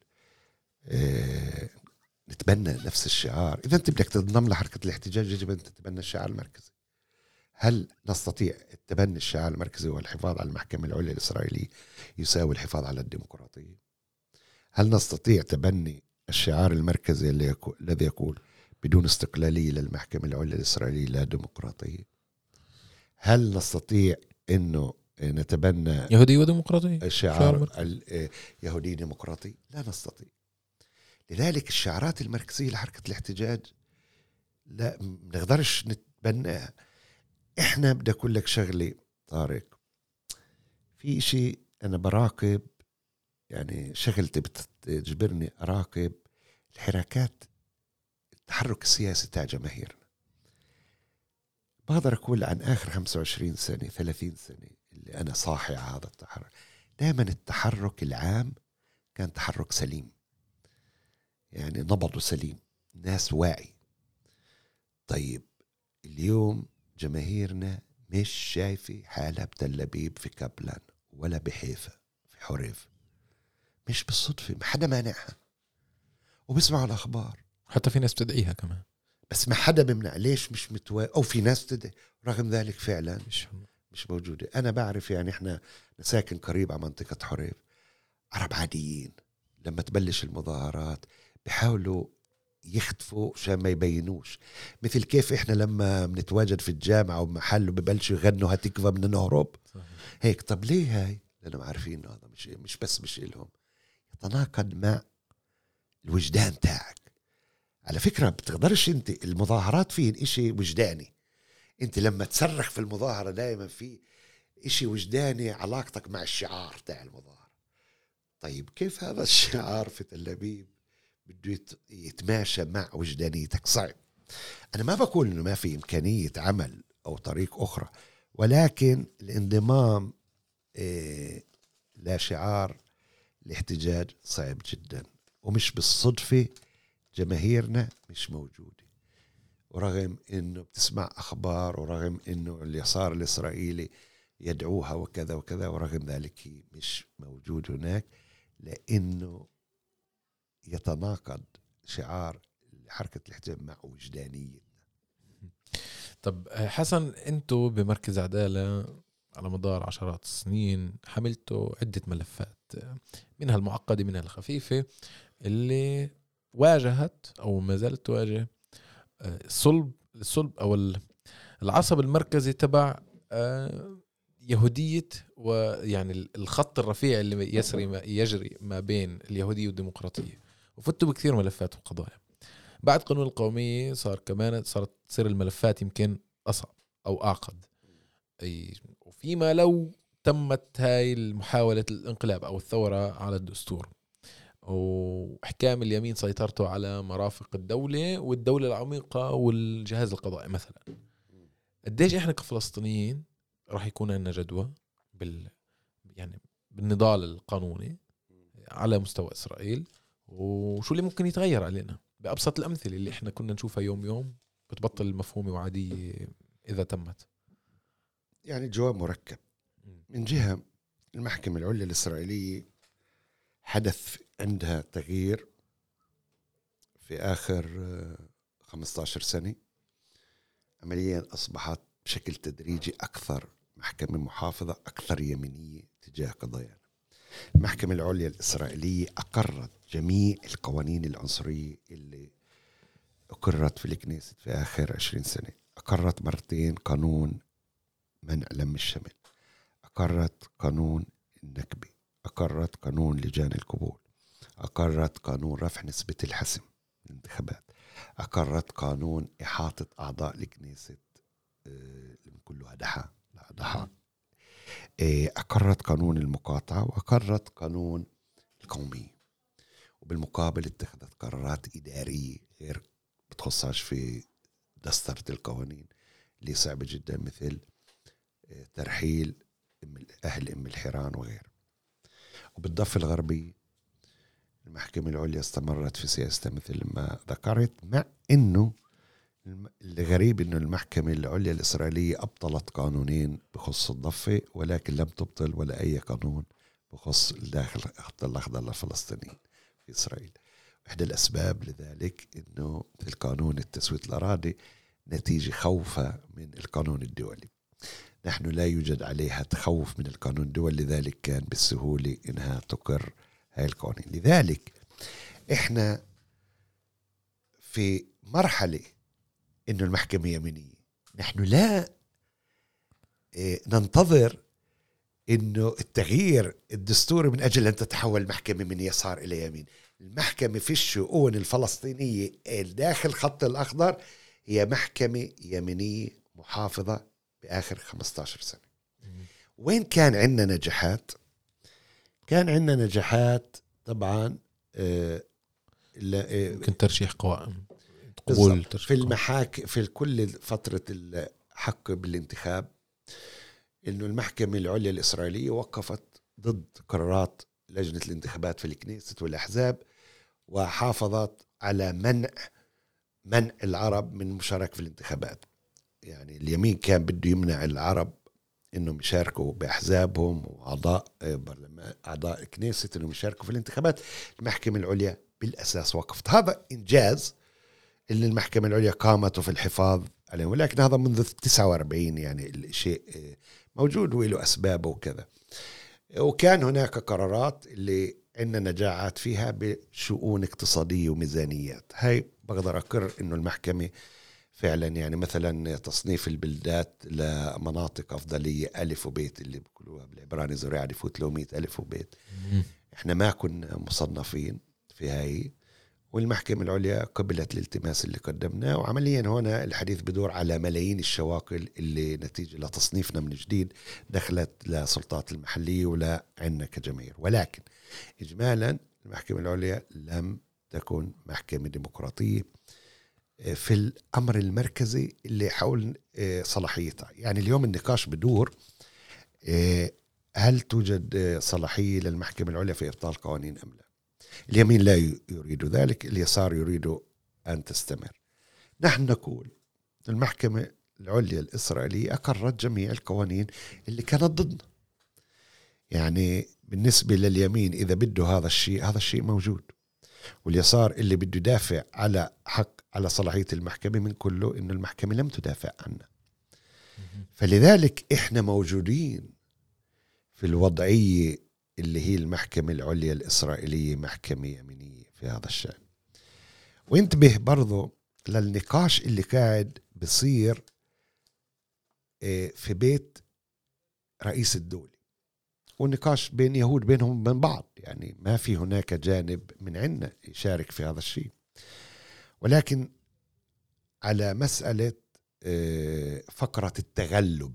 نتبنى نفس الشعار. إذا أنت بدك تنضم لحركة الاحتجاج يجب أن تتبنى الشعار المركزي. هل نستطيع التبني الشعار المركزي والحفاظ على المحكمة العليا الإسرائيلية يساوي الحفاظ على الديمقراطية؟ هل نستطيع تبني الشعار المركزي الذي يقول بدون استقلالية للمحكمة العليا الإسرائيلية لا ديمقراطية؟ هل نستطيع إنه نتبنى يهودية وديمقراطية الشعار اليهودية ديمقراطي؟ لا نستطيع. لذلك الشعارات المركزية لحركة الاحتجاج لا نقدرش نتبناها. إحنا بدي أقول لك شغلة طارق، في شيء أنا براقب، يعني شغلتي بتجبرني أراقب الحركات، التحرك السياسي تاع جماهيرنا. بقدر أقول عن آخر 25 سنة 30 سنة اللي أنا صاحي على هذا التحرك، دائما التحرك العام كان تحرك سليم، يعني نبضه سليم، ناس واعي. طيب اليوم جماهيرنا مش شايفة حالها بتل أبيب في كابلان ولا بحيفا في حريف، مش بالصدفة، ما حدا مانعها، وبسمعوا الأخبار، حتى في ناس بتدعيها كمان، بس ما حدا بمنع. ليش مش أو في ناس تدعي رغم ذلك فعلا مش موجودة. أنا بعرف، يعني إحنا نساكن قريب على منطقة حريف، عرب عاديين لما تبلش المظاهرات بيحاولوا يختفوا عشان ما يبينوش، مثل كيف إحنا لما بنتواجد في الجامعة أو محل وببلشوا يغنوا هتكفى بدنا نهرب هيك. طب ليه هاي؟ لأنهم عارفين هذا مش بس مش إلهم، يتناقض مع الوجدان تاعك. على فكرة بتقدرش انت، المظاهرات فيه اشي وجداني، انت لما تصرخ في المظاهرة دائما في اشي وجداني، علاقتك مع الشعار تاع المظاهرة. طيب كيف هذا الشعار في تل أبيب بده يتماشى مع وجدانيتك؟ صعب. انا ما بقول انه ما في امكانية عمل او طريق اخرى، ولكن الانضمام لا شعار الاحتجاج صعب جدا، ومش بالصدفة جماهيرنا مش موجودة، ورغم انه بتسمع اخبار، ورغم انه اليسار الاسرائيلي يدعوها وكذا وكذا، ورغم ذلك هي مش موجود هناك، لانه يتناقض شعار حركة الاحتجاج مع وجدانية. طب حسن، انتو بمركز عدالة على مدار عشرات السنين حملتوا عدة ملفات، منها المعقدة منها الخفيفة، اللي واجهت أو ما زالت تواجه الصلب أو العصب المركزي تبع يهودية، ويعني الخط الرفيع اللي يجري ما بين اليهودية والديمقراطية. وفتوا بكثير ملفات وقضايا. بعد قانون القومية صارت تصير الملفات يمكن أصعب أو أعقد، وفيما لو تمت هاي محاولة الانقلاب أو الثورة على الدستور. وإحكام اليمين سيطرته على مرافق الدولة والدولة العميقة والجهاز القضائي مثلا. قديش إحنا كفلسطينيين راح يكون عندنا جدوى يعني بالنضال القانوني على مستوى إسرائيل، وشو اللي ممكن يتغير علينا بأبسط الأمثلة اللي إحنا كنا نشوفها يوم بتبطل مفهومة وعادية إذا تمت. يعني الجواب مركب. من جهة المحكمة العليا الإسرائيلية حدث عندها تغيير في آخر 15 سنة، عمليا أصبحت بشكل تدريجي أكثر محكمة محافظة، أكثر يمينية تجاه قضايا. المحكمة العليا الإسرائيلية أقرت جميع القوانين العنصرية اللي أقرت في الكنيست في آخر 20 سنة. أقرت مرتين قانون منع لم الشمل، أقرت قانون النكبة، أقرت قانون لجان القبول، أقرت قانون رفع نسبة الحسم الانتخابات، أقرت قانون إحاطة أعضاء الكنيست كلها دحا، أقرت قانون المقاطعة، وأقرت قانون القومية. وبالمقابل اتخذت قرارات إدارية غير بتخصهاش في دسترة القوانين اللي صعبة جدا، مثل ترحيل أهل أم الحيران وغيره. وبالضفة الغربية المحكمة العليا استمرت في سياستها مثل ما ذكرت، مع أنه الغريب أنه المحكمة العليا الإسرائيلية أبطلت قانونين بخص الضفة، ولكن لم تبطل ولا أي قانون بخص الداخل الخط الأخضر للفلسطينيين في إسرائيل. إحدى الأسباب لذلك أنه في القانون التسوية الأراضي نتيجة خوفة من القانون الدولي. نحن لا يوجد عليها تخوف من القانون الدولي، لذلك كان بالسهولة إنها تقر هاي القوانين. لذلك إحنا في مرحلة إنه المحكمة يمينية. نحن لا ننتظر إنه التغيير الدستوري من أجل أن تتحول المحكمة من يسار إلى يمين. المحكمة في الشؤون الفلسطينية داخل خط الأخضر هي محكمة يمينية محافظة بآخر 15 سنة. وين كان عندنا نجاحات؟ كان عندنا نجاحات طبعا يمكن ترشيح قوائم قبول في المحاكم في كل فترة الحق بالانتخاب، إنه المحكمة العليا الإسرائيلية وقفت ضد قرارات لجنة الانتخابات في الكنيست والأحزاب، وحافظت على منع العرب من المشاركة في الانتخابات. يعني اليمين كان بده يمنع العرب إنهم يشاركوا بأحزابهم وأعضاء برلمان أعضاء الكنيست إنهم يشاركوا في الانتخابات. المحكمة العليا بالأساس وقفت. هذا إنجاز اللي المحكمة العليا قامته في الحفاظ عليه، ولكن هذا منذ 49 يعني الشيء موجود وله أسبابه وكذا. وكان هناك قرارات اللي عندنا نجاعات فيها بشؤون اقتصادية وميزانيات. هاي بقدر أقر إنه المحكمة فعلا يعني مثلا تصنيف البلدات لمناطق أفضلية ألف وبيت اللي بيقولوها بالعبراني زريعة لفوت لو 100 ألف وبيت، إحنا ما كنا مصنفين في هاي. والمحكمة العليا قبلت الالتماس اللي قدمناه، وعمليا هنا الحديث بدور على ملايين الشواكل اللي نتيجة لتصنيفنا من جديد دخلت لسلطات المحلية ولا عنا كجماهير. ولكن إجمالا المحكمة العليا لم تكن محكمة ديمقراطية في الأمر المركزي اللي حول صلاحيتها. يعني اليوم النقاش بدور هل توجد صلاحية للمحكمة العليا في إبطال قوانين أم لا. اليمين لا يريد ذلك، اليسار يريد أن تستمر. نحن نقول المحكمة العليا الإسرائيلية أقرت جميع القوانين اللي كانت ضدنا. يعني بالنسبة لليمين إذا بده هذا الشيء موجود، واليسار اللي بده يدافع على حق على صلاحية المحكمة من كله إنه المحكمة لم تدافع عنها. فلذلك إحنا موجودين في الوضعية اللي هي المحكمة العليا الإسرائيلية محكمة يمينية في هذا الشأن. وانتبه برضو للنقاش اللي قاعد بصير في بيت رئيس الدولة، والنقاش بين يهود بينهم وبين بعض. يعني ما في هناك جانب من عنا يشارك في هذا الشيء. ولكن على مسألة فقرة التغلب،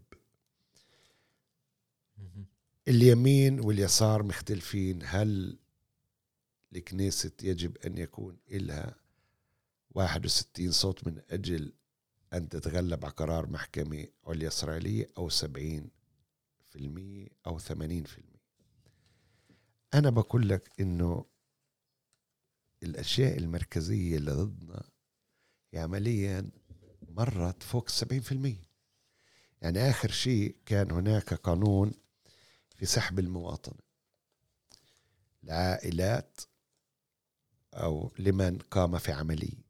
اليمين واليسار مختلفين. هل الكنيسة يجب أن يكون لها 61 صوت من أجل أن تتغلب على قرار محكمة عليا إسرائيلية، أو 70% أو 80%. أنا بقول لك إنه الأشياء المركزية اللي ضدنا عمليا مرت فوق 70%. يعني آخر شيء كان هناك قانون في سحب المواطنة لعائلات أو لمن قام في عملية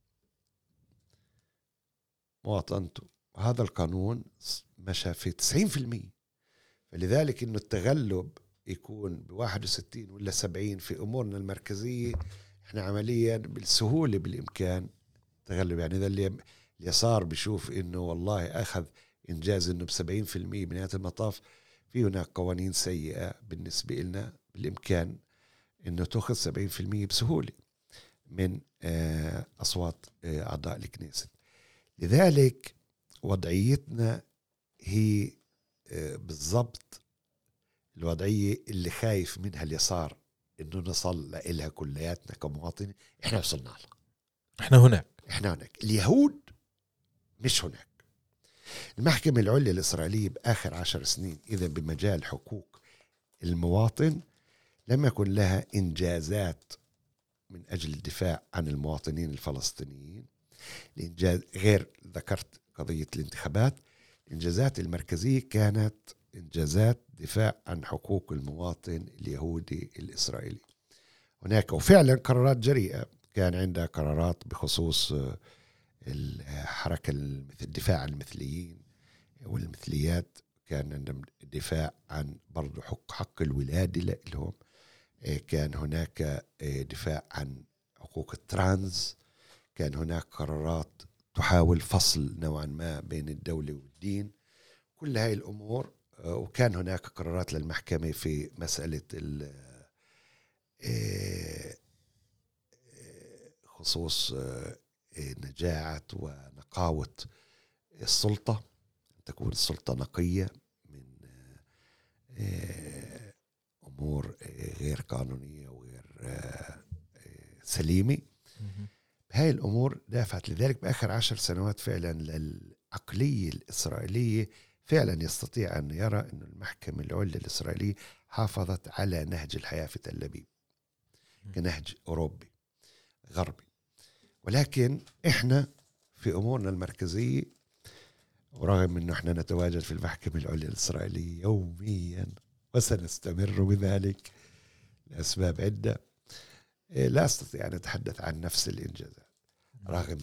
مواطنته، وهذا القانون مشى في 90%. فلذلك إنه التغلب يكون ب61 ولا 70 في أمورنا المركزية، إحنا عمليا بالسهولة بالإمكان تغلب. يعني إذا اليسار بيشوف إنه والله أخذ إنجاز إنه ب70% بنهاية المطاف، في هناك قوانين سيئة بالنسبة لنا بالإمكان إنه تأخذ 70% بسهولة من أصوات أعضاء الكنيسة. لذلك وضعيتنا هي بالضبط الوضعية اللي خايف منها اليسار إنه نصل لها كلياتنا كمواطنين. إحنا وصلنا لها، إحنا هناك. اليهود مش هناك. المحكمة العليا الإسرائيلية بآخر 10 سنين إذا بمجال حقوق المواطن لم يكن لها إنجازات من أجل الدفاع عن المواطنين الفلسطينيين. الإنجاز غير ذكرت قضية الانتخابات، الإنجازات المركزية كانت إنجازات دفاع عن حقوق المواطن اليهودي الإسرائيلي. هناك وفعلا قرارات جريئة، كان عندها قرارات بخصوص الحركة الدفاع عن المثليين والمثليات، كان عندهم دفاع عن برضو حق الولادة لهم، كان هناك دفاع عن حقوق الترانز، كان هناك قرارات تحاول فصل نوعا ما بين الدولة والدين، كل هاي الأمور. وكان هناك قرارات للمحكمة في مسألة خصوص نجاعة ونقاوة السلطة، تكون السلطة نقية من أمور غير قانونية وغير سليمة. هاي الأمور دافعت. لذلك بآخر 10 سنوات فعلا للعقلية الإسرائيلية فعلا يستطيع أن يرى أن المحكمة العليا الإسرائيلية حافظت على نهج الحياة في تل أبيب كنهج أوروبي غربي. ولكن إحنا في أمورنا المركزية، ورغم أنه إحنا نتواجد في المحكمة العليا الإسرائيلية يوميا وسنستمر بذلك لأسباب عدة، لا أستطيع أن أتحدث عن نفس الإنجازات. رغم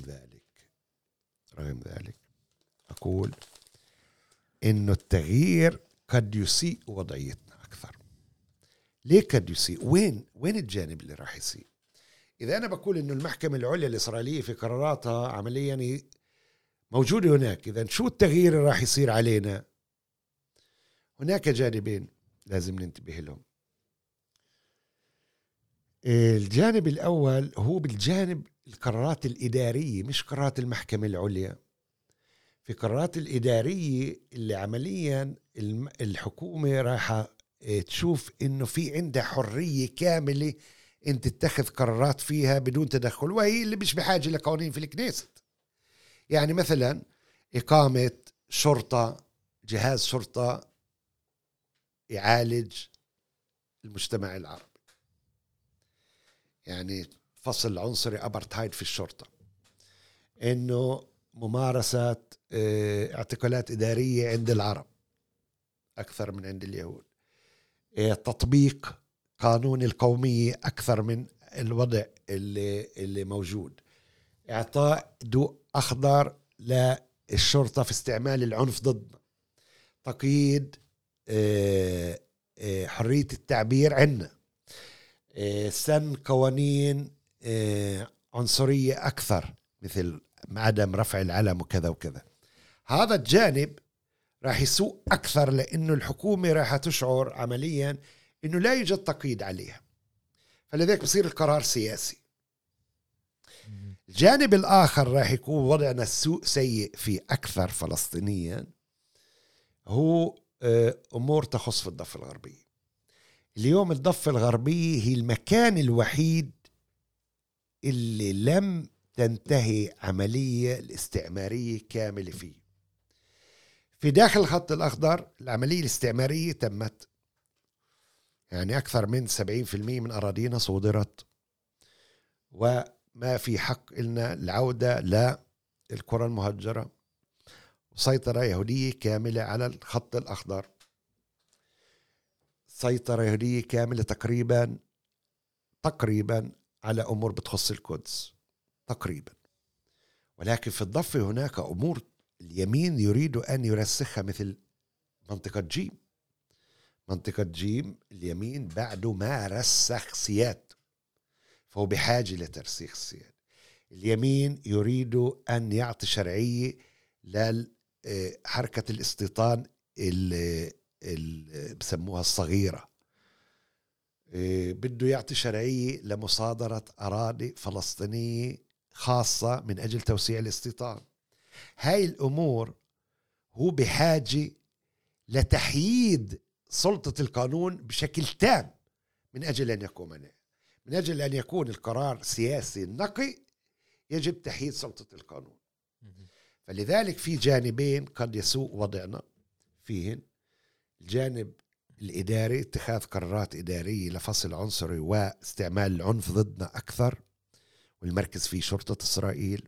ذلك أقول إنه التغيير قد يسيء وضعيتنا أكثر. ليه قد يسيء؟ وين الجانب اللي راح يسيء؟ إذا أنا بقول إنه المحكمة العليا الإسرائيلية في قراراتها عمليا موجودة هناك، إذا شو التغيير اللي راح يصير علينا؟ هناك جانبين لازم ننتبه لهم. الجانب الأول هو بالجانب القرارات الإدارية، مش قرارات المحكمة العليا. في قرارات الإدارية اللي عمليا الحكومة راح تشوف إنه في عندها حرية كاملة أن تتخذ قرارات فيها بدون تدخل، وهي اللي مش بحاجة لقوانين في الكنيست. يعني مثلا إقامة شرطة، جهاز شرطة يعالج المجتمع العربي، يعني فصل عنصري أبرتهايد في الشرطة، إنه ممارسة اعتقالات إدارية عند العرب أكثر من عند اليهود، تطبيق قانون القومية أكثر من الوضع اللي موجود، إعطاء ضوء أخضر للشرطة في استعمال العنف ضدنا، تقييد حرية التعبير عنا، سن قوانين عنصرية أكثر مثل عدم رفع العلم وكذا وكذا. هذا الجانب راح يسوء أكثر، لأنه الحكومة راح تشعر عمليا أنه لا يوجد تقييد عليها، فلذلك بصير القرار سياسي. الجانب الآخر راح يكون وضعنا سيء في أكثر فلسطينيا، هو أمور تخص في الضفة الغربية. اليوم الضفة الغربية هي المكان الوحيد اللي لم تنتهي عملية الاستعمارية كاملة فيه. في داخل الخط الأخضر العملية الاستعمارية تمت، يعني أكثر من 70% من أراضينا صودرت، وما في حق لنا العودة للقرى المهجرة، وسيطرة يهودية كاملة على الخط الأخضر، سيطرة يهودية كاملة تقريبا على أمور بتخص القدس تقريبا. ولكن في الضفة هناك أمور اليمين يريد أن يرسخها، مثل منطقة جيم. منطقة جيم اليمين بعده ما رسخ سياد، فهو بحاجة لترسيخ السياد. اليمين يريد أن يعطي شرعية لحركة الاستيطان اللي بسموها الصغيرة، بده يعطي شرعية لمصادرة أراضي فلسطينية خاصة من أجل توسيع الاستيطان. هاي الأمور هو بحاجة لتحييد سلطة القانون بشكل تام من أجل أن يكون من أجل أن يكون القرار سياسي نقي، يجب تحييد سلطة القانون. فلذلك في جانبين قد يسوء وضعنا فيهن: الجانب الإداري، اتخاذ قرارات إدارية لفصل عنصري واستعمال العنف ضدنا أكثر، والمركز فيه شرطة إسرائيل،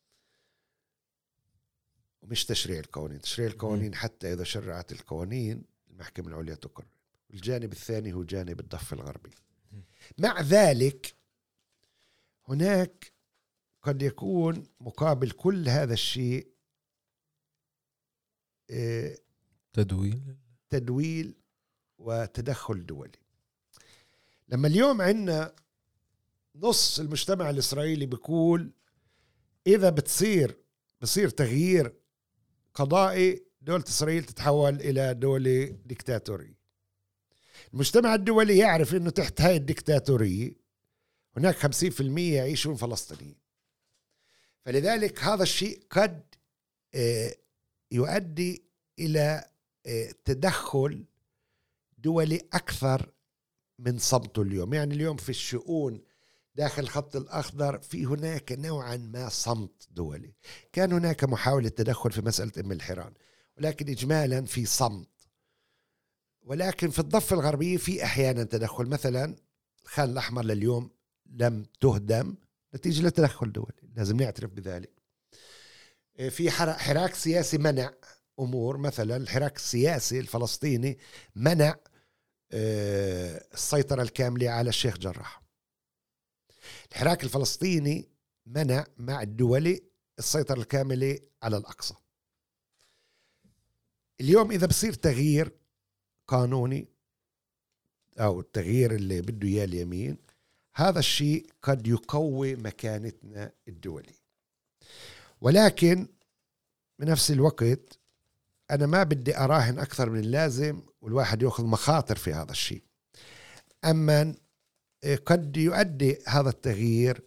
ومش تشريع القوانين. تشريع القوانين حتى إذا شرعت القوانين المحكمة العليا تقرر. الجانب الثاني هو جانب الضفة الغربي. مع ذلك هناك قد يكون مقابل كل هذا الشيء تدويل وتدخل دولي. لما اليوم عندنا نص المجتمع الإسرائيلي بيقول إذا بصير تغيير قضائي دولة إسرائيل تتحول إلى دولة ديكتاتورية. المجتمع الدولي يعرف إنه تحت هاي الديكتاتورية هناك 50% يعيشون فلسطينيين، فلذلك هذا الشيء قد يؤدي إلى تدخل دولي أكثر من صمته اليوم. يعني اليوم في الشؤون داخل الخط الأخضر في هناك نوعا ما صمت دولي. كان هناك محاولة تدخل في مسألة أم الحيران، ولكن إجمالا في صمت. ولكن في الضفة الغربية في أحيانا تدخل. مثلا الخان الأحمر لليوم لم تهدم نتيجة لتدخل دولي، لازم نعترف بذلك. في حراك سياسي منع أمور، مثلا الحراك السياسي الفلسطيني منع السيطرة الكاملة على الشيخ جراح. الحراك الفلسطيني منع مع الدولي السيطرة الكاملة على الأقصى. اليوم إذا بصير تغيير قانوني أو التغيير اللي بده إياه اليمين، هذا الشيء قد يقوي مكانتنا الدولي. ولكن بنفس الوقت أنا ما بدي أراهن أكثر من اللازم، والواحد يأخذ مخاطر في هذا الشيء. أما قد يؤدي هذا التغيير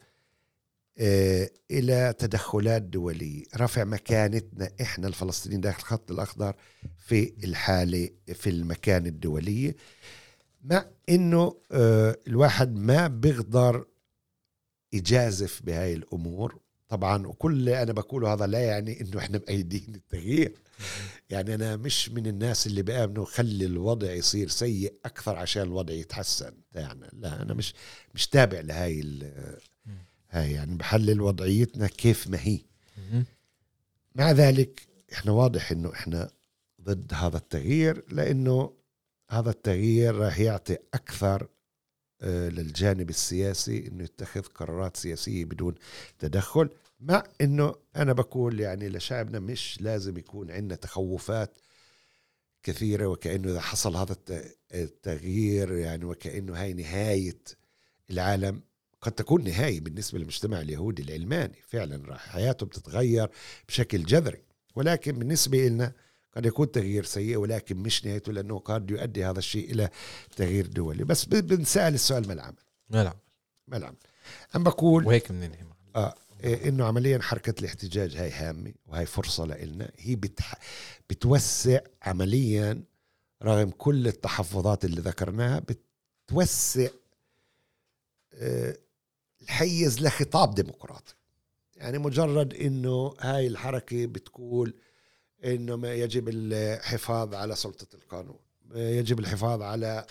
إلى تدخلات دولية، رفع مكانتنا إحنا الفلسطينيين داخل الخط الأخضر في الحالة في المكان الدولية، مع إنه الواحد ما بيقدر يجازف بهاي الأمور طبعا. وكل أنا بقوله هذا لا يعني إنه إحنا بأيدين التغيير. يعني أنا مش من الناس اللي بآمنوا خلي الوضع يصير سيء أكثر عشان الوضع يتحسن. يعني لا، أنا مش تابع لهاي هاي، يعني بحلل وضعيتنا كيف ما هي. مع ذلك إحنا واضح إنه إحنا ضد هذا التغيير، لأنه هذا التغيير راح يعطي أكثر للجانب السياسي إنه يتخذ قرارات سياسية بدون تدخل. مع إنه أنا بقول يعني لشعبنا مش لازم يكون عندنا تخوفات كثيرة، وكأنه إذا حصل هذا التغيير يعني وكأنه هاي نهاية العالم. قد تكون نهاية بالنسبة للمجتمع اليهودي العلماني، فعلا راح حياته بتتغير بشكل جذري، ولكن بالنسبة لنا قد يكون تغيير سيء ولكن مش نهايته، لأنه قد يؤدي هذا الشيء إلى تغيير دولي. بس بنسأل السؤال: ما العمل؟ أنا بقول وهيك منين إنه عمليا حركة الاحتجاج هاي هامة وهي فرصة لنا. هي بتوسع عمليا رغم كل التحفظات اللي ذكرناها، بتوسع الحيز لخطاب ديمقراطي. يعني مجرد إنه هاي الحركة بتقول إنه ما يجب الحفاظ على سلطة القانون، يجب الحفاظ على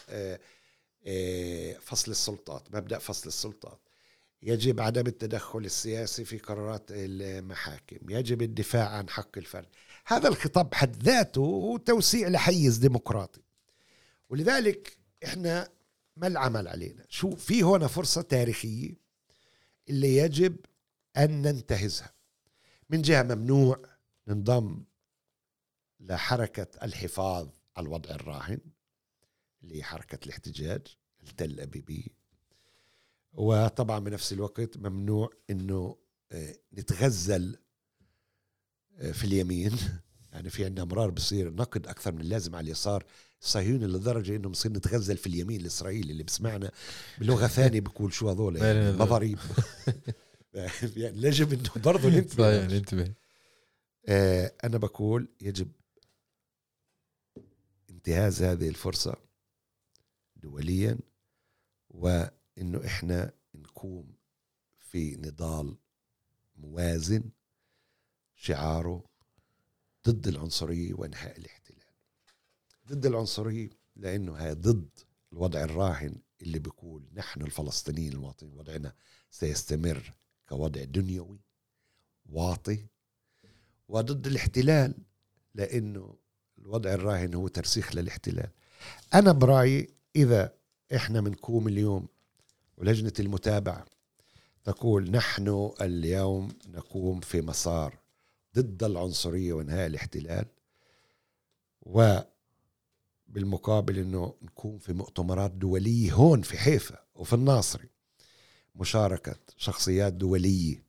فصل السلطات، مبدأ فصل السلطات، يجب عدم التدخل السياسي في قرارات المحاكم، يجب الدفاع عن حق الفرد. هذا الخطاب بحد ذاته هو توسيع لحيز ديمقراطي. ولذلك إحنا ما العمل علينا؟ شو في هنا فرصة تاريخية اللي يجب أن ننتهزها. من جهة ممنوع ننضم لحركة الحفاظ على الوضع الراهن اللي هي حركة الاحتجاج التل أبيبي، وطبعا بنفس الوقت ممنوع إنه نتغزل في اليمين. يعني في عندنا مرار بصير نقد أكثر من اللازم على اليسار الصهيوني لدرجة إنه بصير نتغزل في اليمين الإسرائيلي اللي بسمعنا بلغة ثانية بقول شو هذول مضاريب. يعني يجب إنه برضو ننتبه. أنا بقول يجب انتهاز هذه الفرصة دوليا، وإنه إحنا نقوم في نضال موازن شعاره ضد العنصرية وإنهاء الاحتلال. ضد العنصرية لأنه هي ضد الوضع الراهن اللي بيقول نحن الفلسطينيين المواطنين وضعنا سيستمر كوضع دنيوي واطي، وضد الاحتلال لأنه الوضع الراهن هو ترسيخ للاحتلال. أنا برأيي إذا إحنا منقوم اليوم ولجنة المتابعة تقول نحن اليوم نقوم في مسار ضد العنصرية وإنهاء الاحتلال، وبالمقابل إنه نكون في مؤتمرات دولية هون في حيفا وفي الناصري، مشاركة شخصيات دولية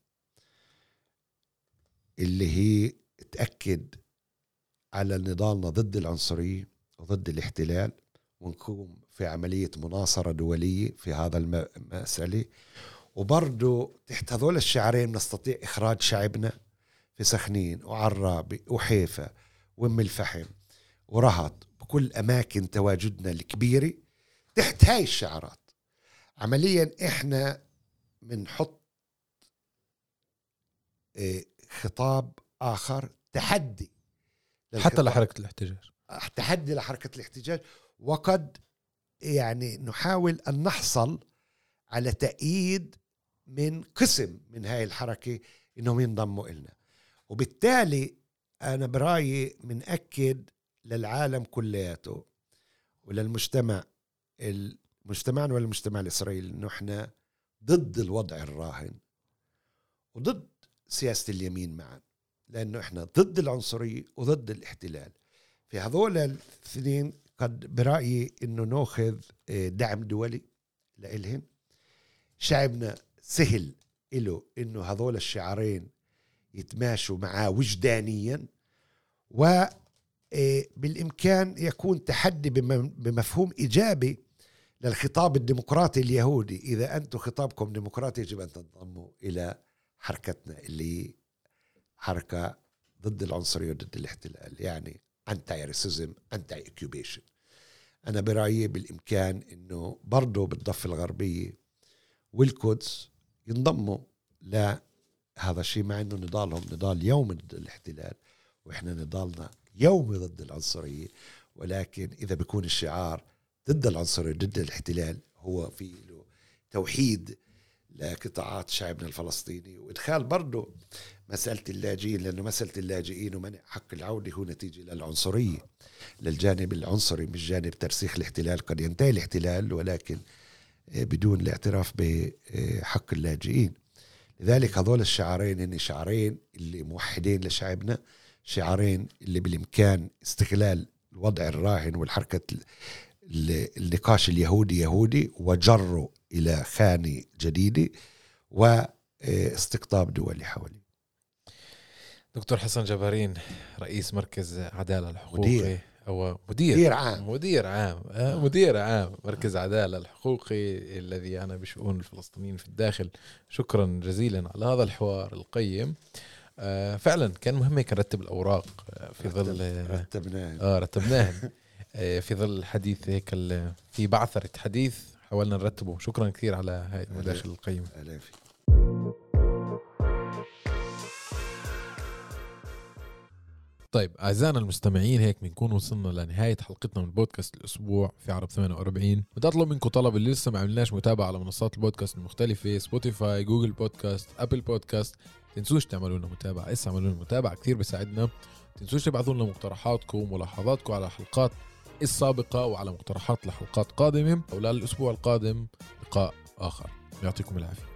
اللي هي تأكد على نضالنا ضد العنصرية وضد الاحتلال، ونقوم في عملية مناصرة دولية في هذا المسألة. وبرضو تحت هذول الشعارين نستطيع إخراج شعبنا في سخنين وعرابي وحيفا وام الفحم ورهط بكل أماكن تواجدنا الكبيرة تحت هاي الشعارات. عمليا إحنا بنحط خطاب آخر، تحدي حتى لحركة الاحتجاج، تحدي لحركة الاحتجاج، وقد يعني نحاول أن نحصل على تأييد من قسم من هاي الحركة إنهم ينضموا إلنا. وبالتالي أنا برأيي منأكد للعالم كلياته وللمجتمعنا والمجتمع الإسرائيلي إنه إحنا ضد الوضع الراهن وضد سياسة اليمين معا، لأنه إحنا ضد العنصرية وضد الاحتلال. في هذول الاثنين قد برأيي إنه نأخذ دعم دولي لإلهم. شعبنا سهل إله إنه هذول الشعارين يتماشوا معاه وجدانيا، وبالإمكان يكون تحدي بمفهوم إيجابي للخطاب الديمقراطي اليهودي. إذا أنتم خطابكم ديمقراطي يجب أن تنضموا إلى حركتنا اللي حركة ضد العنصرية وضد الاحتلال، يعني anti racism anti occupation. أنا برأيي بالإمكان إنه برضو بالضفة الغربية والقدس ينضموا لهذا الشيء، مع إنه نضالهم نضال يومي ضد الاحتلال وإحنا نضالنا يومي ضد العنصرية. ولكن إذا بيكون الشعار ضد العنصرية ضد الاحتلال هو في له توحيد لقطاعات شعبنا الفلسطيني، وإدخال برضو مسألة اللاجئين، لأنه مسألة اللاجئين ومنع حق العودة هو نتيجة للعنصرية، للجانب العنصري مش جانب ترسيخ الاحتلال. قد ينتهي الاحتلال ولكن بدون الاعتراف بحق اللاجئين. لذلك هذول الشعارين هن شعارين اللي موحدين لشعبنا، شعارين اللي بالإمكان استغلال الوضع الراهن والحركة النقاش اليهودي يهودي وجره إلى خانة جديدة واستقطاب دولي حوالي. دكتور حسن جبارين، رئيس مركز عدالة الحقوقي أو مدير عام مركز عدالة الحقوقي الذي أنا بشؤون الفلسطينيين في الداخل، شكرا جزيلا على هذا الحوار القيم. فعلا كان مهم هيك نرتب الأوراق في ظل رتبناها في ظل الحديث هيك في بعثرة حديث حاولنا نرتبه. شكرا كثير على هاي المداخل القيمة. طيب أعزائنا المستمعين، هيك بنكون وصلنا لنهاية حلقتنا من بودكاست الأسبوع في عرب 48. بدي أطلب منكم طلب، اللي لسه ما عملناش متابعة على منصات البودكاست المختلفة سبوتيفاي، جوجل بودكاست، أبل بودكاست، تنسوش تعملوا لنا متابعة. عملوا لنا متابعة كثير بيساعدنا. تنسوش تبعثوا لنا مقترحاتكم وملاحظاتكم على الحلقات السابقة وعلى مقترحات لحلقات قادمة، أو للأسبوع القادم لقاء آخر. يعطيكم العافية.